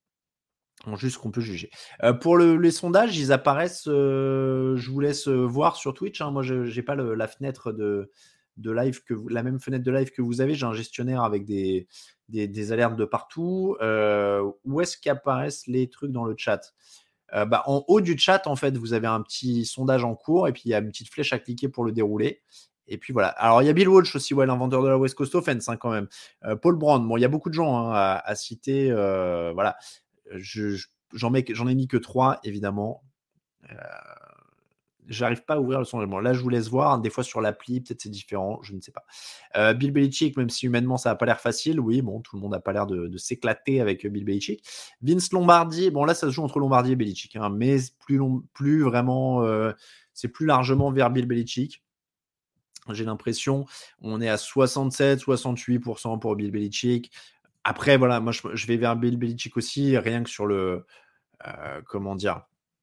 on juge ce qu'on peut juger. Euh, pour le, les sondages, ils apparaissent. Euh, je vous laisse voir sur Twitch. Hein. Moi, je j'ai pas le, la fenêtre de, de live que vous, la même fenêtre de live que vous avez. J'ai un gestionnaire avec des, des, des alertes de partout. Euh, où est-ce qu'apparaissent les trucs dans le chat? Euh, bah, en haut du chat, en fait, vous avez un petit sondage en cours et puis il y a une petite flèche à cliquer pour le dérouler. Et puis voilà. Alors, il y a Bill Walsh aussi, ouais, l'inventeur de la West Coast Offense, hein, quand même. Euh, Paul Brown. Bon, il y a beaucoup de gens hein, à, à citer. Euh, voilà. Je, je, j'en, mets, j'en ai mis que trois, évidemment. Euh, J'arrive pas à ouvrir le sondage. Bon, là, je vous laisse voir. Des fois, sur l'appli, peut-être c'est différent. Je ne sais pas. Euh, Bill Belichick, même si humainement, ça n'a pas l'air facile. Oui, bon, tout le monde n'a pas l'air de, de s'éclater avec Bill Belichick. Vince Lombardi. Bon, là, ça se joue entre Lombardi et Belichick. Hein, mais plus, long, plus vraiment... Euh, c'est plus largement vers Bill Belichick. J'ai l'impression. On est à soixante-sept soixante-huit pour cent pour Bill Belichick. Après, voilà, moi, je, je vais vers Bill Belichick aussi, rien que sur le... Euh, comment dire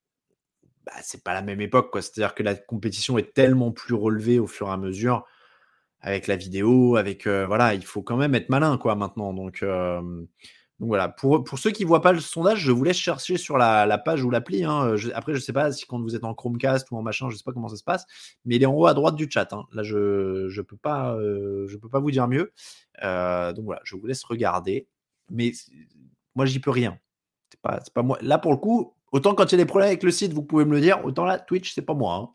bah, c'est pas la même époque, quoi. C'est-à-dire que la compétition est tellement plus relevée au fur et à mesure avec la vidéo, avec euh, voilà, il faut quand même être malin, quoi, maintenant. Donc, euh, donc voilà. Pour, pour ceux qui voient pas le sondage, je vous laisse chercher sur la, la page ou l'appli. Hein. Je, après, je sais pas si quand vous êtes en Chromecast ou en machin, je sais pas comment ça se passe, mais il est en haut à droite du chat. Hein. Là, je je peux pas euh, je peux pas vous dire mieux. Euh, donc voilà, je vous laisse regarder. Mais moi, j'y peux rien. C'est pas c'est pas moi. Là, pour le coup. Autant quand il y a des problèmes avec le site, vous pouvez me le dire. Autant là, Twitch, c'est pas moi. Hein.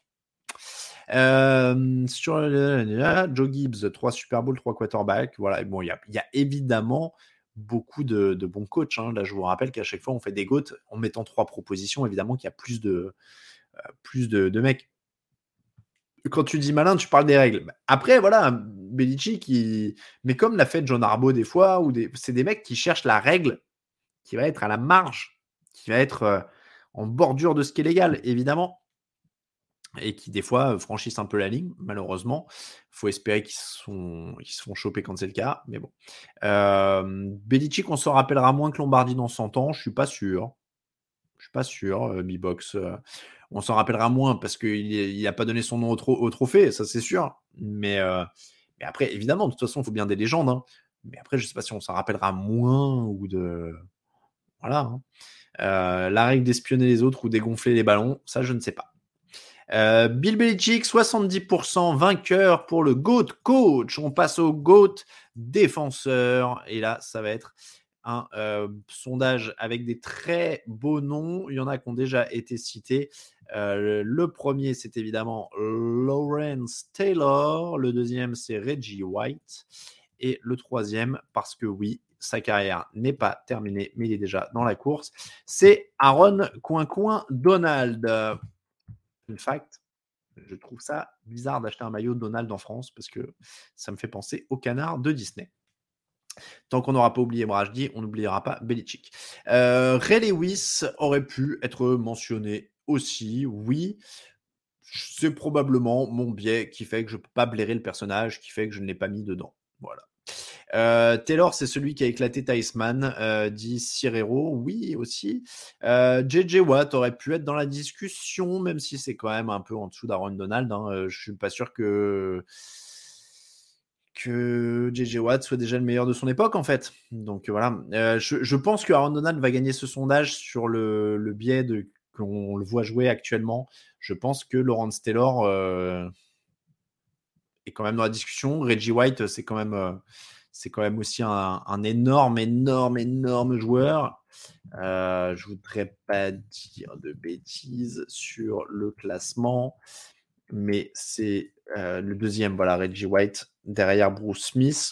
Euh, sur euh, Joe Gibbs, trois Super Bowl, trois quarterbacks. Voilà. Bon, il y a, y a évidemment beaucoup de, de bons coachs. Hein. Là, je vous rappelle qu'à chaque fois, on fait des GOAT en mettant trois propositions. Évidemment qu'il y a plus de, euh, plus de, de mecs. Quand tu dis malin, tu parles des règles. Après, voilà, Belichick, il... mais comme l'a fait John Harbaugh des fois, ou des... c'est des mecs qui cherchent la règle qui va être à la marge, qui va être... Euh, en bordure de ce qui est légal, évidemment, et qui, des fois, franchissent un peu la ligne, malheureusement. Il faut espérer qu'ils, sont, qu'ils se font choper quand c'est le cas, mais bon. Euh, Belichick, on s'en rappellera moins que Lombardi dans cent ans, je suis pas sûr. Je suis pas sûr, euh, B-Box. Euh, on s'en rappellera moins parce qu'il n'a pas donné son nom au, tro- au trophée, ça c'est sûr. Mais, euh, mais après, évidemment, de toute façon, il faut bien des légendes. Hein. Mais après, je ne sais pas si on s'en rappellera moins ou de... Voilà, hein. Euh, la règle d'espionner les autres ou dégonfler les ballons, ça je ne sais pas. Euh, Bill Belichick, soixante-dix pour cent vainqueur pour le GOAT coach. On passe au GOAT défenseur. Et là, ça va être un euh, sondage avec des très beaux noms. Il y en a qui ont déjà été cités. Euh, le premier, c'est évidemment Lawrence Taylor. Le deuxième, c'est Reggie White. Et le troisième, parce que oui, sa carrière n'est pas terminée, mais il est déjà dans la course. C'est Aaron Coin-Coin Donald. Fun fact, je trouve ça bizarre d'acheter un maillot de Donald en France parce que ça me fait penser au canard de Disney. Tant qu'on n'aura pas oublié Brajdi, on n'oubliera pas Belichick. Euh, Ray Lewis aurait pu être mentionné aussi, oui. C'est probablement mon biais qui fait que je ne peux pas blairer le personnage, qui fait que je ne l'ai pas mis dedans. Voilà. Euh, Taylor, c'est celui qui a éclaté Tysman, euh, dit Cirero. Oui, aussi. Euh, J J Watt aurait pu être dans la discussion, même si c'est quand même un peu en dessous d'Aaron Donald. Hein. Euh, je suis pas sûr que que J J Watt soit déjà le meilleur de son époque, en fait. Donc voilà. Euh, je, je pense que Aaron Donald va gagner ce sondage sur le, le biais de qu'on le voit jouer actuellement. Je pense que Lawrence Taylor euh, est quand même dans la discussion. Reggie White, c'est quand même, euh, c'est quand même aussi un, un énorme, énorme, énorme joueur. Euh, je voudrais pas dire de bêtises sur le classement, mais c'est euh, le deuxième, voilà, Reggie White, derrière Bruce Smith.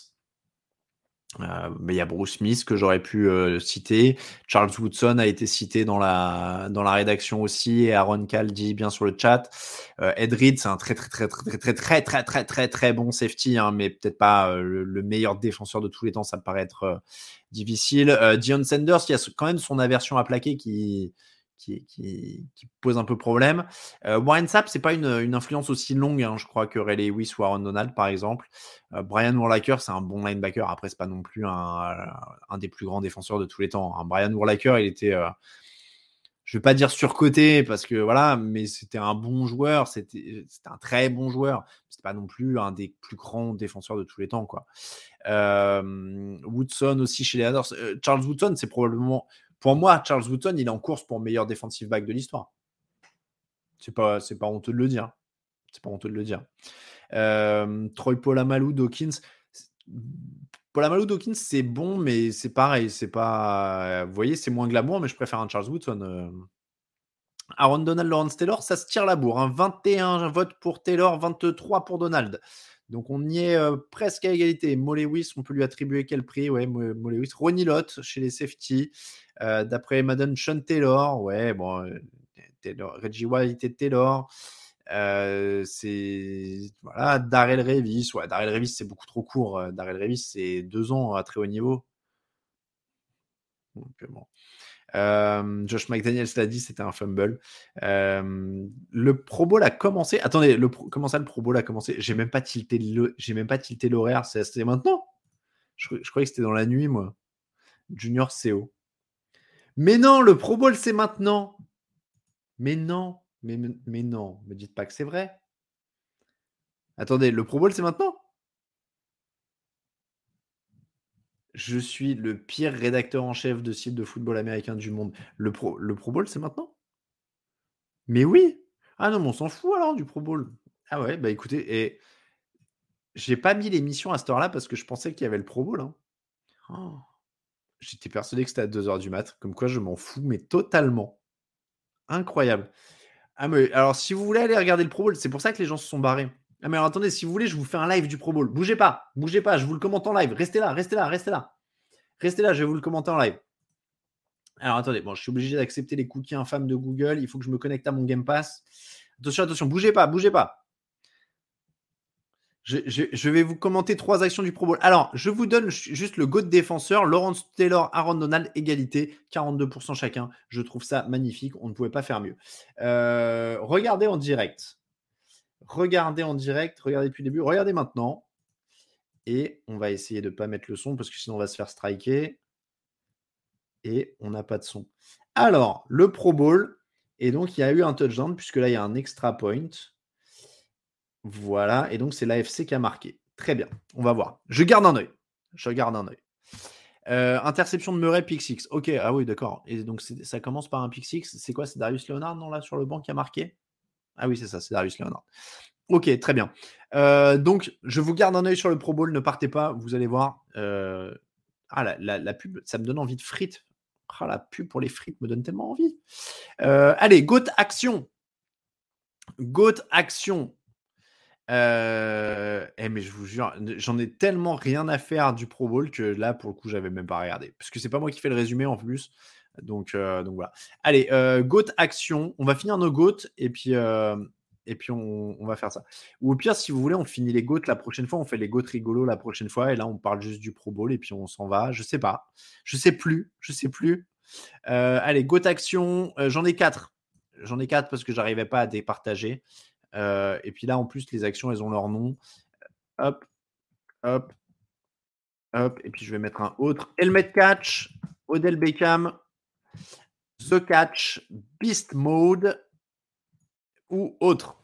Euh, mais il y a Bruce Smith que j'aurais pu euh, citer. Charles Woodson a été cité dans la dans la rédaction aussi, et Aaron Cal dit bien sur le chat. Euh, Ed Reed, c'est un très très très très très très très très très très très bon safety, hein, mais peut-être pas euh, le, le meilleur défenseur de tous les temps. Ça me paraît être euh, difficile. Euh, Deion Sanders, il y a quand même son aversion à plaquer qui Qui, qui, qui pose un peu problème. Euh, Warren Sapp, c'est pas une, une influence aussi longue, hein, je crois, que Ray Lewis ou Aaron Donald, par exemple. Euh, Brian Urlacher, c'est un bon linebacker. Après, c'est pas non plus un, un des plus grands défenseurs de tous les temps. Hein. Brian Urlacher, il était, euh, je vais pas dire surcoté, parce que voilà, mais c'était un bon joueur. C'était, c'était un très bon joueur. C'était pas non plus un des plus grands défenseurs de tous les temps, quoi. Euh, Woodson aussi chez les Raiders. Euh, Charles Woodson, c'est probablement... Pour moi, Charles Woodson, il est en course pour meilleur defensive back de l'histoire. C'est pas, c'est pas honteux de le dire. C'est pas honteux de le dire. Euh, Troy Polamalu, Dawkins. Polamalu, Dawkins, c'est bon, mais c'est pareil. C'est pas... Vous voyez, c'est moins glamour, mais je préfère un Charles Woodson. Euh... Aaron Donald, Lawrence Taylor, ça se tire la bourre. Hein. vingt et un votes pour Taylor, vingt-trois pour Donald. Donc on y est euh, presque à égalité. Mo Lewis, on peut lui attribuer quel prix? Ouais, Mo, Mo Lewis. Ronnie Lott chez les safety. Euh, d'après Madden, Sean Taylor. Ouais, bon, euh, Taylor, Reggie White et Taylor. Euh, c'est voilà, Darrell Revis. Ouais, Darrell Revis, c'est beaucoup trop court. Darrell Revis, c'est deux ans à très haut niveau. Donc bon. Euh, Josh McDaniels l'a dit, c'était un fumble. Euh, le Pro Bowl a commencé. Attendez, le pro... comment ça, le Pro Bowl a commencé? J'ai même pas tilté le... j'ai même pas tilté l'horaire. C'est... C'était maintenant. Je... je croyais que c'était dans la nuit, moi. Junior C O. Mais non, le Pro Bowl c'est maintenant. Mais non, mais mais non, me dites pas que c'est vrai. Attendez, le Pro Bowl c'est maintenant? Je suis le pire rédacteur en chef de site de football américain du monde. Le Pro, le Pro Bowl, c'est maintenant? Mais oui! Ah non, mais on s'en fout alors du Pro Bowl. Ah ouais, bah écoutez, et j'ai pas mis l'émission à cette heure-là parce que je pensais qu'il y avait le Pro Bowl. Hein. Oh. J'étais persuadé que c'était à deux heures du mat. Comme quoi, je m'en fous, mais totalement. Incroyable. Ah mais alors, si vous voulez aller regarder le Pro Bowl, c'est pour ça que les gens se sont barrés. Ah mais alors attendez, si vous voulez, je vous fais un live du Pro Bowl. Bougez pas, bougez pas, je vous le commente en live. Restez là, restez là, restez là. Restez là, je vais vous le commenter en live. Alors attendez, bon, je suis obligé d'accepter les cookies infâmes de Google. Il faut que je me connecte à mon Game Pass. Attention, attention, bougez pas, bougez pas. Je, je, je vais vous commenter trois actions du Pro Bowl. Alors, je vous donne juste le GOAT défenseur. Lawrence Taylor, Aaron Donald, égalité, quarante-deux pour cent chacun. Je trouve ça magnifique. On ne pouvait pas faire mieux. Euh, regardez en direct. Regardez en direct. Regardez depuis le début. Regardez maintenant. Et on va essayer de ne pas mettre le son parce que sinon on va se faire striker. Et on n'a pas de son. Alors, le Pro Bowl. Et donc, il y a eu un touchdown puisque là, il y a un extra point. Voilà, et donc c'est l'A F C qui a marqué. Très bien, on va voir. Je garde un œil. Je garde un œil. Euh, interception de Murray, pick six. Ok, ah oui, d'accord. Et donc c'est, ça commence par un pick six. C'est quoi? C'est Darius Leonard, non, là, sur le banc qui a marqué? Ah oui, c'est ça, c'est Darius Leonard. Ok, très bien. Euh, donc, je vous garde un œil sur le Pro Bowl. Ne partez pas, vous allez voir. Euh... Ah, la, la, la pub, ça me donne envie de frites. Ah, la pub pour les frites me donne tellement envie. Euh, allez, GOAT Action. GOAT Action. Euh, eh mais je vous jure, j'en ai tellement rien à faire du Pro Bowl que là, pour le coup, j'avais même pas regardé. Parce que c'est pas moi qui fais le résumé en plus. Donc, euh, donc voilà. Allez, euh, GOAT Action. On va finir nos GOAT et puis, euh, et puis on, on va faire ça. Ou au pire, si vous voulez, on finit les GOAT la prochaine fois. On fait les GOAT rigolos la prochaine fois. Et là, on parle juste du Pro Bowl et puis on s'en va. Je sais pas. Je sais plus. Je sais plus. Euh, allez, GOAT Action. Euh, j'en ai quatre. J'en ai quatre parce que j'arrivais pas à départager. Euh, et puis là, en plus, les actions, elles ont leur nom. Hop, hop, Hop, et puis je vais mettre un autre. Helmet Catch, Odell Beckham, The Catch, Beast Mode ou autre.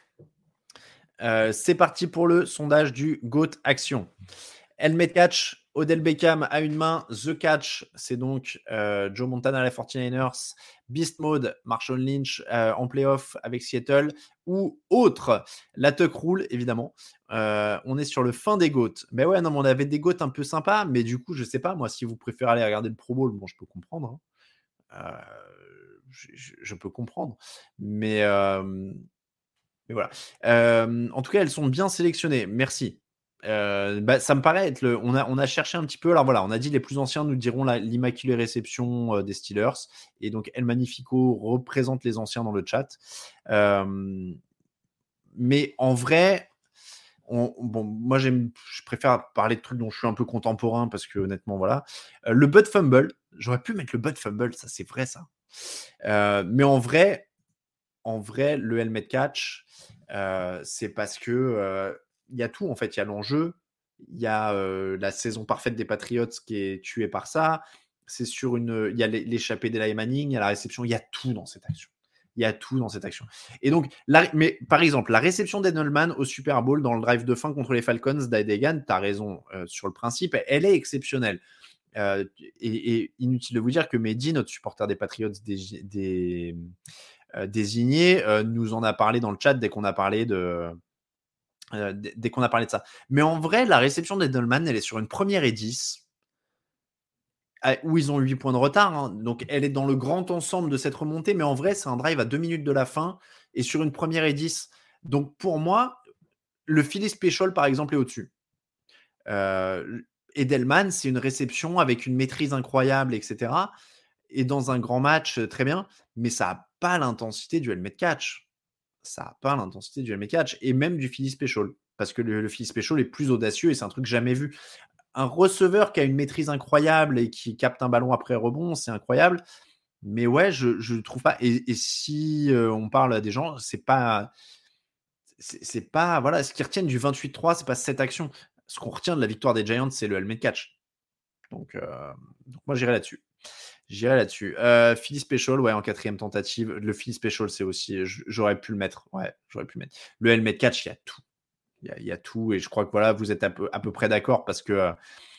Euh, c'est parti pour le sondage du GOAT Action. Helmet Catch, Odell Beckham à une main. The Catch, c'est donc euh, Joe Montana, les forty-niners. Beast Mode, Marshawn Lynch euh, en playoff avec Seattle. Ou autre, la Tuck Rule, évidemment. Euh, on est sur le fin des GOAT. Mais ouais, non, mais on avait des GOAT un peu sympas. Mais du coup, je sais pas, moi, si vous préférez aller regarder le Pro Bowl, bon, je peux comprendre. Hein. Euh, je, je, je peux comprendre. Mais... Euh, Mais voilà. Euh, en tout cas, elles sont bien sélectionnées. Merci. Euh, bah, ça me paraît être le. On a, on a cherché un petit peu. Alors voilà, on a dit les plus anciens nous diront la, l'immaculée réception euh, des Steelers. Et donc, El Magnifico représente les anciens dans le chat. Euh, mais en vrai, on, bon, moi, j'aime, je préfère parler de trucs dont je suis un peu contemporain parce que honnêtement, voilà. Euh, le Butt Fumble, j'aurais pu mettre le Butt Fumble, ça c'est vrai, ça. Euh, mais en vrai, en vrai, le Helmet Catch. Euh, c'est parce que euh, y a tout en fait, il y a l'enjeu, il y a euh, la saison parfaite des Patriots qui est tuée par ça, c'est sur une, il y a l'échappée d'Eli Manning, il y a la réception, il y a tout dans cette action, il y a tout dans cette action. Et donc, la, mais par exemple, la réception d'Edelman au Super Bowl dans le drive de fin contre les Falcons d'Adegan, t'as raison euh, sur le principe, elle est exceptionnelle. Euh, et, et inutile de vous dire que Mehdi, notre supporter des Patriots, des, des Euh, désigné, euh, nous en a parlé dans le chat dès qu'on a parlé de euh, d- dès qu'on a parlé de ça. Mais en vrai, la réception d'Edelman, elle est sur une première et dix où ils ont huit points de retard. Hein. Donc, elle est dans le grand ensemble de cette remontée. Mais en vrai, c'est un drive à deux minutes de la fin et sur une première et dix. Donc, pour moi, le Philly Special, par exemple, est au-dessus. Euh, Edelman, c'est une réception avec une maîtrise incroyable, et cetera. Et dans un grand match, très bien. Mais ça n'a pas l'intensité du Helmet Catch. Ça n'a pas l'intensité du Helmet Catch. Et même du Philly Special. Parce que le, le Philly Special est plus audacieux et c'est un truc jamais vu. Un receveur qui a une maîtrise incroyable et qui capte un ballon après rebond, c'est incroyable. Mais ouais, je ne trouve pas. Et, et si euh, on parle à des gens, c'est pas. C'est, c'est pas. Voilà, ce qu'ils retiennent du vingt-huit trois, c'est pas cette action. Ce qu'on retient de la victoire des Giants, c'est le Helmet Catch. Donc, euh, donc moi, j'irai là-dessus. J'irai là-dessus. Euh, Philly Special, ouais, en quatrième tentative. Le Philly Special, c'est aussi. J'aurais pu le mettre. Ouais, j'aurais pu le mettre. Le Helmet Catch, il y a tout. Il y a, il y a tout. Et je crois que voilà, vous êtes à peu, à peu près d'accord parce que,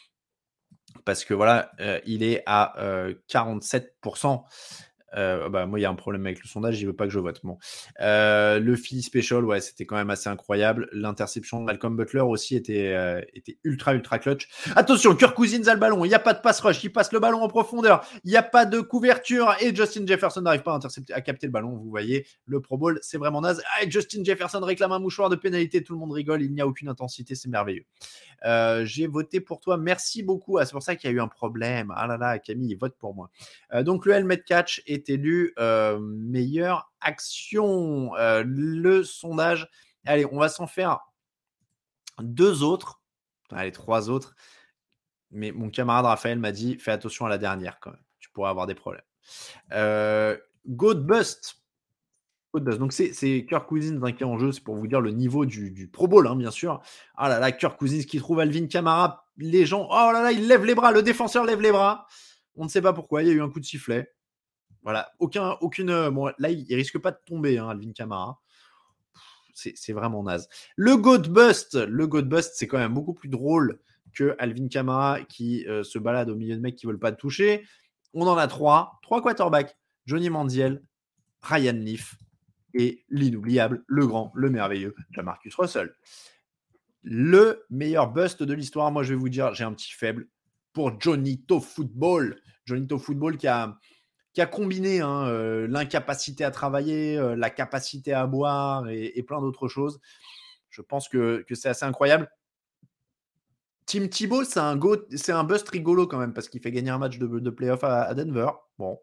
parce que voilà, euh, il est à euh, quarante-sept pour cent. Euh, bah, moi, il y a un problème avec le sondage, il veut pas que je vote. Bon. Euh, le Philly Special, ouais, c'était quand même assez incroyable. L'interception de Malcolm Butler aussi était, euh, était ultra, ultra clutch. Attention, Kirk Cousins a le ballon. Il n'y a pas de pass rush. Il passe le ballon en profondeur. Il n'y a pas de couverture. Et Justin Jefferson n'arrive pas à, intercepter, à capter le ballon. Vous voyez, le Pro Bowl, c'est vraiment naze. Ah, et Justin Jefferson réclame un mouchoir de pénalité. Tout le monde rigole. Il n'y a aucune intensité. C'est merveilleux. Euh, j'ai voté pour toi. Merci beaucoup. Ah, c'est pour ça qu'il y a eu un problème. Ah là là, Camille, vote pour moi. Euh, donc, le Helmet Catch est élu euh, meilleure action. Euh, le sondage. Allez, on va s'en faire deux autres. Allez, trois autres. Mais mon camarade Raphaël m'a dit fais attention à la dernière quand même. Tu pourrais avoir des problèmes. Euh, Goat Bust. Goat Bust. Donc, c'est, c'est Kirk Cousins hein, qui est en jeu. C'est pour vous dire le niveau du, du Pro Bowl, hein, bien sûr. Ah là là, Kirk Cousins qui trouve Alvin Kamara. Les gens, oh là là, il lève les bras. Le défenseur lève les bras. On ne sait pas pourquoi. Il y a eu un coup de sifflet. Voilà, aucun, aucune. Bon, là, il, il risque pas de tomber, hein, Alvin Kamara. C'est, c'est vraiment naze. Le Goat Bust, le Goat Bust, c'est quand même beaucoup plus drôle que Alvin Kamara qui euh, se balade au milieu de mecs qui veulent pas le toucher. On en a trois, trois quarterbacks. Johnny Manziel, Ryan Leaf et l'inoubliable, le grand, le merveilleux Jamarcus Russell. Le meilleur bust de l'histoire, moi je vais vous dire, j'ai un petit faible pour Johnito Football. Johnito Football qui a qui a combiné hein, euh, l'incapacité à travailler, euh, la capacité à boire et, et plein d'autres choses. Je pense que, que c'est assez incroyable. Tim Tebow, c'est un, go, c'est un bust rigolo quand même parce qu'il fait gagner un match de, de playoff à, à Denver. Bon.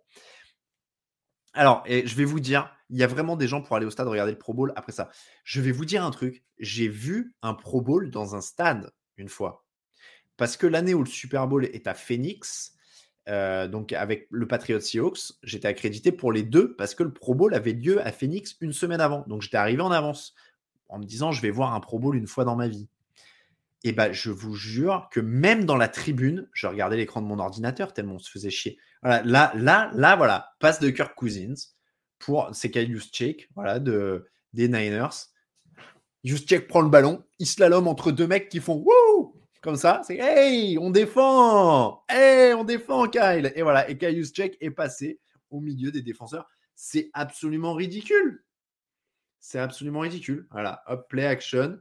Alors, et je vais vous dire, il y a vraiment des gens pour aller au stade regarder le Pro Bowl après ça. Je vais vous dire un truc. J'ai vu un Pro Bowl dans un stade une fois. Parce que l'année où le Super Bowl est à Phoenix... Euh, donc avec le Patriots Seahawks, j'étais accrédité pour les deux parce que le Pro Bowl avait lieu à Phoenix une semaine avant. Donc j'étais arrivé en avance en me disant je vais voir un Pro Bowl une fois dans ma vie. Et ben, je vous jure que même dans la tribune, je regardais l'écran de mon ordinateur tellement on se faisait chier. Voilà, là, là, là, voilà, passe de Kirk Cousins pour c'est Kyle Juszczyk, voilà, de des Niners. Juszczyk prend le ballon, il slalom entre deux mecs qui font wouh comme ça, c'est hey, on défend, hey, on défend Kyle. Et voilà, et Kyle Juszczyk est passé au milieu des défenseurs. C'est absolument ridicule. C'est absolument ridicule. Voilà, hop, play action.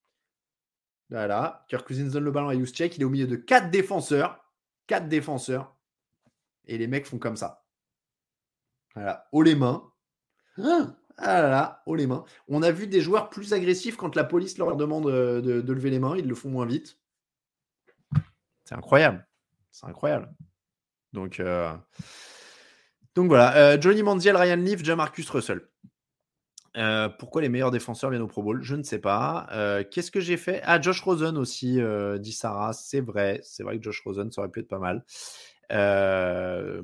Voilà, Kirk Cousins donne le ballon à Juszczyk, il est au milieu de quatre défenseurs, quatre défenseurs, et les mecs font comme ça. Voilà, haut les mains. Ah là là, haut les mains. On a vu des joueurs plus agressifs quand la police leur demande de, de, de lever les mains, ils le font moins vite. C'est incroyable, c'est incroyable. Donc, euh... donc voilà, euh, Johnny Manziel, Ryan Leaf, Jamarcus Russell. Euh, pourquoi les meilleurs défenseurs viennent au Pro Bowl? Je ne sais pas. Euh, qu'est-ce que j'ai fait? Ah, Josh Rosen aussi, euh, dit Sarah. C'est vrai. C'est vrai que Josh Rosen, ça aurait pu être pas mal. Euh,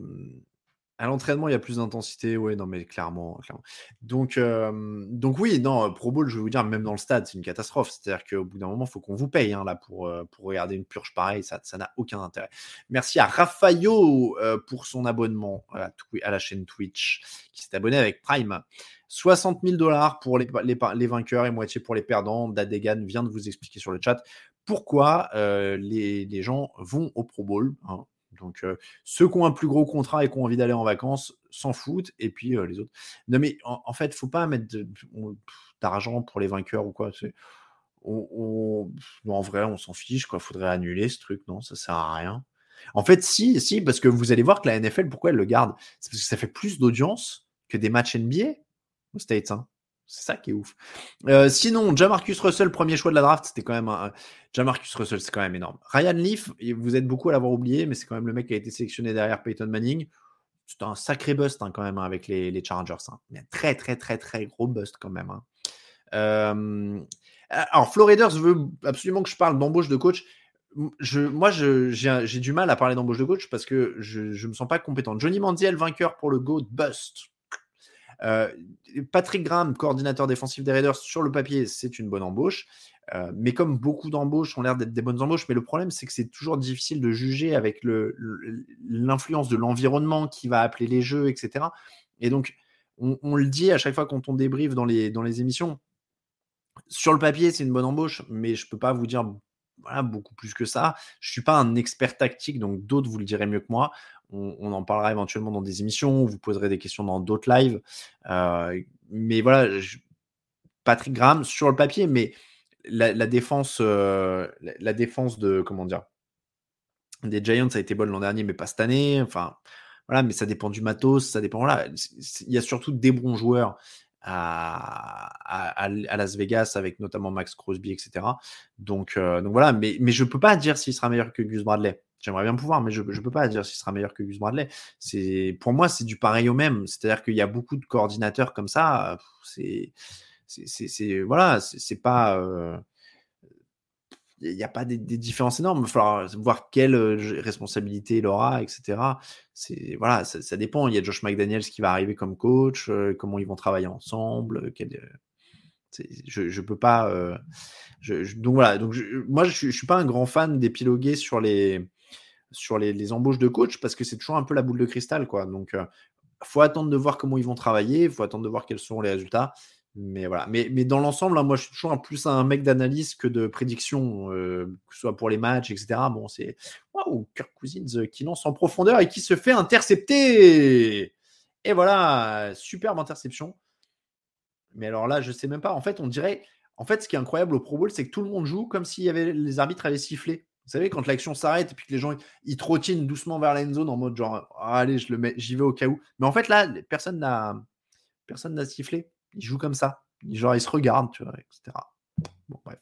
à l'entraînement, il y a plus d'intensité. Oui, non, mais clairement. clairement. Donc, euh, donc oui, non, Pro Bowl, je vais vous dire, même dans le stade, c'est une catastrophe. C'est-à-dire qu'au bout d'un moment, il faut qu'on vous paye hein, là, pour, euh, pour regarder une purge pareille. Ça, ça n'a aucun intérêt. Merci à Rafaio euh, pour son abonnement à, à la chaîne Twitch, qui s'est abonné avec Prime. soixante mille dollars pour les, les, les vainqueurs et moitié pour les perdants. Dadegan vient de vous expliquer sur le chat pourquoi euh, les, les gens vont au Pro Bowl. Hein. Donc, euh, ceux qui ont un plus gros contrat et qui ont envie d'aller en vacances s'en foutent. Et puis, euh, les autres. Non, mais en, en fait, il ne faut pas mettre de, on, d'argent pour les vainqueurs ou quoi. C'est, on, on, non, en vrai, on s'en fiche. Il faudrait annuler ce truc. Non, ça ne sert à rien. En fait, si, si, parce que vous allez voir que la N F L, pourquoi elle le garde? C'est parce que ça fait plus d'audience que des matchs N B A. Aux States, hein. C'est ça qui est ouf. Euh, sinon, Jamarcus Russell, premier choix de la draft, c'était quand même un... Jamarcus Russell, c'est quand même énorme. Ryan Leaf, vous êtes beaucoup à l'avoir oublié, mais c'est quand même le mec qui a été sélectionné derrière Peyton Manning. C'est un sacré bust hein, quand même hein, avec les, les Chargers. Hein. Il y a un très, très, très, très gros bust quand même. Hein. Euh... Alors, Flo Raiders veut absolument que je parle d'embauche de coach. Je, moi, je, j'ai, j'ai du mal à parler d'embauche de coach parce que je ne me sens pas compétent. Johnny Manziel, vainqueur pour le GOAT bust. Euh, Patrick Graham, coordinateur défensif des Raiders, sur le papier, c'est une bonne embauche. Euh, mais comme beaucoup d'embauches ont l'air d'être des bonnes embauches, mais le problème, c'est que c'est toujours difficile de juger avec le, le, l'influence de l'environnement qui va appeler les jeux, et cetera. Et donc, on, on le dit à chaque fois quand on débriefe dans les, dans les émissions, sur le papier, c'est une bonne embauche, mais je ne peux pas vous dire voilà, beaucoup plus que ça. Je ne suis pas un expert tactique, donc d'autres vous le direz mieux que moi. On, on en parlera éventuellement dans des émissions, vous poserez des questions dans d'autres lives. Euh, mais voilà, je, Patrick Graham sur le papier, mais la, la défense, euh, la, la défense de comment dire, des Giants a été bonne l'an dernier, mais pas cette année. Enfin, voilà, mais ça dépend du matos, ça dépend. Voilà, il y a surtout des bons joueurs à, à, à Las Vegas avec notamment Max Crosby, et cetera. Donc, euh, donc voilà, mais, mais je peux pas dire s'il sera meilleur que Gus Bradley. J'aimerais bien pouvoir, mais je ne peux pas dire s'il sera meilleur que Gus Bradley. C'est, pour moi, c'est du pareil au même. C'est-à-dire qu'il y a beaucoup de coordinateurs comme ça. C'est, c'est, c'est, c'est voilà, c'est, c'est pas. Euh, il n'y a pas des, des différences énormes. Il va falloir voir quelle responsabilité il aura, et cetera. C'est, voilà, ça, ça dépend. Il y a Josh McDaniels qui va arriver comme coach, euh, comment ils vont travailler ensemble. Quel, c'est, je ne peux pas. Euh, je, je, donc voilà. Donc je, moi, je ne suis pas un grand fan d'épiloguer sur les. sur les, les embauches de coach parce que c'est toujours un peu la boule de cristal quoi. Donc il euh, faut attendre de voir comment ils vont travailler, il faut attendre de voir quels seront les résultats, mais voilà, mais, mais dans l'ensemble hein, moi je suis toujours un, plus un mec d'analyse que de prédiction, euh, que ce soit pour les matchs, etc. Bon, c'est waouh, Kirk Cousins euh, qui lance en profondeur et qui se fait intercepter, et voilà, superbe interception. Mais alors là je sais même pas, en fait on dirait, en fait ce qui est incroyable au Pro Bowl, c'est que tout le monde joue comme si y avait, les arbitres avaient sifflé. Vous savez, quand l'action s'arrête et puis que les gens ils trottinent doucement vers la end zone en mode genre oh, allez, je le mets, j'y vais au cas où. Mais en fait là, personne n'a personne n'a sifflé. Ils jouent comme ça. Genre ils se regardent, tu vois, et cetera. Bon bref.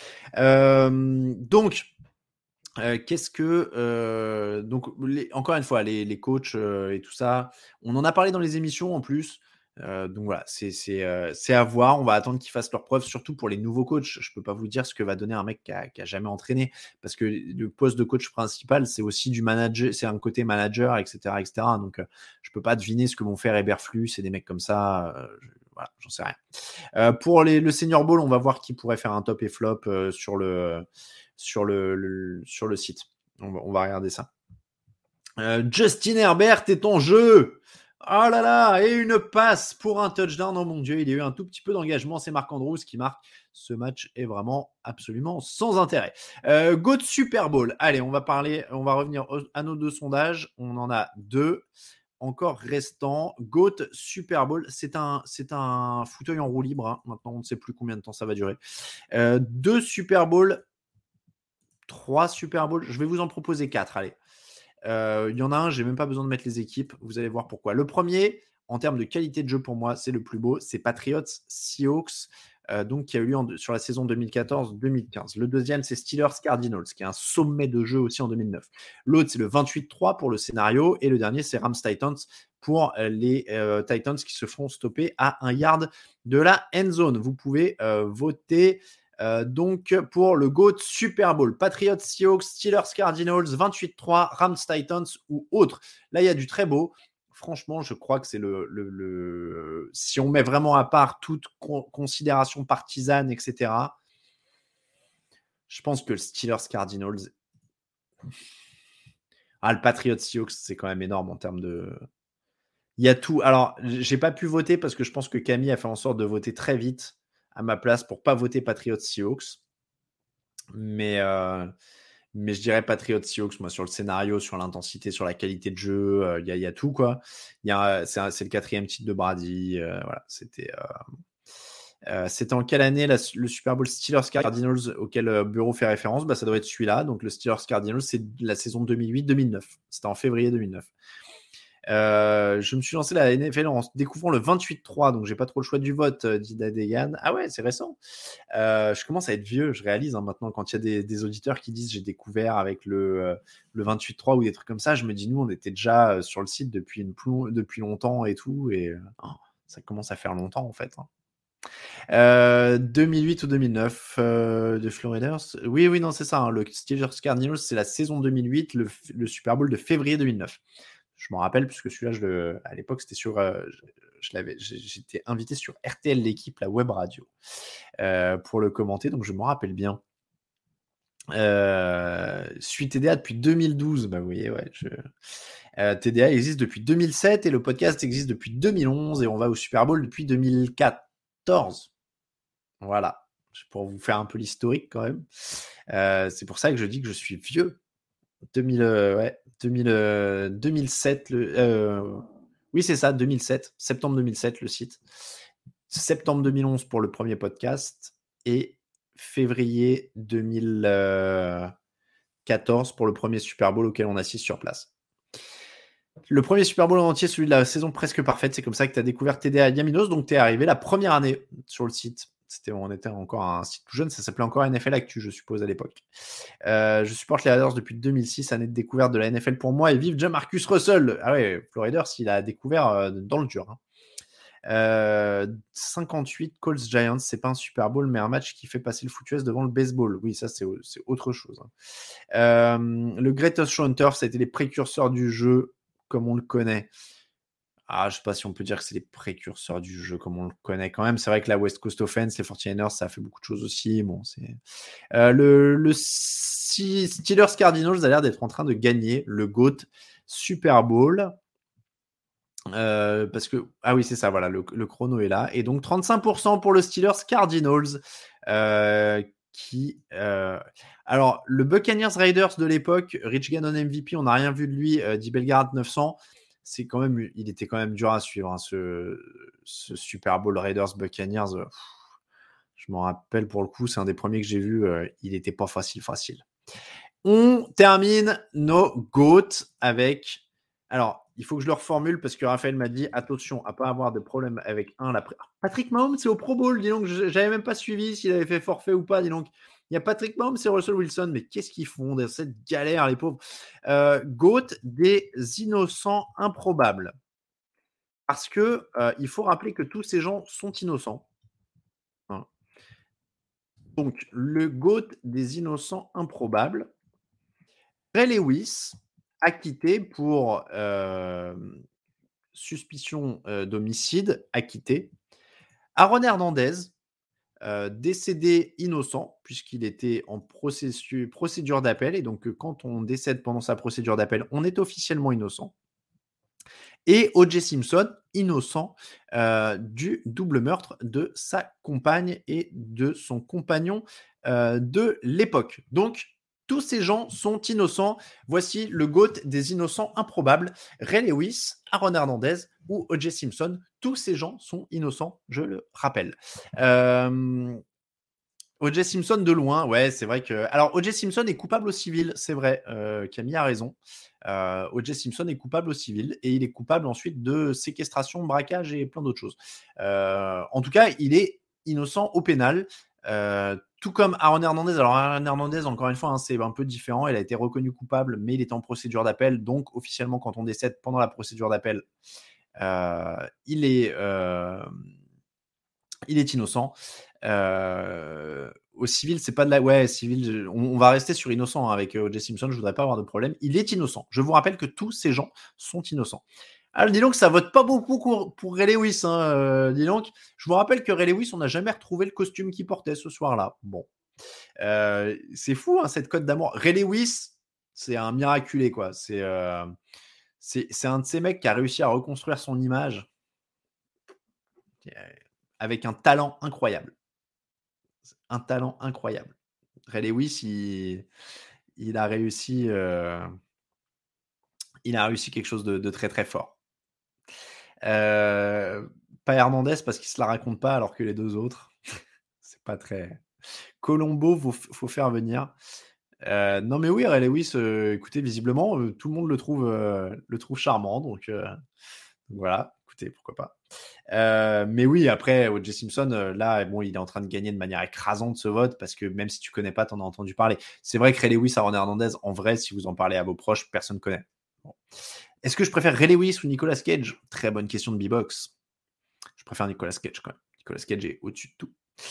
Euh, donc euh, qu'est-ce que euh, donc les, encore une fois les, les coachs euh, et tout ça, on en a parlé dans les émissions en plus. Euh, donc voilà, c'est, c'est, euh, c'est à voir. On va attendre qu'ils fassent leurs preuves, surtout pour les nouveaux coachs. Je ne peux pas vous dire ce que va donner un mec qui a, qui a jamais entraîné, parce que le poste de coach principal, c'est aussi du manager, c'est un côté manager, et cetera, et cetera. Donc euh, je ne peux pas deviner ce que vont faire Eberflus et des mecs comme ça. Euh, je, voilà, j'en sais rien. Euh, pour les, le Senior Bowl, on va voir qui pourrait faire un top et flop euh, sur le sur le, le, sur le site. On va, on va regarder ça. Euh, Justin Herbert est en jeu. Oh là là, et une passe pour un touchdown. Oh mon Dieu, il y a eu un tout petit peu d'engagement. C'est Marc Andrews qui marque. Ce match est vraiment absolument sans intérêt. Euh, Go de Super Bowl. Allez, on va parler, on va revenir à nos deux sondages. On en a deux encore restants. Go de Super Bowl. C'est un, c'est un fauteuil en roue libre. Hein. Maintenant, on ne sait plus combien de temps ça va durer. Euh, deux Super Bowl. Trois Super Bowl. Je vais vous en proposer quatre. Allez. Il euh, y en a un, j'ai même pas besoin de mettre les équipes. Vous allez voir pourquoi. Le premier, en termes de qualité de jeu pour moi, c'est le plus beau. C'est Patriots Seahawks, euh, donc qui a eu lieu en, sur la saison deux mille quatorze deux mille quinze. Le deuxième, c'est Steelers Cardinals, qui est un sommet de jeu aussi en deux mille neuf. L'autre, c'est le vingt-huit trois pour le scénario. Et le dernier, c'est Rams Titans pour euh, les euh, Titans qui se font stopper à un yard de la end zone. Vous pouvez euh, voter. Euh, donc pour le GOAT Super Bowl, Patriots, Seahawks, Steelers, Cardinals, vingt-huit trois, Rams, Titans ou autre. Là, il y a du très beau. Franchement, je crois que c'est le, le, le... si on met vraiment à part toute con- considération partisane, et cetera, je pense que le Steelers, Cardinals... Ah, le Patriots, Seahawks, c'est quand même énorme en termes de... Il y a tout. Alors, j'ai pas pu voter parce que je pense que Camille a fait en sorte de voter très vite à ma place pour pas voter Patriots Seahawks. Mais, euh, mais je dirais Patriots Seahawks, moi, sur le scénario, sur l'intensité, sur la qualité de jeu, il euh, y, y a tout, quoi. Y a, c'est, un, c'est le quatrième titre de Brady. Euh, voilà, c'était, euh, euh, c'était en quelle année la, le Super Bowl Steelers Cardinals auquel euh, Bureau fait référence? Bah, ça doit être celui-là. Donc, le Steelers Cardinals, c'est la saison deux mille huit deux mille neuf. C'était en février deux mille neuf. Euh, je me suis lancé la N F L en découvrant le vingt-huit trois, donc j'ai pas trop le choix du vote, euh, dit Dadegan. Ah ouais, c'est récent. Euh, je commence à être vieux, je réalise hein, maintenant quand il y a des, des auditeurs qui disent j'ai découvert avec le, euh, le vingt-huit trois ou des trucs comme ça, je me dis nous on était déjà euh, sur le site depuis, une plou- depuis longtemps et tout, et euh, oh, ça commence à faire longtemps en fait. Hein. Euh, deux mille huit ou deux mille neuf euh, de Florida. Oui, oui, non, c'est ça. Hein, le Steelers Cardinals, c'est la saison deux mille huit, le, le Super Bowl de février deux mille neuf. Je m'en rappelle, puisque celui-là, je le, à l'époque, c'était sur. Euh, je, je l'avais, j'étais invité sur R T L l'équipe, la web radio, euh, pour le commenter, donc je m'en rappelle bien. Euh, je suis T D A depuis deux mille douze, bah vous voyez, ouais. Je... Euh, T D A existe depuis deux mille sept et le podcast existe depuis deux mille onze et on va au Super Bowl depuis deux mille quatorze. Voilà, pour vous faire un peu l'historique quand même. Euh, c'est pour ça que je dis que je suis vieux. deux mille, euh, ouais, deux mille, euh, deux mille sept, le, euh, oui c'est ça, deux mille sept, septembre deux mille sept le site, septembre deux mille onze pour le premier podcast et février deux mille quatorze pour le premier Super Bowl auquel on assiste sur place. Le premier Super Bowl en entier, celui de la saison presque parfaite, c'est comme ça que tu as découvert T D A Yaminos, donc tu es arrivé la première année sur le site. C'était, on était encore un site tout jeune, ça s'appelait encore N F L Actu, je suppose, à l'époque. Euh, je supporte les Raiders depuis deux mille six, année de découverte de la N F L pour moi, et vive Jamarcus Russell. Ah ouais, Flo Raiders, il a découvert euh, dans le dur. Hein. Euh, cinquante-huit Colts Giants, c'est pas un Super Bowl, mais un match qui fait passer le foot U S devant le baseball. Oui, ça, c'est, c'est autre chose. Hein. Euh, le Greatest Show on Turf, ça a été les précurseurs du jeu, comme on le connaît. Ah, je sais pas si on peut dire que c'est les précurseurs du jeu comme on le connaît quand même. C'est vrai que la West Coast Offense, les forty-niners, ça a fait beaucoup de choses aussi. Bon, c'est euh, le, le Steelers Cardinals a l'air d'être en train de gagner le GOAT Super Bowl. Euh, parce que ah oui c'est ça, voilà, le, le chrono est là et donc trente-cinq pour cent pour le Steelers Cardinals euh, qui euh... alors le Buccaneers Raiders de l'époque, Rich Gannon M V P, on n'a rien vu de lui, euh, dit Bellegarde neuf cents. C'est quand même, il était quand même dur à suivre hein, ce, ce Super Bowl Raiders Buccaneers. Euh, je m'en rappelle pour le coup, c'est un des premiers que j'ai vu. Euh, il n'était pas facile, facile. On termine nos GOAT avec. Alors, il faut que je le reformule parce que Raphaël m'a dit attention à pas avoir de problème avec un. La... Patrick Mahomes, c'est au Pro Bowl. Dis donc, j'avais même pas suivi s'il avait fait forfait ou pas. Dis donc. Il y a Patrick Mahomes et Russell Wilson, mais qu'est-ce qu'ils font dans cette galère, les pauvres euh, GOAT des innocents improbables. Parce que euh, il faut rappeler que tous ces gens sont innocents. Hein. Donc, le GOAT des innocents improbables, Ray Lewis, acquitté pour euh, suspicion euh, d'homicide, acquitté. Aaron Hernandez, euh, décédé innocent, puisqu'il était en processus, procédure d'appel. Et donc, euh, quand on décède pendant sa procédure d'appel, on est officiellement innocent. Et O J Simpson, innocent euh, du double meurtre de sa compagne et de son compagnon euh, de l'époque. Donc, tous ces gens sont innocents. Voici le GOAT des innocents improbables. Ray Lewis, Aaron Hernandez ou O J Simpson. Tous ces gens sont innocents, je le rappelle. Euh, O J Simpson de loin, ouais, c'est vrai que... Alors, O J Simpson est coupable au civil, c'est vrai. Euh, Camille a raison. Euh, O J Simpson est coupable au civil et il est coupable ensuite de séquestration, braquage et plein d'autres choses. Euh, en tout cas, il est innocent au pénal. Euh, tout comme Aaron Hernandez. Alors Aaron Hernandez, encore une fois, hein, c'est un peu différent. Il a été reconnu coupable, mais il est en procédure d'appel. Donc, officiellement, quand on décède pendant la procédure d'appel, euh, il est, euh, il est innocent. Euh, au civil, c'est pas de la... Ouais, civil, on, on va rester sur innocent hein, avec O J Simpson. Je voudrais pas avoir de problème. Il est innocent. Je vous rappelle que tous ces gens sont innocents. Alors, dis donc, ça vote pas beaucoup pour, pour Ray Lewis. Hein, euh, dis donc, je vous rappelle que Ray Lewis, on n'a jamais retrouvé le costume qu'il portait ce soir-là. Bon, euh, c'est fou, hein, cette cote d'amour. Ray Lewis, c'est un miraculé, quoi. C'est, euh, c'est, c'est un de ces mecs qui a réussi à reconstruire son image avec un talent incroyable. Un talent incroyable. Ray Lewis, il, il a réussi, euh, il a réussi quelque chose de, de très très fort. Euh, pas Hernandez parce qu'il se la raconte pas alors que les deux autres c'est pas très... Colombo faut, faut faire venir euh, non mais oui Ray Lewis euh, écoutez visiblement euh, tout le monde le trouve euh, le trouve charmant donc euh, voilà écoutez pourquoi pas euh, mais oui après O J Simpson euh, là bon il est en train de gagner de manière écrasante ce vote parce que même si tu connais pas t'en as entendu parler. C'est vrai que Ray Lewis, Aaron Hernandez en vrai si vous en parlez à vos proches personne connaît. Bon. Est-ce que je préfère Ray Lewis ou Nicolas Cage? Très bonne question de B-Box. Je préfère Nicolas Cage quand même. Nicolas Cage est au-dessus de tout.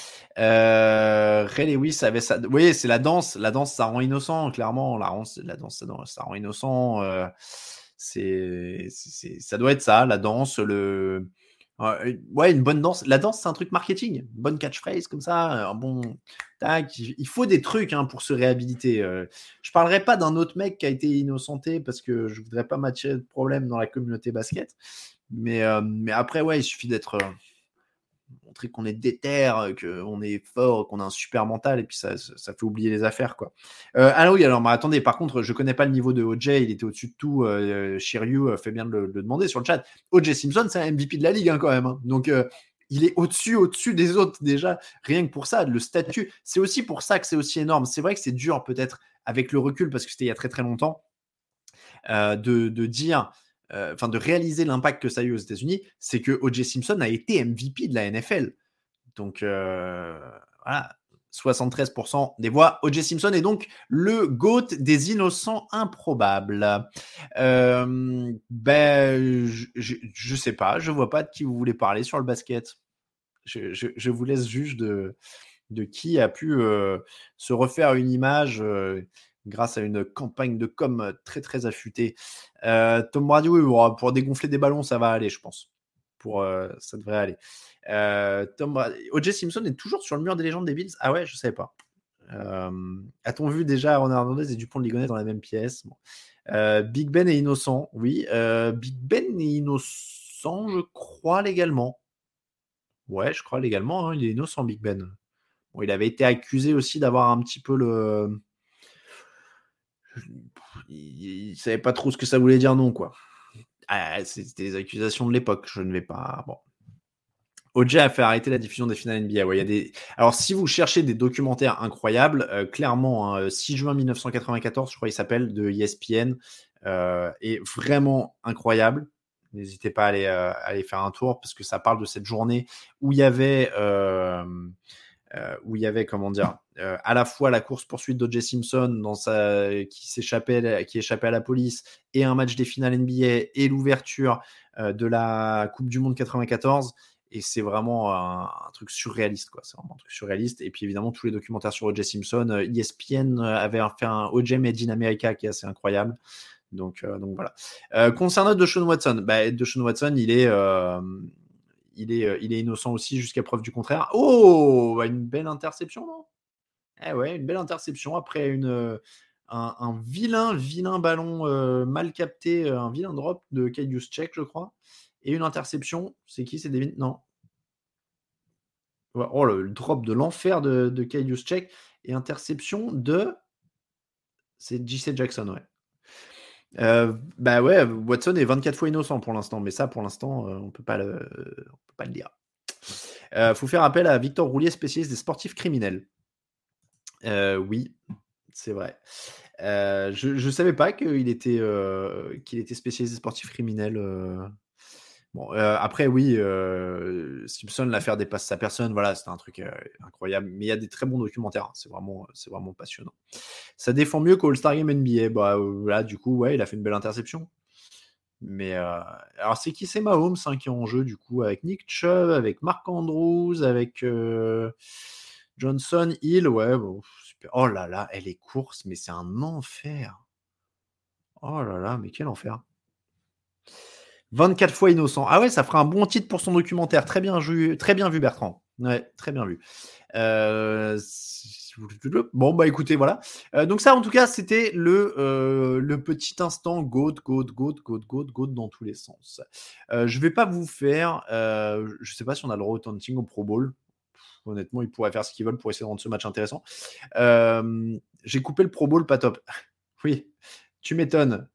Euh, Ray Lewis avait ça. Oui, c'est la danse. La danse, ça rend innocent, clairement. La danse, la danse ça, ça rend innocent. Euh, c'est, c'est, ça doit être ça, la danse. Le... Euh, ouais, une bonne danse. La danse, c'est un truc marketing. Une bonne catchphrase comme ça. Un bon. Tac. Il faut des trucs hein, pour se réhabiliter. Euh, je parlerai pas d'un autre mec qui a été innocenté parce que je voudrais pas m'attirer de problème dans la communauté basket. Mais, euh, mais après, ouais, il suffit d'être. Euh, montrer qu'on est déter, qu'on est fort, qu'on a un super mental, et puis ça, ça fait oublier les affaires, quoi. Euh, ah oui, alors, bah, attendez, par contre, je connais pas le niveau de O J, il était au-dessus de tout. Euh, Shiryu euh, fait bien de le, de le demander sur le chat. O J Simpson, c'est un M V P de la ligue, hein, quand même. Hein. Donc, euh, il est au-dessus, au-dessus des autres, déjà, rien que pour ça, le statut. C'est aussi pour ça que c'est aussi énorme. C'est vrai que c'est dur, peut-être, avec le recul, parce que c'était il y a très, très longtemps, euh, de, de dire... enfin euh, de réaliser l'impact que ça a eu aux États-Unis, c'est que O J Simpson a été M V P de la N F L. Donc euh, voilà, soixante-treize pour cent des voix. O J Simpson est donc le GOAT des innocents improbables. Euh, ben, je, je, je sais pas, je vois pas de qui vous voulez parler sur le basket. Je, je, je vous laisse juge de, de qui a pu euh, se refaire une image. Euh, grâce à une campagne de com très très affûtée. Euh, Tom Brady, oui, pour dégonfler des ballons, ça va aller, je pense. Pour, euh, ça devrait aller. Euh, Tom Brady... O J Simpson est toujours sur le mur des légendes des Bills. Ah ouais, je savais pas. Euh, a-t-on vu déjà Aaron Hernandez et Dupont de Ligonnès dans la même pièce? Bon. euh, Big Ben est innocent, oui. Euh, Big Ben est innocent, je crois, légalement. Ouais, je crois légalement, hein, il est innocent, Big Ben. Bon, il avait été accusé aussi d'avoir un petit peu le... il ne savait pas trop ce que ça voulait dire non quoi. Ah, c'était des accusations de l'époque, je ne vais pas... Bon. O J a fait arrêter la diffusion des finales N B A. Ouais, il y a des... Alors, si vous cherchez des documentaires incroyables, euh, clairement, hein, six juin dix-neuf cent quatre-vingt-quatorze, je crois qu'il s'appelle, de E S P N, euh, est vraiment incroyable. N'hésitez pas à aller, euh, à aller faire un tour, parce que ça parle de cette journée où il y avait... Euh, Euh, où il y avait, comment dire, euh, à la fois la course-poursuite d'O J Simpson dans sa, qui, s'échappait, qui échappait à la police, et un match des finales N B A, et l'ouverture euh, de la Coupe du Monde quatre-vingt-quatorze, et c'est vraiment un, un truc surréaliste, quoi. C'est vraiment un truc surréaliste. Et puis évidemment, tous les documentaires sur O J Simpson, euh, E S P N avait fait un O J Made in America qui est assez incroyable. Donc, euh, donc voilà. Euh, concernant Deshaun Watson, bah, Deshaun Watson, il est... Euh, il, est, euh, il est innocent aussi jusqu'à preuve du contraire. Oh, bah, une belle interception, non? Eh ouais, une belle interception après une, euh, un, un vilain, vilain ballon euh, mal capté, euh, un vilain drop de Kyle Juszczyk, je crois. Et une interception, c'est qui? C'est Devin? Non. Ouais, oh, le, le drop de l'enfer de, de Kyle Juszczyk. Et interception de... C'est J C Jackson, ouais. Euh, bah ouais, Watson est vingt-quatre fois innocent pour l'instant, mais ça, pour l'instant, euh, on peut pas le, on peut pas le dire. Euh, faut faire appel à Victor Roulier, spécialiste des sportifs criminels. Euh, oui, c'est vrai. Euh, je ne savais pas qu'il était, euh, qu'il était spécialiste des sportifs criminels. Euh... Bon, euh, après, oui, euh, Simpson, l'affaire dépasse sa personne. Voilà, c'était un truc euh, incroyable. Mais il y a des très bons documentaires. Hein. C'est vraiment, c'est vraiment passionnant. Ça défend mieux qu'All-Star Game N B A. Bah, euh, là, du coup, ouais, il a fait une belle interception. Mais euh, alors, c'est qui? C'est Mahomes hein, qui est en jeu, du coup, avec Nick Chubb, avec Mark Andrews, avec euh, Johnson, Hill. Ouais, bon, super. Oh là là, elle est course, mais c'est un enfer. Oh là là, mais quel enfer. vingt-quatre fois innocent. Ah ouais, ça fera un bon titre pour son documentaire. Très bien vu, très bien vu Bertrand. Ouais, très bien vu. Euh... Bon, bah écoutez, voilà. Euh, donc ça, en tout cas, c'était le, euh, le petit instant GOAT, GOAT, GOAT, GOAT, GOAT, GOAT dans tous les sens. Euh, je vais pas vous faire... Euh, je sais pas si on a le droit au taunting au Pro Bowl. Honnêtement, ils pourraient faire ce qu'ils veulent pour essayer de rendre ce match intéressant. Euh, j'ai coupé le Pro Bowl, pas top. Oui, tu m'étonnes.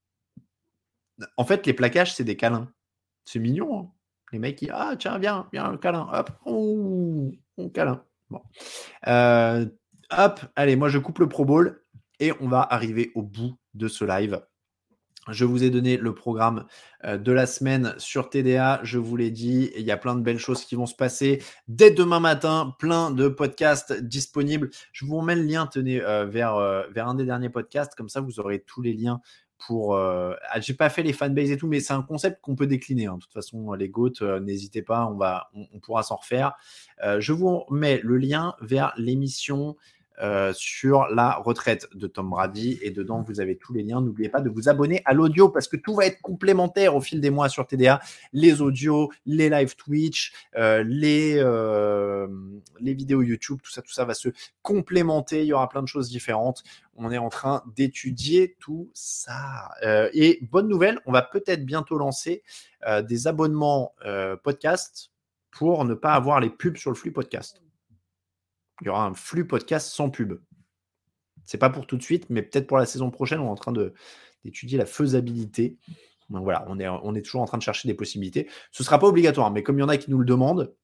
En fait, les plaquages, c'est des câlins. C'est mignon. Hein. Les mecs, ils ah tiens, viens, viens, un câlin. Hop, ouh, un câlin. Bon. Euh, hop, allez, moi je coupe le Pro Bowl et on va arriver au bout de ce live. Je vous ai donné le programme de la semaine sur T D A. Je vous l'ai dit, il y a plein de belles choses qui vont se passer. Dès demain matin, plein de podcasts disponibles. Je vous remets le lien, tenez, euh, vers, euh, vers un des derniers podcasts. Comme ça, vous aurez tous les liens pour... Euh... Ah, j'ai pas fait les fanbases et tout, mais c'est un concept qu'on peut décliner. Hein. De toute façon, les GOAT, euh, n'hésitez pas, on, va, on, on pourra s'en refaire. Euh, je vous mets le lien vers l'émission... Euh, sur la retraite de Tom Brady et dedans vous avez tous les liens. N'oubliez pas de vous abonner à l'audio parce que tout va être complémentaire au fil des mois sur T D A, les audios, les live Twitch, euh, les, euh, les vidéos YouTube, tout ça, tout ça va se complémenter, il y aura plein de choses différentes. On est en train d'étudier tout ça. Euh, et bonne nouvelle, on va peut-être bientôt lancer euh, des abonnements euh, podcast pour ne pas avoir les pubs sur le flux podcast. Il y aura un flux podcast sans pub. C'est pas pour tout de suite, mais peut-être pour la saison prochaine, on est en train de, d'étudier la faisabilité. Donc voilà, on est, on est toujours en train de chercher des possibilités. Ce ne sera pas obligatoire, mais comme il y en a qui nous le demandent,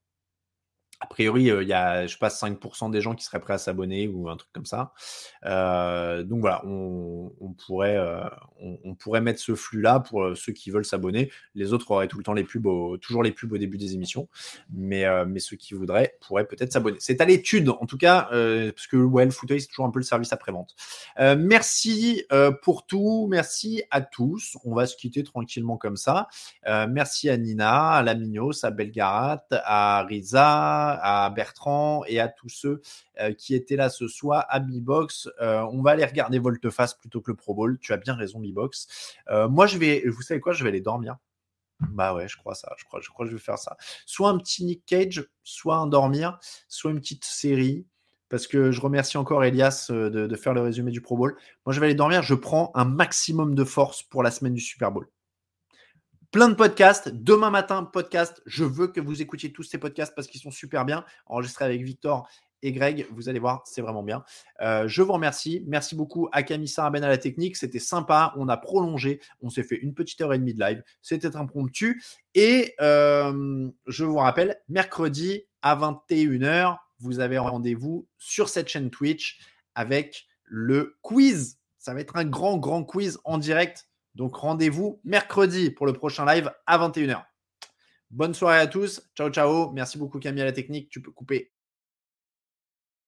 a priori, il y a, je sais pas, cinq pour cent des gens qui seraient prêts à s'abonner ou un truc comme ça. Euh, donc voilà, on, on, pourrait, euh, on, on pourrait mettre ce flux-là pour euh, ceux qui veulent s'abonner. Les autres auraient tout le temps les pubs, au, toujours les pubs au début des émissions. Mais, euh, mais ceux qui voudraient pourraient peut-être s'abonner. C'est à l'étude, en tout cas, euh, parce que ouais, le fauteuil, c'est toujours un peu le service après-vente. Euh, merci euh, pour tout. Merci à tous. On va se quitter tranquillement comme ça. Euh, merci à Nina, à Lamignos, à Belgarat, à Riza, à Bertrand et à tous ceux euh, qui étaient là ce soir à B-Box. Euh, on va aller regarder Volte-Face plutôt que le Pro Bowl. Tu as bien raison, B-Box. Euh, moi, je vais, vous savez quoi, je vais aller dormir. Bah ouais, je crois ça. Je crois, je crois que je vais faire ça. Soit un petit Nick Cage, soit un dormir, soit une petite série. Parce que je remercie encore Elias de, de faire le résumé du Pro Bowl. Moi, je vais aller dormir. Je prends un maximum de force pour la semaine du Super Bowl. Plein de podcasts. Demain matin, podcast. Je veux que vous écoutiez tous ces podcasts parce qu'ils sont super bien. Enregistrés avec Victor et Greg. Vous allez voir, c'est vraiment bien. Euh, je vous remercie. Merci beaucoup à Camille Saraben à la technique. C'était sympa. On a prolongé. On s'est fait une petite heure et demie de live. C'était impromptu. Et euh, je vous rappelle, mercredi à vingt et une heures, vous avez rendez-vous sur cette chaîne Twitch avec le quiz. Ça va être un grand, grand quiz en direct. Donc, rendez-vous mercredi pour le prochain live à vingt et une heures. Bonne soirée à tous. Ciao, ciao. Merci beaucoup, Camille, à la technique. Tu peux couper.